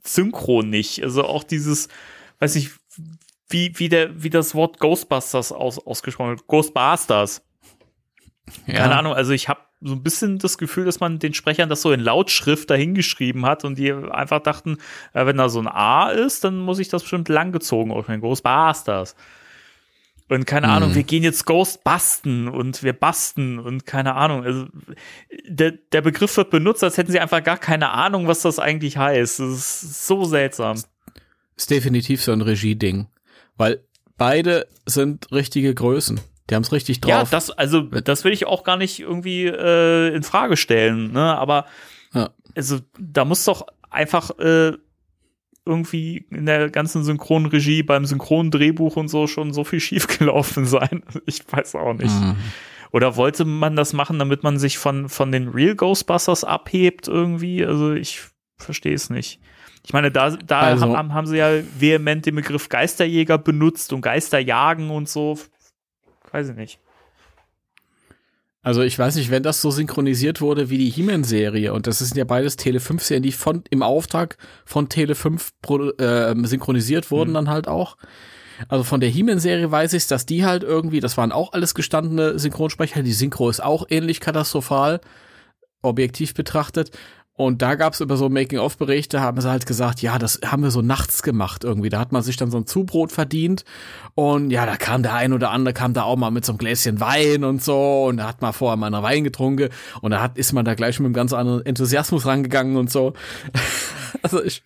Synchro nicht. Also auch dieses, weiß nicht, wie, wie, der, wie das Wort Ghostbusters aus, ausgesprochen wird. Ghostbusters. Ja. Keine Ahnung, also ich habe so ein bisschen das Gefühl, dass man den Sprechern das so in Lautschrift dahingeschrieben hat und die einfach dachten, äh, wenn da so ein A ist, dann muss ich das bestimmt langgezogen aussprechen. Ghostbusters. Und keine Ahnung, hm. wir gehen jetzt Ghostbusten und wir basten und keine Ahnung. Also der, der Begriff wird benutzt, als hätten sie einfach gar keine Ahnung, was das eigentlich heißt. Das ist so seltsam. Ist definitiv so ein Regie-Ding. Weil beide sind richtige Größen. Die haben es richtig drauf. Ja, das, also, das will ich auch gar nicht irgendwie äh, in Frage stellen, ne? Aber ja. also, da muss doch einfach äh, irgendwie in der ganzen Synchronregie, beim Synchrondrehbuch und so schon so viel schiefgelaufen sein. Ich weiß auch nicht. Mhm. Oder wollte man das machen, damit man sich von, von den Real Ghostbusters abhebt irgendwie? Also, ich verstehe es nicht. Ich meine, da, da also, haben, haben sie ja vehement den Begriff Geisterjäger benutzt und Geisterjagen und so. Weiß ich nicht. Also ich weiß nicht, wenn das so synchronisiert wurde wie die He-Man-Serie, und das sind ja beides Tele fünf Serien, die von, im Auftrag von Tele fünf äh, synchronisiert wurden mhm. dann halt auch. Also von der He-Man-Serie weiß ich, dass die halt irgendwie, das waren auch alles gestandene Synchronsprecher, die Synchro ist auch ähnlich katastrophal, objektiv betrachtet. Und da gab's über so Making-of-Berichte, haben sie halt gesagt, ja, das haben wir so nachts gemacht irgendwie. Da hat man sich dann so ein Zubrot verdient und ja, da kam der ein oder andere, kam da auch mal mit so einem Gläschen Wein und so und da hat man vorher mal einen Wein getrunken und da hat, ist man da gleich mit einem ganz anderen Enthusiasmus rangegangen und so. Also ich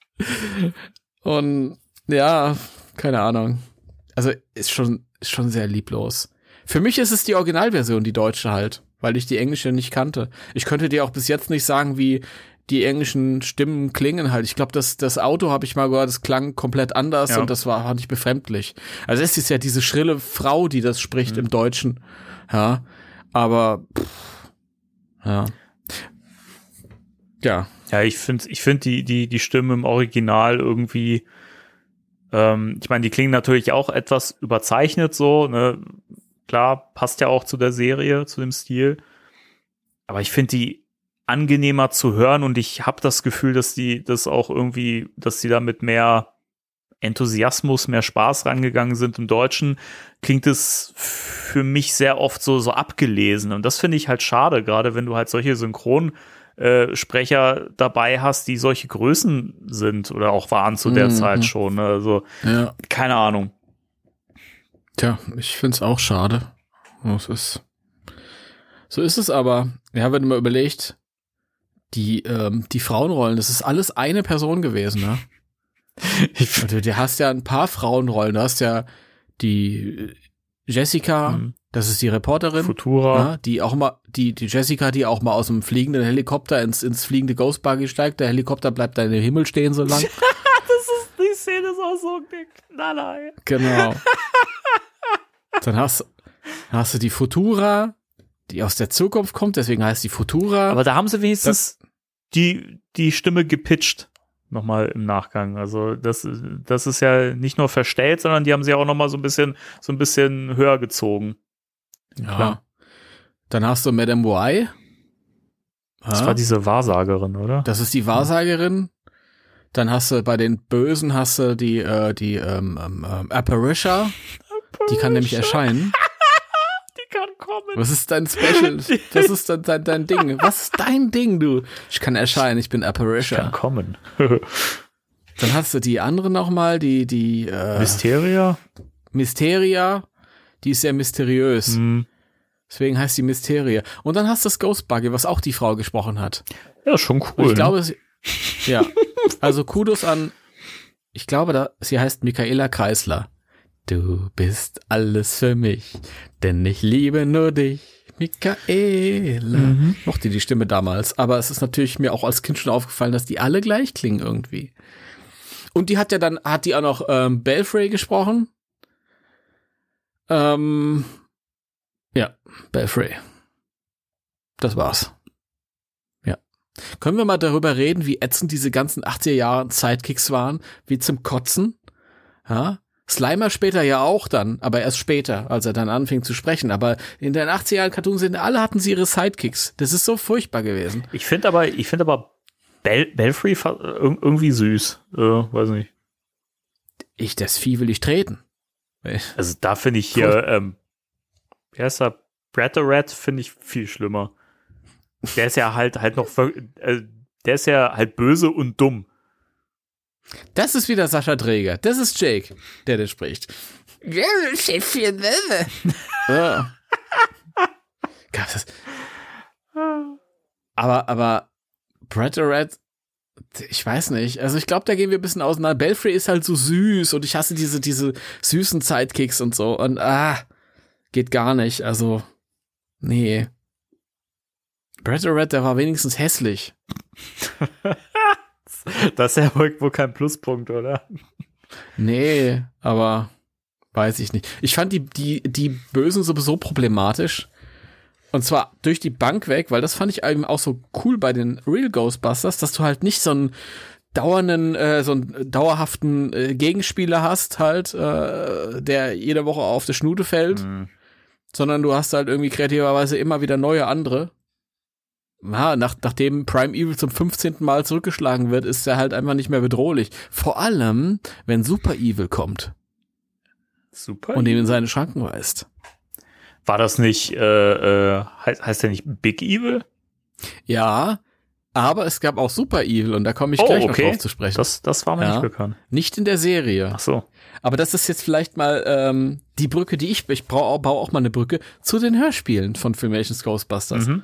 und ja, keine Ahnung. Also ist schon, ist schon sehr lieblos. Für mich ist es die Originalversion, die deutsche halt. Weil ich die englische nicht kannte. Ich könnte dir auch bis jetzt nicht sagen, wie die englischen Stimmen klingen halt. Ich glaube, das, das Auto habe ich mal gehört, das klang komplett anders ja. und das war fand ich befremdlich. Also es ist ja diese schrille Frau, die das spricht mhm. im Deutschen. Ja, aber pff, ja. Ja. Ja, ich finde ich finde die, die, die Stimmen im Original irgendwie, ähm, ich meine, die klingen natürlich auch etwas überzeichnet so, ne? Klar, passt ja auch zu der Serie, zu dem Stil. Aber ich finde die angenehmer zu hören und ich habe das Gefühl, dass die das auch irgendwie, dass die da mit mehr Enthusiasmus, mehr Spaß rangegangen sind. Im Deutschen klingt es für mich sehr oft so, so abgelesen. Und das finde ich halt schade, gerade wenn du halt solche Synchronsprecher dabei hast, die solche Größen sind oder auch waren zu der mhm. Zeit schon. Ne? Also, ja. keine Ahnung. Tja, ich find's auch schade. Das ist, so ist es aber. Ja, wenn du mal überlegt, die, ähm, die Frauenrollen, das ist alles eine Person gewesen, ne? Also, du hast ja ein paar Frauenrollen. Du hast ja die Jessica, mhm. das ist die Reporterin. Futura. Ja, die auch mal, die, die Jessica, die auch mal aus dem fliegenden Helikopter ins, ins fliegende Ghostbuggy steigt. Der Helikopter bleibt da in dem Himmel stehen so lang. Das ist, die Szene ist auch so ein Knaller, ey. Genau. Dann hast, hast du die Futura, die aus der Zukunft kommt, deswegen heißt die Futura. Aber da haben sie wenigstens das, die, die Stimme gepitcht, nochmal im Nachgang. Also das, das ist ja nicht nur verstellt, sondern die haben sie auch nochmal so ein bisschen, so ein bisschen höher gezogen. Ja. Klar. Dann hast du Madame Y. Das ja. war diese Wahrsagerin, oder? Das ist die Wahrsagerin. Dann hast du bei den Bösen hast du die, äh, die ähm, ähm, Apparition. Die kann nämlich erscheinen. Die kann kommen. Was ist dein Special? Was ist dein, dein, dein Ding? Was ist dein Ding, du? Ich kann erscheinen, ich bin Apparition. Ich kann kommen. Dann hast du die andere nochmal, die, die, äh, Mysteria? Mysteria. Die ist sehr mysteriös. Mhm. Deswegen heißt sie Mysteria. Und dann hast du das Ghostbuggy, was auch die Frau gesprochen hat. Ja, schon cool. Und ich glaube, sie, ja. Also Kudos an, ich glaube, da, sie heißt Michaela Kreisler. Du bist alles für mich, denn ich liebe nur dich, Michaela. Mhm. Ich mochte die Stimme damals, aber es ist natürlich mir auch als Kind schon aufgefallen, dass die alle gleich klingen irgendwie. Und die hat ja dann, hat die auch noch ähm, Belfry gesprochen? Ähm, ja, Belfry. Das war's. Ja. Können wir mal darüber reden, wie ätzend diese ganzen achtziger Jahre Sidekicks waren, wie zum Kotzen? Ja. Slimer später ja auch dann, aber erst später, als er dann anfing zu sprechen. Aber in den achtziger Jahren Cartoons sind alle hatten sie ihre Sidekicks. Das ist so furchtbar gewesen. Ich finde aber, ich finde aber Bel- Belfry fa- ir- irgendwie süß. Äh, weiß nicht. Ich, das Vieh will ich treten. Also da finde ich hier, ähm, wie heißt er? Bratterrat finde ich viel schlimmer. Der ist ja halt halt noch, äh, der ist ja halt böse und dumm. Das ist wieder Sascha Dräger. Das ist Jake, der da spricht. Ja, Chefchen, ja. Aber, aber Bratterrat, ich weiß nicht. Also ich glaube, da gehen wir ein bisschen auseinander. Belfry ist halt so süß und ich hasse diese, diese süßen Sidekicks und so. Und ah, geht gar nicht. Also, nee. Bratterrat, der war wenigstens hässlich. Das ist ja wohl kein Pluspunkt, oder? Nee, aber weiß ich nicht. Ich fand die, die, die Bösen sowieso problematisch. Und zwar durch die Bank weg, weil das fand ich eben auch so cool bei den Real Ghostbusters, dass du halt nicht so einen dauernden, äh, so einen dauerhaften äh, Gegenspieler hast, halt, äh, der jede Woche auf die Schnute fällt, mhm. sondern du hast halt irgendwie kreativerweise immer wieder neue andere. Ja, nach, nachdem Prime Evil zum fünfzehnten Mal zurückgeschlagen wird, ist er halt einfach nicht mehr bedrohlich. Vor allem, wenn Super Evil kommt. Super und ihn in seine Schranken weist. War das nicht, äh, äh, heißt, heißt der nicht Big Evil? Ja, aber es gab auch Super Evil und da komme ich oh, gleich okay. noch drauf zu sprechen. Das, das war mir ja. nicht bekannt. Nicht in der Serie. Ach so. Aber das ist jetzt vielleicht mal ähm, die Brücke, die ich, ich brauche baue auch mal eine Brücke zu den Hörspielen von Filmations Ghostbusters. Mhm.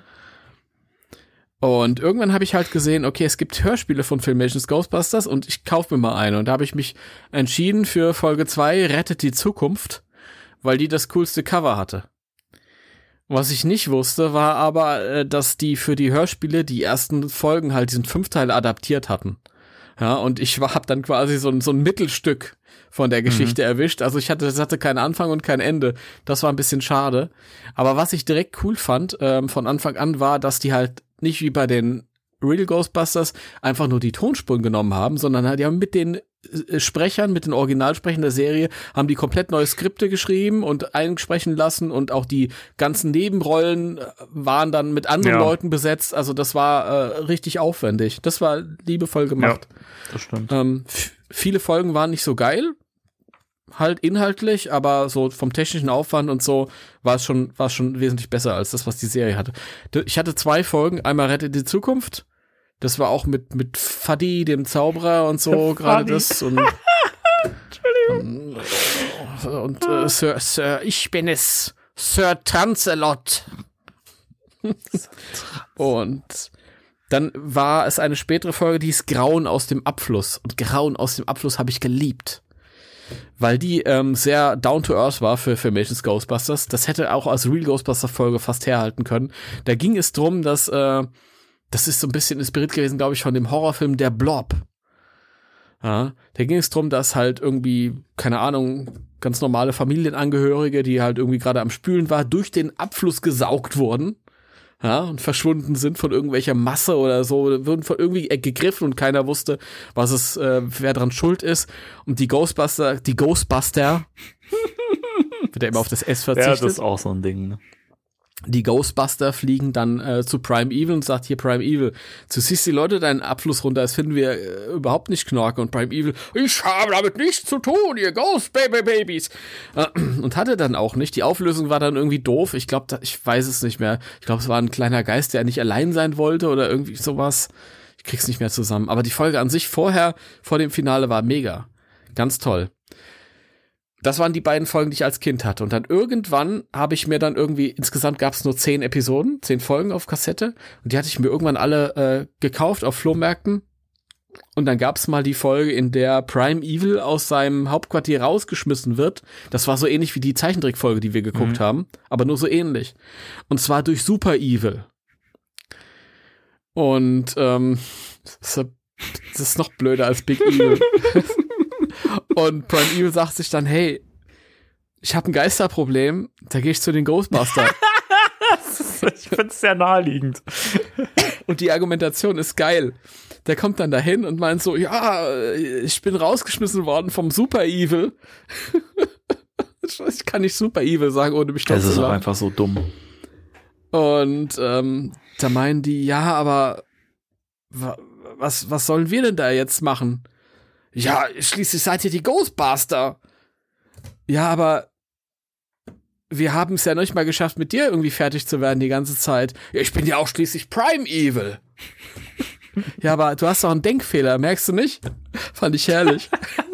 Und irgendwann habe ich halt gesehen, okay, es gibt Hörspiele von Filmations Ghostbusters und ich kaufe mir mal eine. Und da habe ich mich entschieden für Folge zwei, Rettet die Zukunft, weil die das coolste Cover hatte. Was ich nicht wusste, war aber, dass die für die Hörspiele die ersten Folgen halt diesen Fünfteil adaptiert hatten. Ja, und ich habe dann quasi so ein, so ein Mittelstück von der Geschichte mhm. erwischt. Also ich hatte, das hatte keinen Anfang und kein Ende. Das war ein bisschen schade. Aber was ich direkt cool fand ähm, von Anfang an war, dass die halt nicht wie bei den Real Ghostbusters einfach nur die Tonspuren genommen haben, sondern halt, die haben mit den äh, Sprechern, mit den Originalsprechern der Serie, haben die komplett neue Skripte geschrieben und einsprechen lassen und auch die ganzen Nebenrollen waren dann mit anderen ja. Leuten besetzt. Also das war äh, richtig aufwendig. Das war liebevoll gemacht. Ja, das stimmt. Ähm, f- viele Folgen waren nicht so geil, halt inhaltlich, aber so vom technischen Aufwand und so war es schon, war es schon wesentlich besser als das, was die Serie hatte. Ich hatte zwei Folgen, einmal Rettet die Zukunft, das war auch mit, mit Fuddy, dem Zauberer und so, gerade das und, Entschuldigung. und, und äh, Sir, Sir, ich bin es, Sir Trancelot. Und dann war es eine spätere Folge, die hieß Grauen aus dem Abfluss. Und Grauen aus dem Abfluss habe ich geliebt. Weil die ähm, sehr down to earth war für Filmations Ghostbusters. Das hätte auch als Real Ghostbuster Folge fast herhalten können. Da ging es drum, dass äh, das ist so ein bisschen inspiriert gewesen, glaube ich, von dem Horrorfilm Der Blob. Ja, da ging es drum, dass halt irgendwie, keine Ahnung, ganz normale Familienangehörige, die halt irgendwie gerade am Spülen war, durch den Abfluss gesaugt wurden. Ja, und verschwunden sind von irgendwelcher Masse oder so, wurden von irgendwie gegriffen und keiner wusste, was es, äh, wer dran schuld ist. Und die Ghostbuster, die Ghostbuster, wird ja immer auf das S verzichtet. Ja, das ist auch so ein Ding, ne? Die Ghostbuster fliegen dann äh, zu Prime Evil und sagt, hier Prime Evil, du siehst die Leute deinen Abfluss runter, das finden wir äh, überhaupt nicht knorke. Und Prime Evil, ich habe damit nichts zu tun, ihr Ghost Baby Babies. Äh, und hatte dann auch nicht. Die Auflösung war dann irgendwie doof. Ich glaube, ich weiß es nicht mehr. Ich glaube, es war ein kleiner Geist, der nicht allein sein wollte oder irgendwie sowas. Ich krieg's nicht mehr zusammen. Aber die Folge an sich vorher, vor dem Finale, war mega. Ganz toll. Das waren die beiden Folgen, die ich als Kind hatte. Und dann irgendwann habe ich mir dann irgendwie, insgesamt gab es nur zehn Episoden, zehn Folgen auf Kassette. Und die hatte ich mir irgendwann alle äh, gekauft auf Flohmärkten. Und dann gab es mal die Folge, in der Prime Evil aus seinem Hauptquartier rausgeschmissen wird. Das war so ähnlich wie die Zeichentrickfolge, die wir geguckt mhm. haben. Aber nur so ähnlich. Und zwar durch Super Evil. Und ähm, das ist noch blöder als Big Evil. Und Prime Evil sagt sich dann, hey, ich habe ein Geisterproblem, da gehe ich zu den Ghostbusters. Ich finde es sehr naheliegend. Und die Argumentation ist geil. Der kommt dann dahin und meint so, ja, ich bin rausgeschmissen worden vom Super Evil. Ich kann nicht Super Evil sagen, ohne mich Das ist auch einfach so dumm. Und ähm, da meinen die, ja, aber wa- was, was sollen wir denn da jetzt machen? Ja, schließlich seid ihr die Ghostbuster. Ja, aber wir haben es ja noch nicht mal geschafft, mit dir irgendwie fertig zu werden die ganze Zeit. Ja, ich bin ja auch schließlich Primeval. Ja, aber du hast doch einen Denkfehler, merkst du nicht? Fand ich herrlich.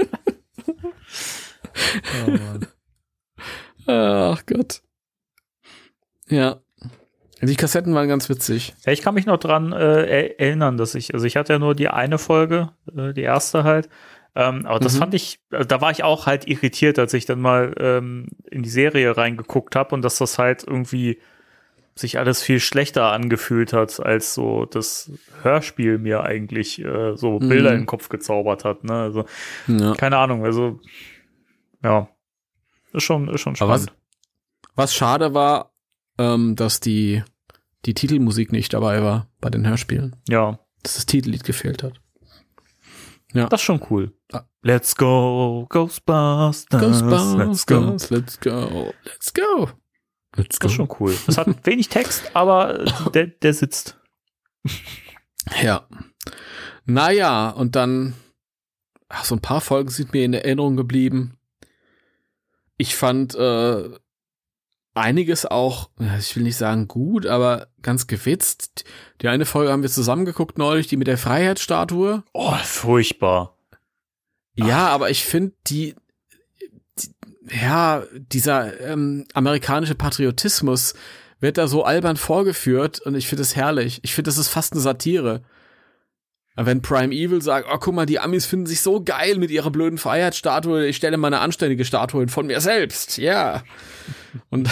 Oh Mann. Ach Gott. Ja. Die Kassetten waren ganz witzig. Ja, ich kann mich noch dran äh, erinnern, dass ich, also ich hatte ja nur die eine Folge, äh, die erste halt, ähm, aber das mhm. fand ich, also da war ich auch halt irritiert, als ich dann mal ähm, in die Serie reingeguckt habe und dass das halt irgendwie sich alles viel schlechter angefühlt hat, als so das Hörspiel mir eigentlich äh, so mhm. Bilder in den Kopf gezaubert hat. Ne? Also ja. Keine Ahnung, also ja, ist schon, ist schon spannend. Was, was schade war, ähm, dass die die Titelmusik nicht dabei war bei den Hörspielen. Ja. Dass das Titellied gefehlt hat. Ja. Das ist schon cool. Ah. Let's go, Ghostbusters. Ghostbusters, let's go. Let's go. Let's go. Let's go. Das ist schon cool. Es hat wenig Text, aber der, der sitzt. Ja. Naja, und dann ach, so ein paar Folgen sind mir in Erinnerung geblieben. Ich fand äh, einiges auch, ich will nicht sagen gut, aber ganz gewitzt. Die eine Folge haben wir zusammengeguckt neulich, die mit der Freiheitsstatue. Oh, furchtbar. Ja, Ach. aber ich finde, die, die, ja, dieser ähm, amerikanische Patriotismus wird da so albern vorgeführt und ich finde es herrlich. Ich finde, das ist fast eine Satire. Wenn Primeval sagt, oh, guck mal, die Amis finden sich so geil mit ihrer blöden Freiheitsstatue, ich stelle mal eine anständige Statue hin von mir selbst, ja. Yeah. Und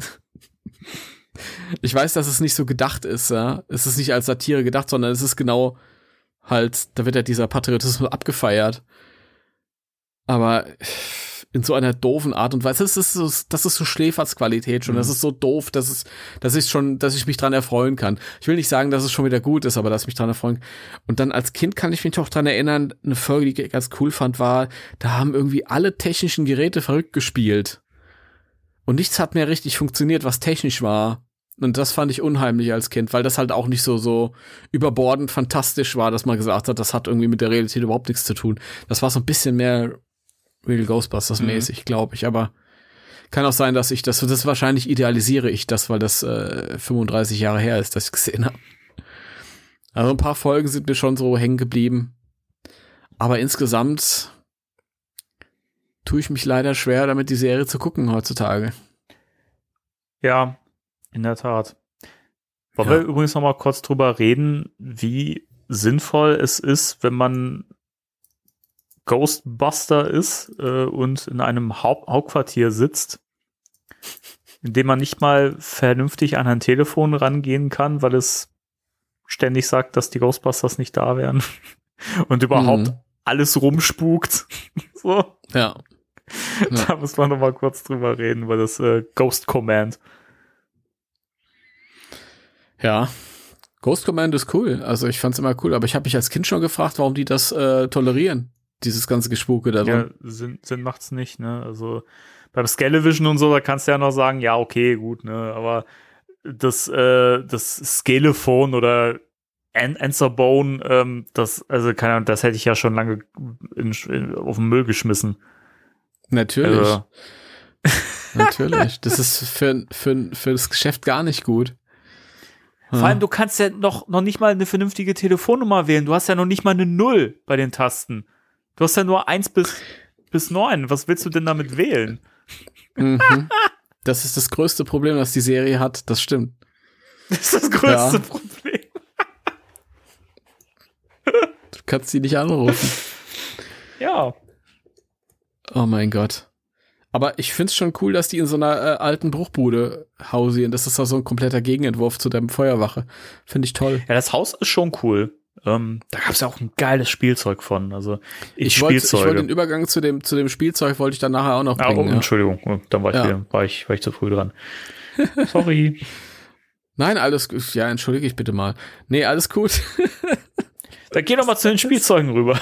ich weiß, dass es nicht so gedacht ist, ja. Es ist nicht als Satire gedacht, sondern es ist genau halt, da wird ja dieser Patriotismus abgefeiert. Aber in so einer doofen Art und Weise, das ist so, das ist so Schläferzqualität schon, mhm. das ist so doof, dass es, dass ich schon, dass ich mich dran erfreuen kann. Ich will nicht sagen, dass es schon wieder gut ist, aber dass ich mich dran erfreuen kann. Und dann als Kind kann ich mich auch dran erinnern, eine Folge, die ich ganz cool fand, war, da haben irgendwie alle technischen Geräte verrückt gespielt. Und nichts hat mehr richtig funktioniert, was technisch war. Und das fand ich unheimlich als Kind, weil das halt auch nicht so, so überbordend fantastisch war, dass man gesagt hat, das hat irgendwie mit der Realität überhaupt nichts zu tun. Das war so ein bisschen mehr Real Ghostbusters mäßig, mhm. glaube ich, aber kann auch sein, dass ich das, das wahrscheinlich idealisiere ich das, weil das äh, fünfunddreißig Jahre her ist, dass ich gesehen habe. Also ein paar Folgen sind mir schon so hängen geblieben, aber insgesamt tue ich mich leider schwer, damit die Serie zu gucken heutzutage. Ja, in der Tat. Wollen Ja. wir übrigens noch mal kurz drüber reden, wie sinnvoll es ist, wenn man Ghostbuster ist äh, und in einem Haupt- Hauptquartier sitzt, in dem man nicht mal vernünftig an ein Telefon rangehen kann, weil es ständig sagt, dass die Ghostbusters nicht da wären und überhaupt Mhm. alles rumspukt. So. Ja. Ja. Da muss man noch mal kurz drüber reden, weil das äh, Ghost Command. Ja. Ghost Command ist cool. Also ich fand's immer cool, aber ich habe mich als Kind schon gefragt, warum die das äh, tolerieren. Dieses ganze Gespuke da Ja, drin. Sinn, Sinn macht's nicht, ne? Also beim Scalevision und so, da kannst du ja noch sagen, ja, okay, gut, ne? Aber das, äh, das Scalephone oder An- Answerbone, ähm, das, also keine Ahnung, das hätte ich ja schon lange in, in, auf den Müll geschmissen. Natürlich. Also, Natürlich. Das ist für, für, für das Geschäft gar nicht gut. vor allem, du kannst ja noch, noch nicht mal eine vernünftige Telefonnummer wählen. Du hast ja noch nicht mal eine Null bei den Tasten. Du hast ja nur eins bis, bis neun. Was willst du denn damit wählen? Mhm. Das ist das größte Problem, das die Serie hat. Das stimmt. Das ist das größte Ja. Problem. Du kannst sie nicht anrufen. Ja. Oh mein Gott. Aber ich find's schon cool, dass die in so einer äh, alten Bruchbude hausieren. Das ist doch so ein kompletter Gegenentwurf zu der Feuerwache. Finde ich toll. Ja, das Haus ist schon cool. Ähm, da gab's ja auch ein geiles Spielzeug von. Also ich, Ich wollte ich Spielzeuge. wollte den Übergang zu dem, zu dem Spielzeug wollte ich dann nachher auch noch Ah, bringen. oh, ja. Entschuldigung, oh, dann war ich, Ja. wieder, war, ich, war ich zu früh dran. Sorry. Nein, alles gut. Ja, entschuldige ich bitte mal. Nee, alles gut. Dann geh doch mal zu den Spielzeugen rüber.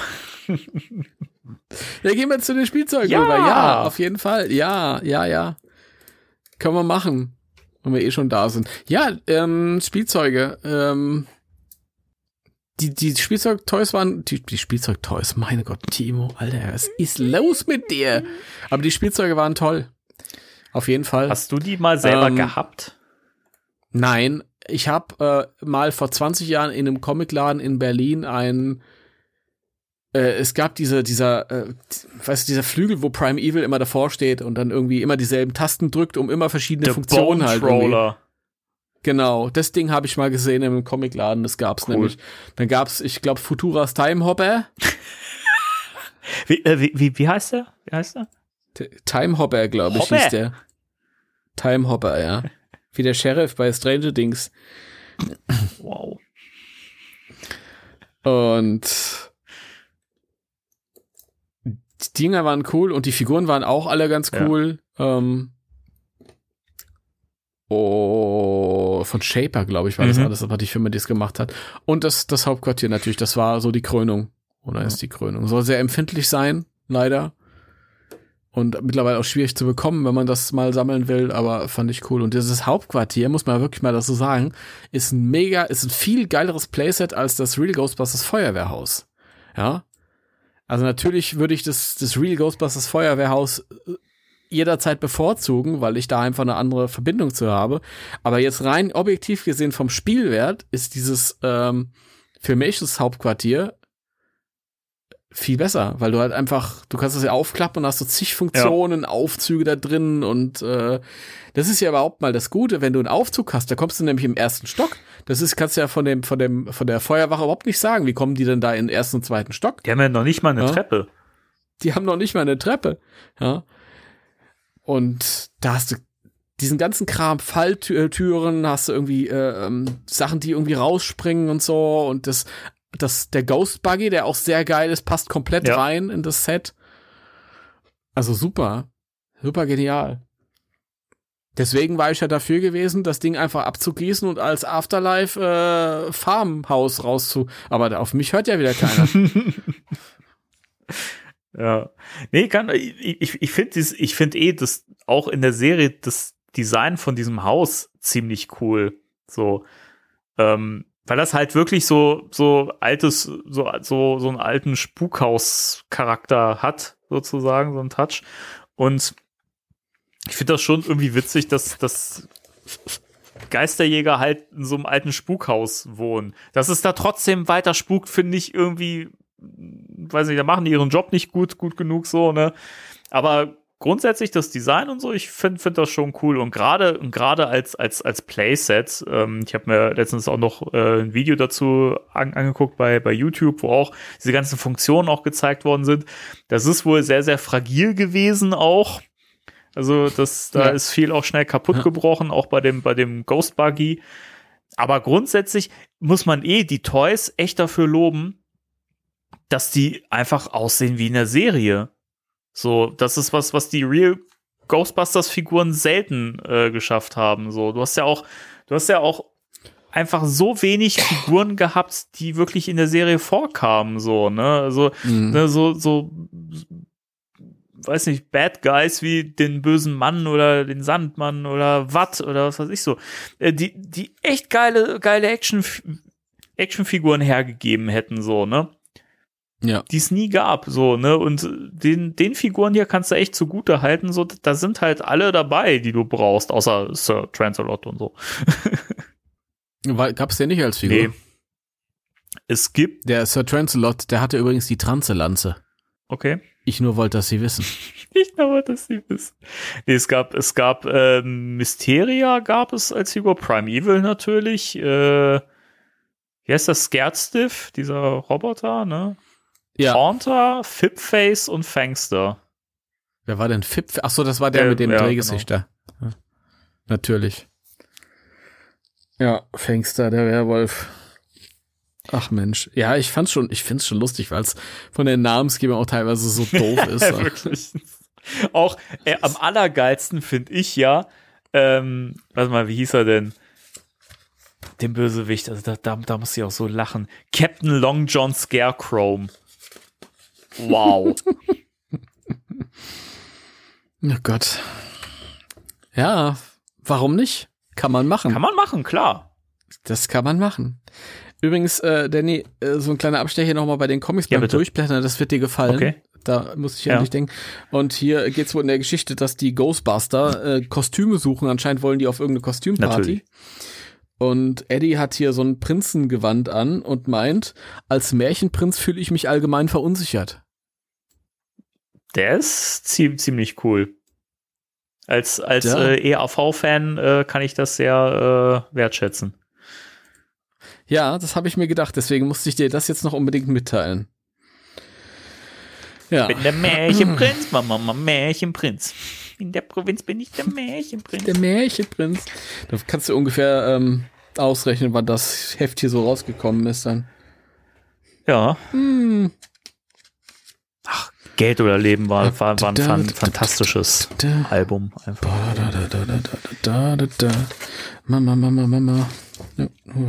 Ja, gehen wir zu den Spielzeugen Ja. rüber. Ja, auf jeden Fall. Ja, ja, ja. Können wir machen. Wenn wir eh schon da sind. Ja, ähm, Spielzeuge. Ähm, die, die Spielzeugtoys waren, die, die Spielzeugtoys, meine Gott, Timo, Alter, was ist los mit dir? Aber die Spielzeuge waren toll. Auf jeden Fall. Hast du die mal selber ähm, gehabt? Nein, ich habe äh, mal vor zwanzig Jahren in einem Comicladen in Berlin ein äh, es gab diese, dieser, äh, weißt du, dieser Flügel, wo Primeval immer davor steht und dann irgendwie immer dieselben Tasten drückt, um immer verschiedene Der Funktionen Bone halt Troller. Genau, das Ding habe ich mal gesehen im Comicladen, das gab's cool. nämlich. Dann gab's, ich glaube, Futuras Time Hopper. wie, äh, wie, wie, wie heißt der? Wie heißt der? T- Time Hopper, glaube ich, hieß der. Time Hopper, ja. Wie der Sheriff bei Stranger Things. Wow. Und die Dinger waren cool und die Figuren waren auch alle ganz cool. Ja. Ähm, oh, von Shaper, glaube ich, war mhm. das alles, was die Firma, die es gemacht hat. Und das, das Hauptquartier natürlich, das war so die Krönung. Oder ja. ist die Krönung. Soll sehr empfindlich sein, leider. Und mittlerweile auch schwierig zu bekommen, wenn man das mal sammeln will, aber fand ich cool. Und dieses Hauptquartier, muss man wirklich mal dazu sagen, ist ein mega, ist ein viel geileres Playset als das Real Ghostbusters Feuerwehrhaus. Ja. Also natürlich würde ich das, das Real Ghostbusters Feuerwehrhaus jederzeit bevorzugen, weil ich da einfach eine andere Verbindung zu habe. Aber jetzt rein objektiv gesehen vom Spielwert ist dieses ähm, Filmations Hauptquartier viel besser, weil du halt einfach, du kannst das ja aufklappen und hast so zig Funktionen, ja. Aufzüge da drin und äh, das ist ja überhaupt mal das Gute, wenn du einen Aufzug hast, da kommst du nämlich im ersten Stock. Das ist, kannst du ja von dem, von dem, von der Feuerwache überhaupt nicht sagen. Wie kommen die denn da in den ersten und zweiten Stock? Die haben ja noch nicht mal eine ja? Treppe. Die haben noch nicht mal eine Treppe. Ja. Und da hast du diesen ganzen Kram, Falltüren, hast du irgendwie äh, ähm, Sachen, die irgendwie rausspringen und so und das Das, der Ghost Buggy, der auch sehr geil ist, passt komplett ja. rein in das Set. Also super. Super genial. Deswegen war ich ja dafür gewesen, das Ding einfach abzugießen und als Afterlife äh, Farmhaus rauszu. Aber auf mich hört ja wieder keiner. Ja. Nee, kann, ich, ich, ich finde ich finde eh, das auch in der Serie das Design von diesem Haus ziemlich cool. So, ähm, weil das halt wirklich so, so altes, so, so, so einen alten Spukhaus-Charakter hat, sozusagen, so einen Touch. Und ich finde das schon irgendwie witzig, dass, dass Geisterjäger halt in so einem alten Spukhaus wohnen. Dass es da trotzdem weiter spukt, finde ich irgendwie, weiß nicht, da machen die ihren Job nicht gut, gut genug so, ne? Aber grundsätzlich das Design und so, ich finde find das schon cool und gerade und gerade als als als Playset, ähm, ich habe mir letztens auch noch äh, ein Video dazu an, angeguckt bei bei YouTube, wo auch diese ganzen Funktionen auch gezeigt worden sind. Das ist wohl sehr sehr fragil gewesen auch. Also das da ja. ist viel auch schnell kaputt ja. gebrochen, auch bei dem bei dem Ghost Buggy. Aber grundsätzlich muss man eh die Toys echt dafür loben, dass die einfach aussehen wie in der Serie. So, das ist was, was die Real Ghostbusters-Figuren selten äh, geschafft haben. So, du hast ja auch, du hast ja auch einfach so wenig Figuren gehabt, die wirklich in der Serie vorkamen. So, ne, also mhm. ne, so, so, weiß nicht, Bad Guys wie den bösen Mann oder den Sandmann oder Watt oder was weiß ich so, äh, die, die echt geile, geile Action, Actionfiguren hergegeben hätten. So, ne. Ja. Die es nie gab, so, ne, und den, den Figuren hier kannst du echt zugute halten, so, da sind halt alle dabei, die du brauchst, außer Sir Transalot und so. Gab's den nicht als Figur? Nee. Es gibt. Der Sir Transalot, der hatte übrigens die Transelanze. Okay. Ich nur wollte, dass sie wissen. Ich nur wollte, dass sie wissen. Nee, es gab, es gab, äh, Mysteria gab es als Figur, Primeval natürlich, äh, wie heißt das, Scaredstiff, dieser Roboter, ne? Ja. Haunter, Fipface und Fangster. Wer war denn Fip? Ach so, das war der äh, mit dem ja, Drehgesichter. Genau. Ja, natürlich. Ja, Fangster, der Werwolf. Ach Mensch. Ja, ich fand's schon, ich find's schon lustig, weil es von der Namensgebung auch teilweise so doof ist. Ja, wirklich. Auch äh, am allergeilsten finde ich ja, ähm, warte mal, wie hieß er denn? Den Bösewicht, also da, da, da muss ich auch so lachen. Captain Long John Scarecrow. Wow. Oh Gott. Ja, warum nicht? Kann man machen. Kann man machen, klar. Das kann man machen. Übrigens, äh, Danny, äh, so ein kleiner Abstecher nochmal bei den Comics Ja, beim bitte. Durchblättern, das wird dir gefallen. Okay. Da muss ich ja Ja. nicht denken. Und hier geht's wohl in der Geschichte, dass die Ghostbuster äh, Kostüme suchen. Anscheinend wollen die auf irgendeine Kostümparty. Natürlich. Und Eddie hat hier so ein Prinzengewand an und meint, als Märchenprinz fühle ich mich allgemein verunsichert. Der ist zie- ziemlich cool. Als, als Ja. äh, E A V-Fan äh, kann ich das sehr äh, wertschätzen. Ja, das habe ich mir gedacht. Deswegen musste ich dir das jetzt noch unbedingt mitteilen. Ja. Ich bin der Märchenprinz, Mama, Mama, Märchenprinz. In der Provinz bin ich der Märchenprinz. Der Märchenprinz. Da kannst du ungefähr ähm, ausrechnen, wann das Heft hier so rausgekommen ist dann. Ja. Hm. Ach, Geld oder Leben war, war, war ein fan- fantastisches Album. Einfach. Da, da, da, da, da, da, da, da. Mama, Mama, Mama. Ja,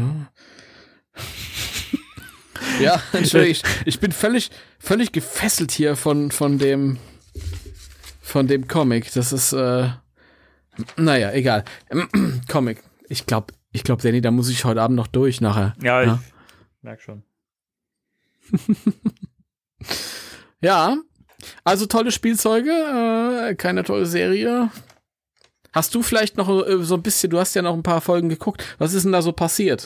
ja Entschuldigung, ich, ich bin völlig, völlig gefesselt hier von, von dem, von dem Comic. Das ist, äh, naja, egal. Comic. Ich glaube, ich glaube, Danny, da muss ich heute Abend noch durch nachher. Ja, ich Ja. merk schon. Ja, also tolle Spielzeuge, äh, keine tolle Serie. Hast du vielleicht noch äh, so ein bisschen, du hast ja noch ein paar Folgen geguckt, was ist denn da so passiert?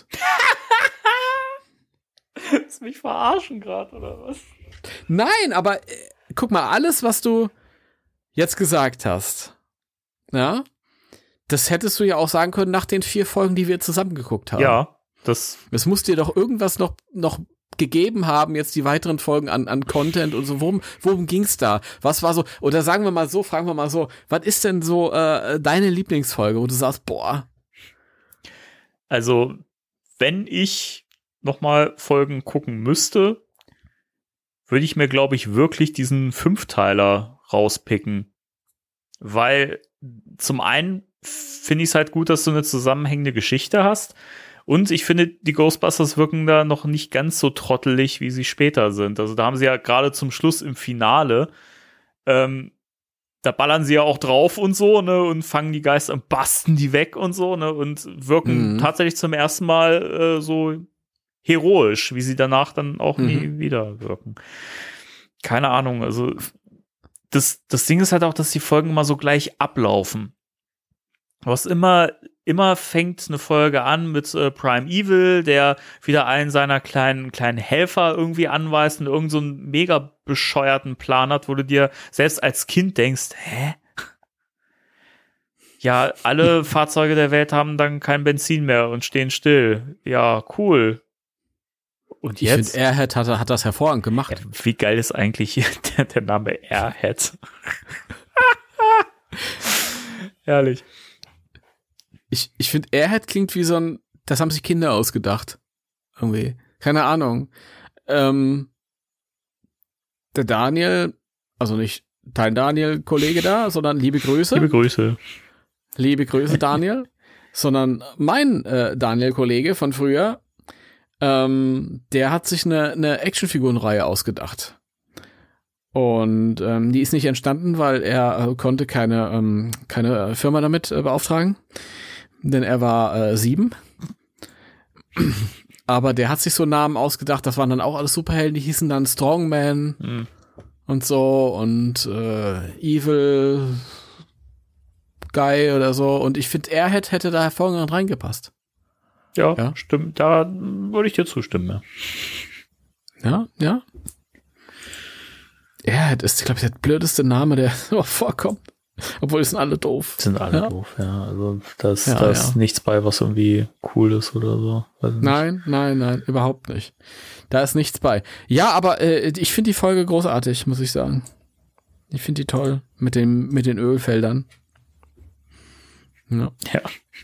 Willst du mich verarschen gerade, oder was? Nein, aber äh, guck mal, alles, was du jetzt gesagt hast, ja, das hättest du ja auch sagen können nach den vier Folgen, die wir zusammen geguckt haben. Ja, das, Es muss dir doch irgendwas noch, noch gegeben haben, jetzt die weiteren Folgen an, an Content und so. Worum, worum ging's da? Was war so, oder sagen wir mal so, fragen wir mal so, was ist denn so äh, deine Lieblingsfolge, wo du sagst, boah, also, wenn ich nochmal Folgen gucken müsste, würde ich mir, glaube ich, wirklich diesen Fünfteiler rauspicken. Weil zum einen finde ich es halt gut, dass du eine zusammenhängende Geschichte hast. Und ich finde, die Ghostbusters wirken da noch nicht ganz so trottelig, wie sie später sind. Also da haben sie ja gerade zum Schluss im Finale, ähm, da ballern sie ja auch drauf und so, ne, und fangen die Geister und basten die weg und so, ne, und wirken Mhm. tatsächlich zum ersten Mal äh, so heroisch, wie sie danach dann auch nie Mhm. wieder wirken. Keine Ahnung, also das, das Ding ist halt auch, dass die Folgen immer so gleich ablaufen. Du hast immer, immer fängt eine Folge an mit äh, Prime Evil, der wieder einen seiner kleinen, kleinen Helfer irgendwie anweist und irgend so einen mega bescheuerten Plan hat, wo du dir selbst als Kind denkst, hä? Ja, alle Fahrzeuge der Welt haben dann kein Benzin mehr und stehen still. Ja, cool. Und ich jetzt? finde, Airhead hat, hat das hervorragend gemacht. Ja, wie geil ist eigentlich der, der Name Airhead? Herrlich. Ich, ich finde, Airhead klingt wie so ein, das haben sich Kinder ausgedacht. Irgendwie. Keine Ahnung. Ähm, der Daniel, also nicht dein Daniel-Kollege da, sondern liebe Grüße. Liebe Grüße. Liebe Grüße, Daniel. sondern mein äh, Daniel-Kollege von früher, ähm, der hat sich eine, eine Actionfigurenreihe ausgedacht. Und ähm, die ist nicht entstanden, weil er äh, konnte keine, ähm, keine Firma damit äh, beauftragen. Denn er war äh, sieben. Aber der hat sich so Namen ausgedacht, das waren dann auch alles Superhelden, die hießen dann Strongman Mhm. und so und äh, Evil Guy oder so. Und ich finde, Airhead hätte da hervorragend reingepasst. Ja, Ja. stimmt. Da würde ich dir zustimmen. Ja. Ja, ja. Airhead ist, glaube ich, der blödeste Name, der so vorkommt. Obwohl, es sind alle doof. Sind alle Ja. doof, ja. Also da ist, Ja, da ist ja. nichts bei, was irgendwie cool ist oder so. Weiß nicht. Nein, nein, nein, überhaupt nicht. Da ist nichts bei. Ja, aber äh, ich finde die Folge großartig, muss ich sagen. Ich finde die toll mit dem mit den Ölfeldern. Ja. Ja.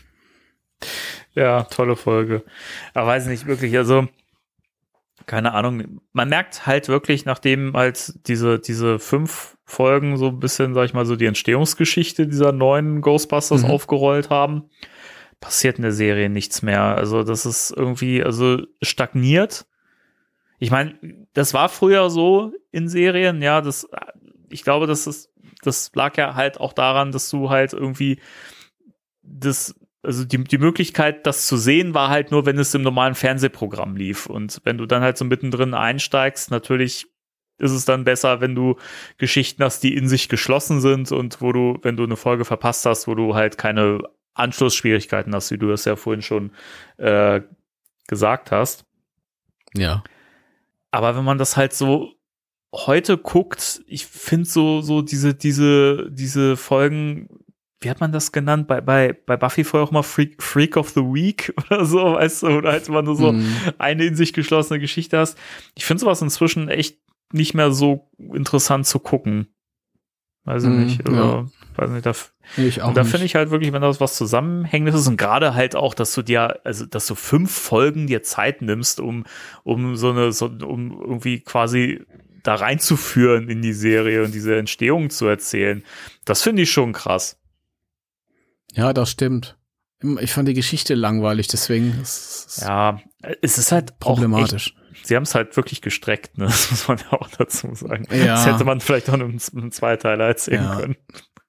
Ja, tolle Folge. Aber weiß nicht, wirklich, also keine Ahnung. Man merkt halt wirklich, nachdem halt diese, diese fünf Folgen so ein bisschen, sag ich mal, so die Entstehungsgeschichte dieser neuen Ghostbusters Mhm. aufgerollt haben, passiert in der Serie nichts mehr. Also das ist irgendwie, also stagniert. Ich meine, das war früher so in Serien, ja, das, ich glaube, das ist, das lag ja halt auch daran, dass du halt irgendwie das also die, die Möglichkeit, das zu sehen, war halt nur, wenn es im normalen Fernsehprogramm lief. Und wenn du dann halt so mittendrin einsteigst, natürlich ist es dann besser, wenn du Geschichten hast, die in sich geschlossen sind und wo du, wenn du eine Folge verpasst hast, wo du halt keine Anschlussschwierigkeiten hast, wie du das ja vorhin schon äh, gesagt hast. Ja. Aber wenn man das halt so heute guckt, ich finde so, so diese, diese, diese Folgen, wie hat man das genannt? Bei, bei, bei Buffy vorher auch mal Freak, Freak of the Week oder so, weißt du, oder als man nur so mm. eine in sich geschlossene Geschichte hast. Ich finde sowas inzwischen echt nicht mehr so interessant zu gucken. Weiß ich mm, nicht, oder, ja. weiß nicht, da, ich auch und da finde ich halt wirklich, wenn das was Zusammenhängendes ist und gerade halt auch, dass du dir, also, dass du fünf Folgen dir Zeit nimmst, um, um so eine, so, um irgendwie quasi da reinzuführen in die Serie und diese Entstehung zu erzählen. Das finde ich schon krass. Ja, das stimmt. Ich fand die Geschichte langweilig, deswegen ist es ja, es ist halt problematisch. Auch echt, sie haben es halt wirklich gestreckt, ne? Das muss man ja auch dazu sagen. Ja. Das hätte man vielleicht auch in einem Zweiteiler erzählen ja. können.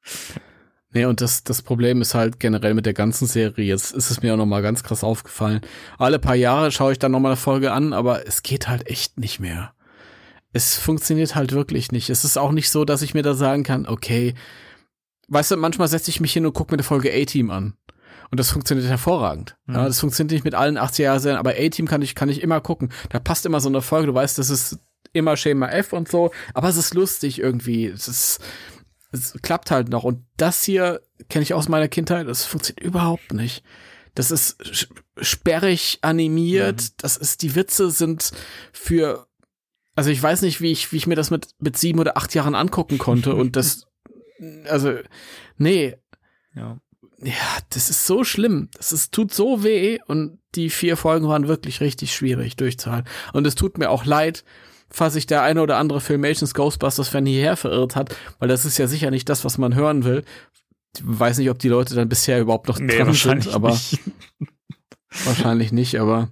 Nee, und das, das Problem ist halt generell mit der ganzen Serie. Jetzt ist es mir auch nochmal ganz krass aufgefallen. Alle paar Jahre schaue ich dann nochmal eine Folge an, aber es geht halt echt nicht mehr. Es funktioniert halt wirklich nicht. Es ist auch nicht so, dass ich mir da sagen kann, okay, weißt du, manchmal setze ich mich hin und gucke mir eine Folge A-Team an. Und das funktioniert hervorragend. Mhm. Ja, das funktioniert nicht mit allen achtziger-Jahren, aber A-Team kann ich, kann ich immer gucken. Da passt immer so eine Folge, du weißt, das ist immer Schema F und so, aber es ist lustig irgendwie. Es ist, es klappt halt noch. Und das hier kenne ich aus meiner Kindheit, das funktioniert überhaupt nicht. Das ist sperrig animiert, mhm. das ist, die Witze sind für, also ich weiß nicht, wie ich, wie ich mir das mit, mit sieben oder acht Jahren angucken konnte und das, also, nee. Ja. Ja, das ist so schlimm. Das ist, tut so weh und die vier Folgen waren wirklich richtig schwierig durchzuhalten. Und es tut mir auch leid, falls sich der eine oder andere Filmations Ghostbusters-Fan hierher verirrt hat, weil das ist ja sicher nicht das, was man hören will. Ich weiß nicht, ob die Leute dann bisher überhaupt noch nee, dran sind, aber nicht. wahrscheinlich nicht, aber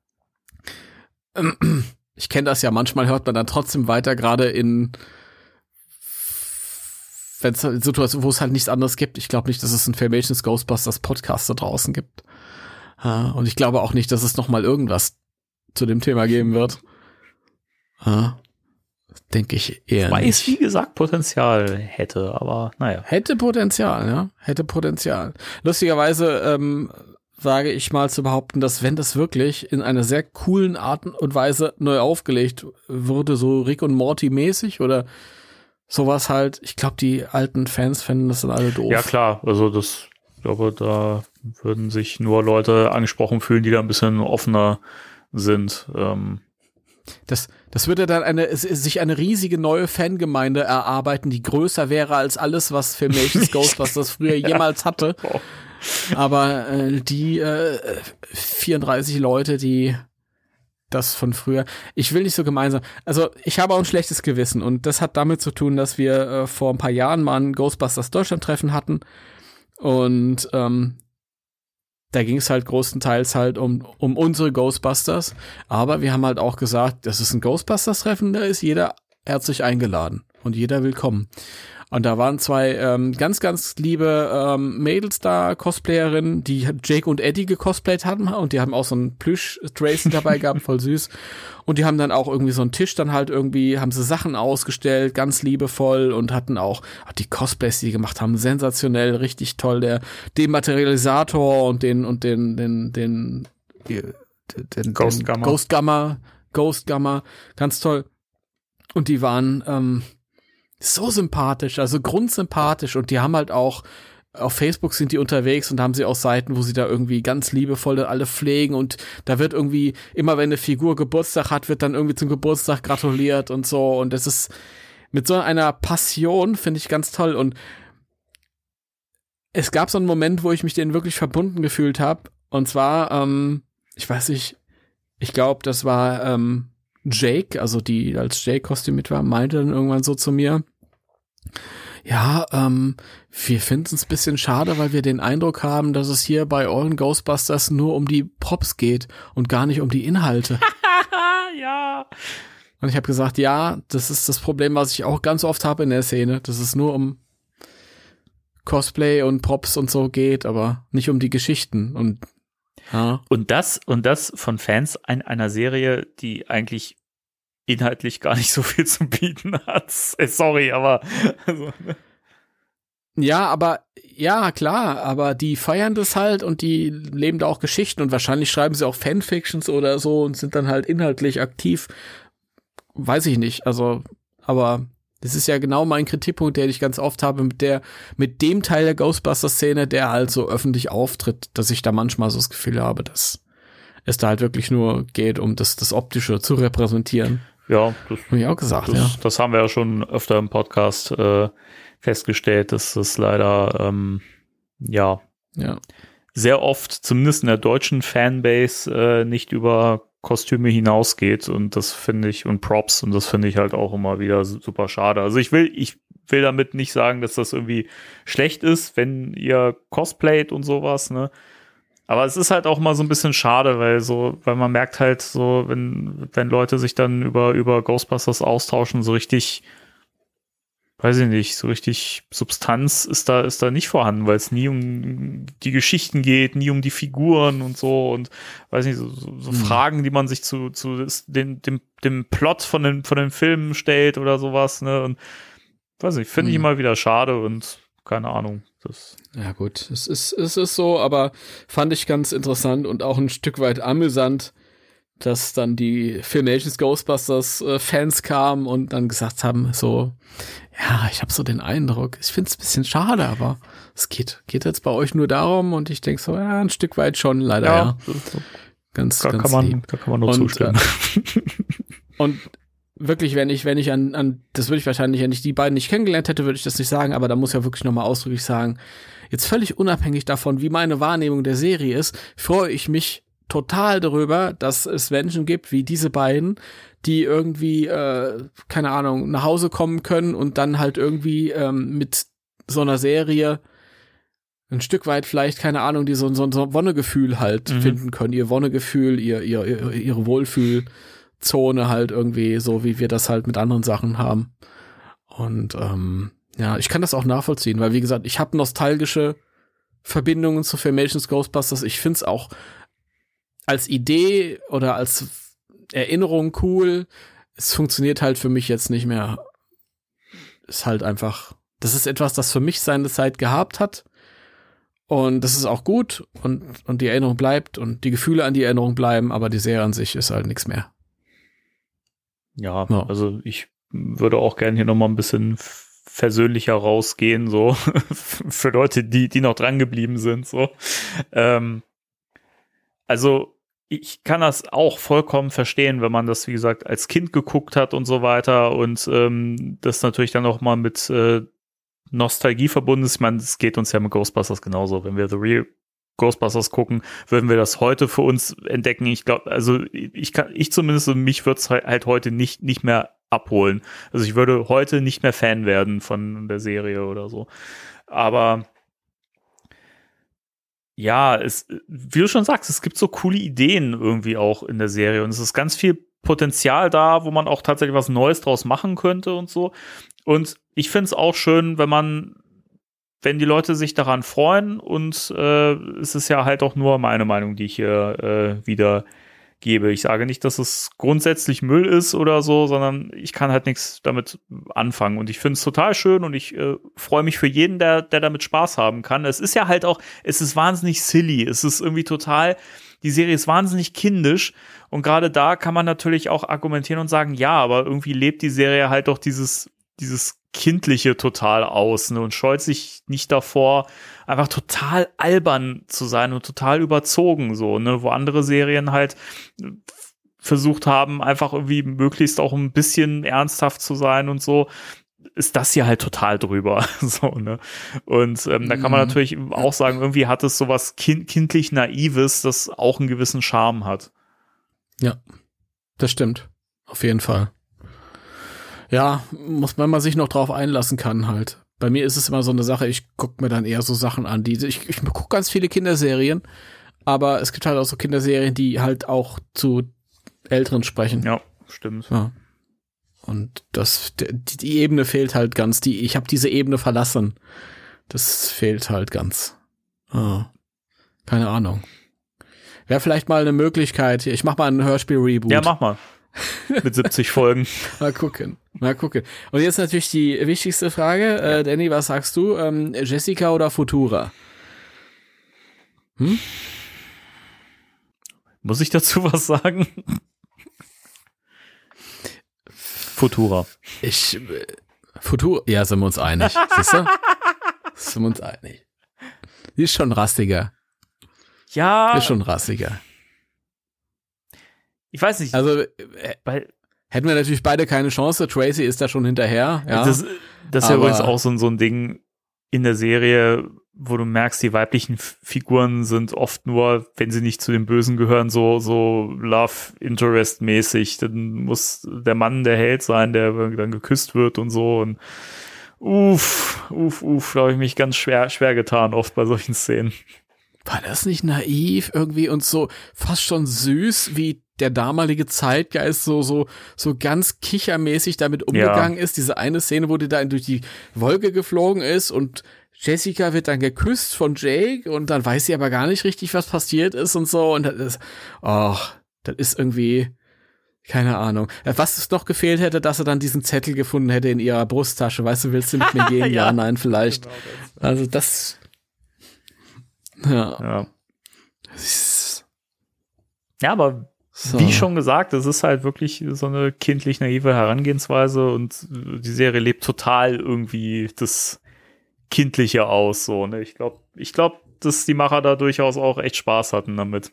ich kenne das ja, manchmal hört man dann trotzdem weiter, gerade in wenn es halt Situationen, wo es halt nichts anderes gibt. Ich glaube nicht, dass es einen Filmations Ghostbusters Podcast da draußen gibt. Uh, und ich glaube auch nicht, dass es noch mal irgendwas zu dem Thema geben wird. Uh, denke ich eher Weil nicht. es, wie gesagt, Potenzial hätte, aber naja. Hätte Potenzial, ja. Hätte Potenzial. Lustigerweise ähm, wage ich mal zu behaupten, dass wenn das wirklich in einer sehr coolen Art und Weise neu aufgelegt würde, so Rick und Morty mäßig oder sowas halt, ich glaube, die alten Fans fänden das dann alle doof. Ja, klar, also das, ich glaube, da würden sich nur Leute angesprochen fühlen, die da ein bisschen offener sind. Ähm. Das, das würde dann eine, sich eine riesige neue Fangemeinde erarbeiten, die größer wäre als alles, was Filmations Ghostbusters früher ja. jemals hatte. Oh. Aber äh, die äh, vierunddreißig Leute, die das von früher. Ich will nicht so gemeinsam. Also ich habe auch ein schlechtes Gewissen und das hat damit zu tun, dass wir äh, vor ein paar Jahren mal ein Ghostbusters Deutschland-Treffen hatten und ähm, da ging es halt größtenteils halt um, um unsere Ghostbusters, aber wir haben halt auch gesagt, das ist ein Ghostbusters-Treffen, da ist jeder herzlich eingeladen und jeder willkommen. Und da waren zwei ähm, ganz, ganz liebe ähm, Mädels da, Cosplayerinnen, die Jake und Eddie gecosplayt hatten und die haben auch so einen Plüsch-Tracy dabei gehabt, voll süß. Und die haben dann auch irgendwie so einen Tisch dann halt irgendwie, haben sie Sachen ausgestellt, ganz liebevoll und hatten auch, auch die Cosplays, die die gemacht haben, sensationell, richtig toll. Der Dematerialisator und den, und den, den, den, den, den Ghost Gamma. Ghost Gamma, Ghost Gamma, ganz toll. Und die waren, ähm, so sympathisch, also grundsympathisch und die haben halt auch, auf Facebook sind die unterwegs und haben sie auch Seiten, wo sie da irgendwie ganz liebevoll alle pflegen und da wird irgendwie, immer wenn eine Figur Geburtstag hat, wird dann irgendwie zum Geburtstag gratuliert und so und das ist mit so einer Passion, finde ich ganz toll und es gab so einen Moment, wo ich mich denen wirklich verbunden gefühlt habe und zwar, ähm, ich weiß nicht, ich glaube, das war ähm, Jake, also die als Jake kostümiert war, meinte dann irgendwann so zu mir, ja, ähm, wir finden es ein bisschen schade, weil wir den Eindruck haben, dass es hier bei euren Ghostbusters nur um die Props geht und gar nicht um die Inhalte. Ja. Und ich habe gesagt, ja, das ist das Problem, was ich auch ganz oft habe in der Szene, dass es nur um Cosplay und Props und so geht, aber nicht um die Geschichten. Und ja. Und das, und das von Fans ein, einer Serie, die eigentlich inhaltlich gar nicht so viel zu bieten hat. Sorry, aber also, ja, aber ja, klar, aber die feiern das halt und die leben da auch Geschichten und wahrscheinlich schreiben sie auch Fanfictions oder so und sind dann halt inhaltlich aktiv. Weiß ich nicht, also, aber das ist ja genau mein Kritikpunkt, den ich ganz oft habe mit der, mit dem Teil der Ghostbusters-Szene, der halt so öffentlich auftritt, dass ich da manchmal so das Gefühl habe, dass es da halt wirklich nur geht, um das, das Optische zu repräsentieren. Ja, das habe ich auch gesagt, das, ja. Das haben wir ja schon öfter im Podcast äh, festgestellt, dass das leider, ähm, ja, ja, sehr oft, zumindest in der deutschen Fanbase, äh, nicht über Kostüme hinausgeht und das finde ich, und Props, und das finde ich halt auch immer wieder super schade. Also ich will, ich will damit nicht sagen, dass das irgendwie schlecht ist, wenn ihr cosplayt und sowas, ne? Aber es ist halt auch mal so ein bisschen schade, weil so, weil man merkt halt so, wenn, wenn Leute sich dann über, über Ghostbusters austauschen, so richtig, weiß ich nicht, so richtig Substanz ist da, ist da nicht vorhanden, weil es nie um die Geschichten geht, nie um die Figuren und so und, weiß nicht, so, so, so mhm. Fragen, die man sich zu, zu den, dem, dem Plot von den, von den Filmen stellt oder sowas, ne, und, weiß nicht, finde mhm. ich immer wieder schade und, keine Ahnung, das. Ja gut, es ist, es ist so, aber fand ich ganz interessant und auch ein Stück weit amüsant, dass dann die Filmations Ghostbusters äh, Fans kamen und dann gesagt haben, so, ja, ich habe so den Eindruck, ich finde es ein bisschen schade, aber es geht, geht jetzt bei euch nur darum und ich denke so, ja, ein Stück weit schon, leider, ja. ja. Ganz, da ganz kann man, lieb. Da kann man nur und, zustimmen. Äh, und wirklich, wenn ich, wenn ich an, an, das würde ich wahrscheinlich, wenn ich die beiden nicht kennengelernt hätte, würde ich das nicht sagen, aber da muss ich ja wirklich nochmal ausdrücklich sagen, jetzt völlig unabhängig davon, wie meine Wahrnehmung der Serie ist, freue ich mich total darüber, dass es Menschen gibt, wie diese beiden, die irgendwie, äh, keine Ahnung, nach Hause kommen können und dann halt irgendwie ähm, mit so einer Serie ein Stück weit vielleicht, keine Ahnung, die so, so, so ein Wonnegefühl halt mhm. finden können, ihr Wonnegefühl, ihr, ihr, ihr, ihre Wohlfühl Zone halt irgendwie, so wie wir das halt mit anderen Sachen haben. Und ähm, ja, ich kann das auch nachvollziehen, weil wie gesagt, ich habe nostalgische Verbindungen zu Filmations Ghostbusters. Ich find's auch als Idee oder als Erinnerung cool. Es funktioniert halt für mich jetzt nicht mehr. Ist halt einfach, das ist etwas, das für mich seine Zeit gehabt hat. Und das ist auch gut und, und die Erinnerung bleibt und die Gefühle an die Erinnerung bleiben, aber die Serie an sich ist halt nichts mehr. Ja, ja, also ich würde auch gerne hier nochmal ein bisschen versöhnlicher rausgehen, so für Leute, die die noch dran geblieben sind, so. Ähm, also ich kann das auch vollkommen verstehen, wenn man das, wie gesagt, als Kind geguckt hat und so weiter und ähm, das natürlich dann auch mal mit äh, Nostalgie verbunden ist. Ich meine, es geht uns ja mit Ghostbusters genauso. Wenn wir The Real Ghostbusters gucken, würden wir das heute für uns entdecken. Ich glaube, also ich kann, ich zumindest, mich würde es halt heute nicht, nicht mehr abholen. Also ich würde heute nicht mehr Fan werden von der Serie oder so. Aber ja, es, wie du schon sagst, es gibt so coole Ideen irgendwie auch in der Serie und es ist ganz viel Potenzial da, wo man auch tatsächlich was Neues draus machen könnte und so. Und ich finde es auch schön, wenn man wenn die Leute sich daran freuen und äh, es ist ja halt auch nur meine Meinung, die ich hier äh, wiedergebe. Ich sage nicht, dass es grundsätzlich Müll ist oder so, sondern ich kann halt nichts damit anfangen und ich finde es total schön und ich äh, freue mich für jeden, der, der damit Spaß haben kann. Es ist ja halt auch, es ist wahnsinnig silly, es ist irgendwie total, die Serie ist wahnsinnig kindisch und gerade da kann man natürlich auch argumentieren und sagen, ja, aber irgendwie lebt die Serie halt doch dieses, dieses Kindliche total aus, ne, und scheut sich nicht davor, einfach total albern zu sein und total überzogen, so, ne, wo andere Serien halt versucht haben, einfach irgendwie möglichst auch ein bisschen ernsthaft zu sein und so, ist das hier halt total drüber, so, ne, und ähm, da kann man natürlich auch sagen, irgendwie hat es sowas kind- kindlich Naives, das auch einen gewissen Charme hat. Ja, das stimmt, auf jeden Fall. Ja, muss man mal sich noch drauf einlassen kann halt. Bei mir ist es immer so eine Sache, ich gucke mir dann eher so Sachen an, die ich, ich gucke ganz viele Kinderserien, aber es gibt halt auch so Kinderserien, die halt auch zu Älteren sprechen. Ja, stimmt. Ja. Und das, die, die Ebene fehlt halt ganz. Die, ich habe diese Ebene verlassen Das fehlt halt ganz. Oh. Keine Ahnung. Wäre vielleicht mal eine Möglichkeit. Ich mach mal ein Hörspiel-Reboot. Ja, mach mal. Mit siebzig Folgen. Mal gucken. Mal gucken. Und jetzt natürlich die wichtigste Frage. Äh, Danny, was sagst du? Ähm, Jessica oder Futura? Hm? Muss ich dazu was sagen? Futura. Ich, äh, Futura, ja, sind wir uns einig. Siehst du? Sind wir uns einig. Die ist schon rassiger. Ja. Die ist schon rassiger. Ich weiß nicht. Also, äh, weil, hätten wir natürlich beide keine Chance. Tracy ist da schon hinterher. Ja. Das, das ist ja Aber- übrigens auch so, so ein Ding in der Serie, wo du merkst, die weiblichen F- Figuren sind oft nur, wenn sie nicht zu den Bösen gehören, so, so Love-Interest-mäßig. Dann muss der Mann der Held sein, der dann geküsst wird und so. Und uff, uff, uff, da habe ich mich ganz schwer, schwer getan, oft bei solchen Szenen. War das nicht naiv irgendwie und so fast schon süß, wie der damalige Zeitgeist so so so ganz kichermäßig damit umgegangen ist? Diese eine Szene, wo die da durch die Wolke geflogen ist und Jessica wird dann geküsst von Jake und dann weiß sie aber gar nicht richtig, was passiert ist und so. Und das ist, oh, das ist irgendwie, keine Ahnung. Was es noch gefehlt hätte, dass er dann diesen Zettel gefunden hätte in ihrer Brusttasche. Weißt du, willst du mit mir gehen? ja. Ja. Nein, vielleicht. Genau das. Also das, ja. Ja. Das ist, Ja, aber so. wie schon gesagt, es ist halt wirklich so eine kindlich naive Herangehensweise und die Serie lebt total irgendwie das Kindliche aus. So, ne? Ich glaube, ich glaube, dass die Macher da durchaus auch echt Spaß hatten damit.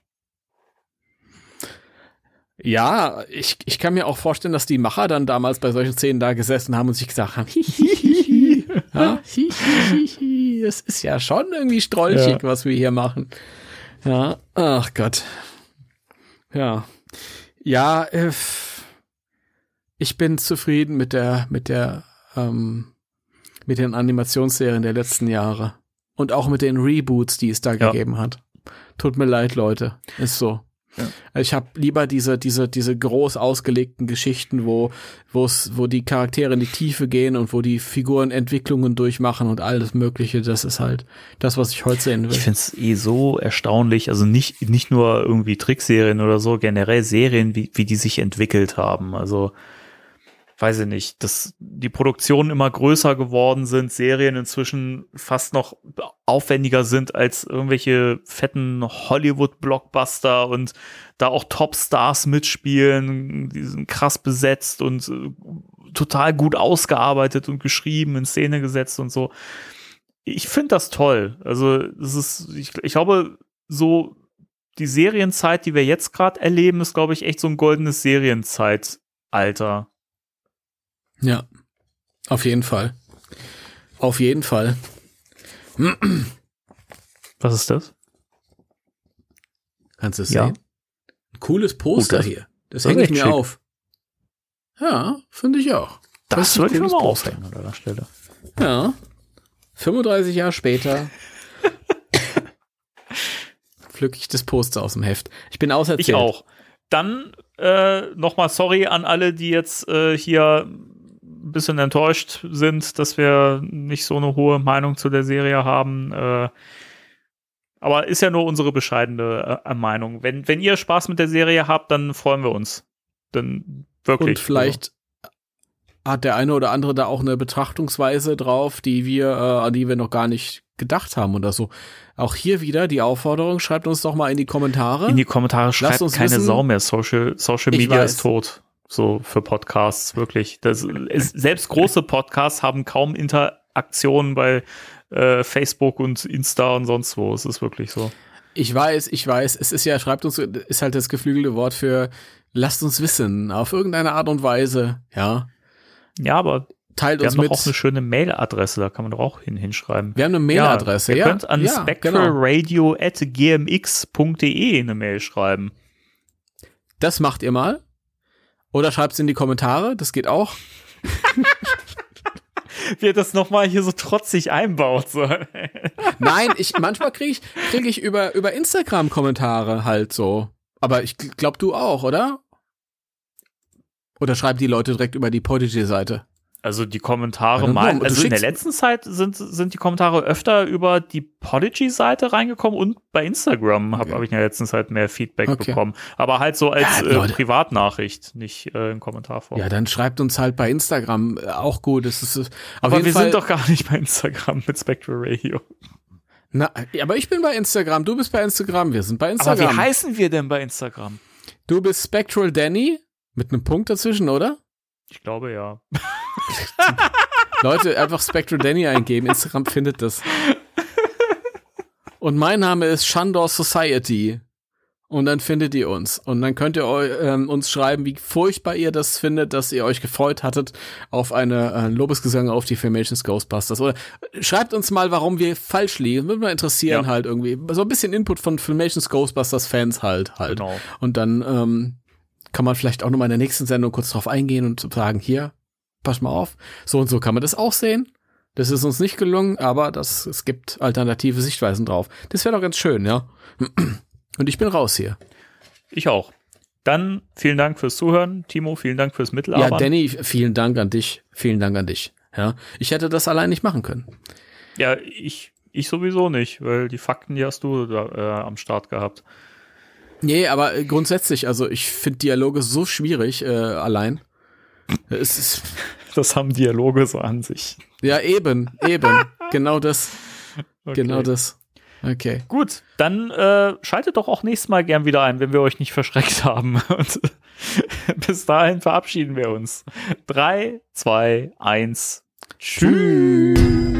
Ja, ich, ich kann mir auch vorstellen, dass die Macher dann damals bei solchen Szenen da gesessen haben und sich gesagt haben, hihihihi, ja, hihihihi, das ist ja schon irgendwie strolchig, Ja. was wir hier machen. Ja, ach Gott. Ja. Ja, äh, ich bin zufrieden mit der, mit der, ähm, mit den Animationsserien der letzten Jahre. Und auch mit den Reboots, die es da Ja. gegeben hat. Tut mir leid, Leute. Ist so. Ja. Ich habe lieber diese diese diese groß ausgelegten Geschichten, wo wo's wo die Charaktere in die Tiefe gehen und wo die Figuren Entwicklungen durchmachen und alles Mögliche. Das ist halt das, was ich heute sehen will. Ich finde es eh so erstaunlich, also nicht, nicht nur irgendwie Trickserien oder so, generell Serien, wie, wie die sich entwickelt haben. Also weiß ich nicht, dass die Produktionen immer größer geworden sind, Serien inzwischen fast noch aufwendiger sind als irgendwelche fetten Hollywood-Blockbuster und da auch Top-Stars mitspielen, die sind krass besetzt und äh, total gut ausgearbeitet und geschrieben, in Szene gesetzt und so. Ich finde das toll. Also das ist, ich, ich glaube, so die Serienzeit, die wir jetzt gerade erleben, ist, glaube ich, echt so ein goldenes Serienzeitalter. Ja, auf jeden Fall. Auf jeden Fall. Was ist das? Kannst du es Ja. sehen? Ein cooles Poster Oh, das- hier. Das, das hänge ist ich echt mir schick. auf. Ja, finde ich auch. Das ist ein würde ich mir cooles mal Poster. aufhängen an der Stelle. Ja. fünfunddreißig Jahre später pflücke ich das Poster aus dem Heft. Ich bin auserzählt. Ich auch. Dann äh, nochmal sorry an alle, die jetzt äh, hier ein bisschen enttäuscht sind, dass wir nicht so eine hohe Meinung zu der Serie haben. Äh, aber ist ja nur unsere bescheidene äh, Meinung. Wenn, wenn ihr Spaß mit der Serie habt, dann freuen wir uns. Dann wirklich. Und vielleicht hat der eine oder andere da auch eine Betrachtungsweise drauf, die wir, äh, an die wir noch gar nicht gedacht haben oder so. Auch hier wieder die Aufforderung, schreibt uns doch mal in die Kommentare. In die Kommentare schreibt uns keine wissen- Sau mehr. Social, Social Ich Media weiß. ist tot. So für Podcasts, wirklich. Das ist, selbst große Podcasts haben kaum Interaktionen bei äh, Facebook und Insta und sonst wo. Es ist wirklich so. Ich weiß, ich weiß, es ist ja, schreibt uns, ist halt das geflügelte Wort für lasst uns wissen, auf irgendeine Art und Weise, ja. Ja, aber Teilt wir uns haben mit. doch auch eine schöne Mailadresse, da kann man doch auch hin, hinschreiben. Wir haben eine Mailadresse, ja. ja. Ihr könnt an ja, genau. spectralradio at g m x punkt d e eine Mail schreiben. Das macht ihr mal. Oder schreibt es in die Kommentare, das geht auch. Wie er das nochmal hier so trotzig einbaut. So. Nein, ich manchmal kriege ich, krieg ich über, über Instagram Kommentare halt so. Aber ich glaube, du auch, oder? Oder schreiben die Leute direkt über die Podigy-Seite? Also die Kommentare Also, mal, du also in der schickst- letzten Zeit sind, sind die Kommentare öfter über die Podigy-Seite reingekommen und bei Instagram habe Okay. hab ich in der letzten Zeit mehr Feedback Okay. bekommen. Aber halt so als Ja, äh, Leute. Privatnachricht, nicht äh, in Kommentarform. Ja, dann schreibt uns halt bei Instagram äh, auch gut. Es ist, äh, auf aber jeden wir Fall, sind doch gar nicht bei Instagram mit Spectral Radio. Na, ja, aber ich bin bei Instagram, du bist bei Instagram, wir sind bei Aber Instagram. wie heißen wir denn bei Instagram? Du bist Spectral Danny mit einem Punkt dazwischen, oder? Ich glaube ja. Leute, einfach Spectral Danny eingeben, Instagram findet das. Und mein Name ist Shandor Society. Und dann findet ihr uns. Und dann könnt ihr eu, ähm, uns schreiben, wie furchtbar ihr das findet, dass ihr euch gefreut hattet auf eine äh, Lobesgesang auf die Filmations Ghostbusters. Oder schreibt uns mal, warum wir falsch liegen. Würde mich interessieren Ja. halt irgendwie. So ein bisschen Input von Filmations Ghostbusters Fans halt halt. Genau. Und dann ähm, kann man vielleicht auch nochmal in der nächsten Sendung kurz drauf eingehen und sagen, hier, pass mal auf, so und so kann man das auch sehen. Das ist uns nicht gelungen, aber das, es gibt alternative Sichtweisen drauf. Das wäre doch ganz schön, ja. Und ich bin raus hier. Ich auch. Dann vielen Dank fürs Zuhören. Timo, vielen Dank fürs Mitlabern. Ja, Danny, vielen Dank an dich. Vielen Dank an dich. Ja, ich hätte das allein nicht machen können. Ja, ich, ich sowieso nicht, weil die Fakten, die hast du da, äh, am Start gehabt. Nee, aber äh, grundsätzlich, also ich finde Dialoge so schwierig äh, allein. Es ist, Das haben Dialoge so an sich. ja, eben, eben. Genau das. Okay. Genau das. Okay. Gut, dann äh, schaltet doch auch nächstes Mal gern wieder ein, wenn wir euch nicht verschreckt haben. Und bis dahin verabschieden wir uns. Drei, zwei, eins. Tschüss. Tschüss.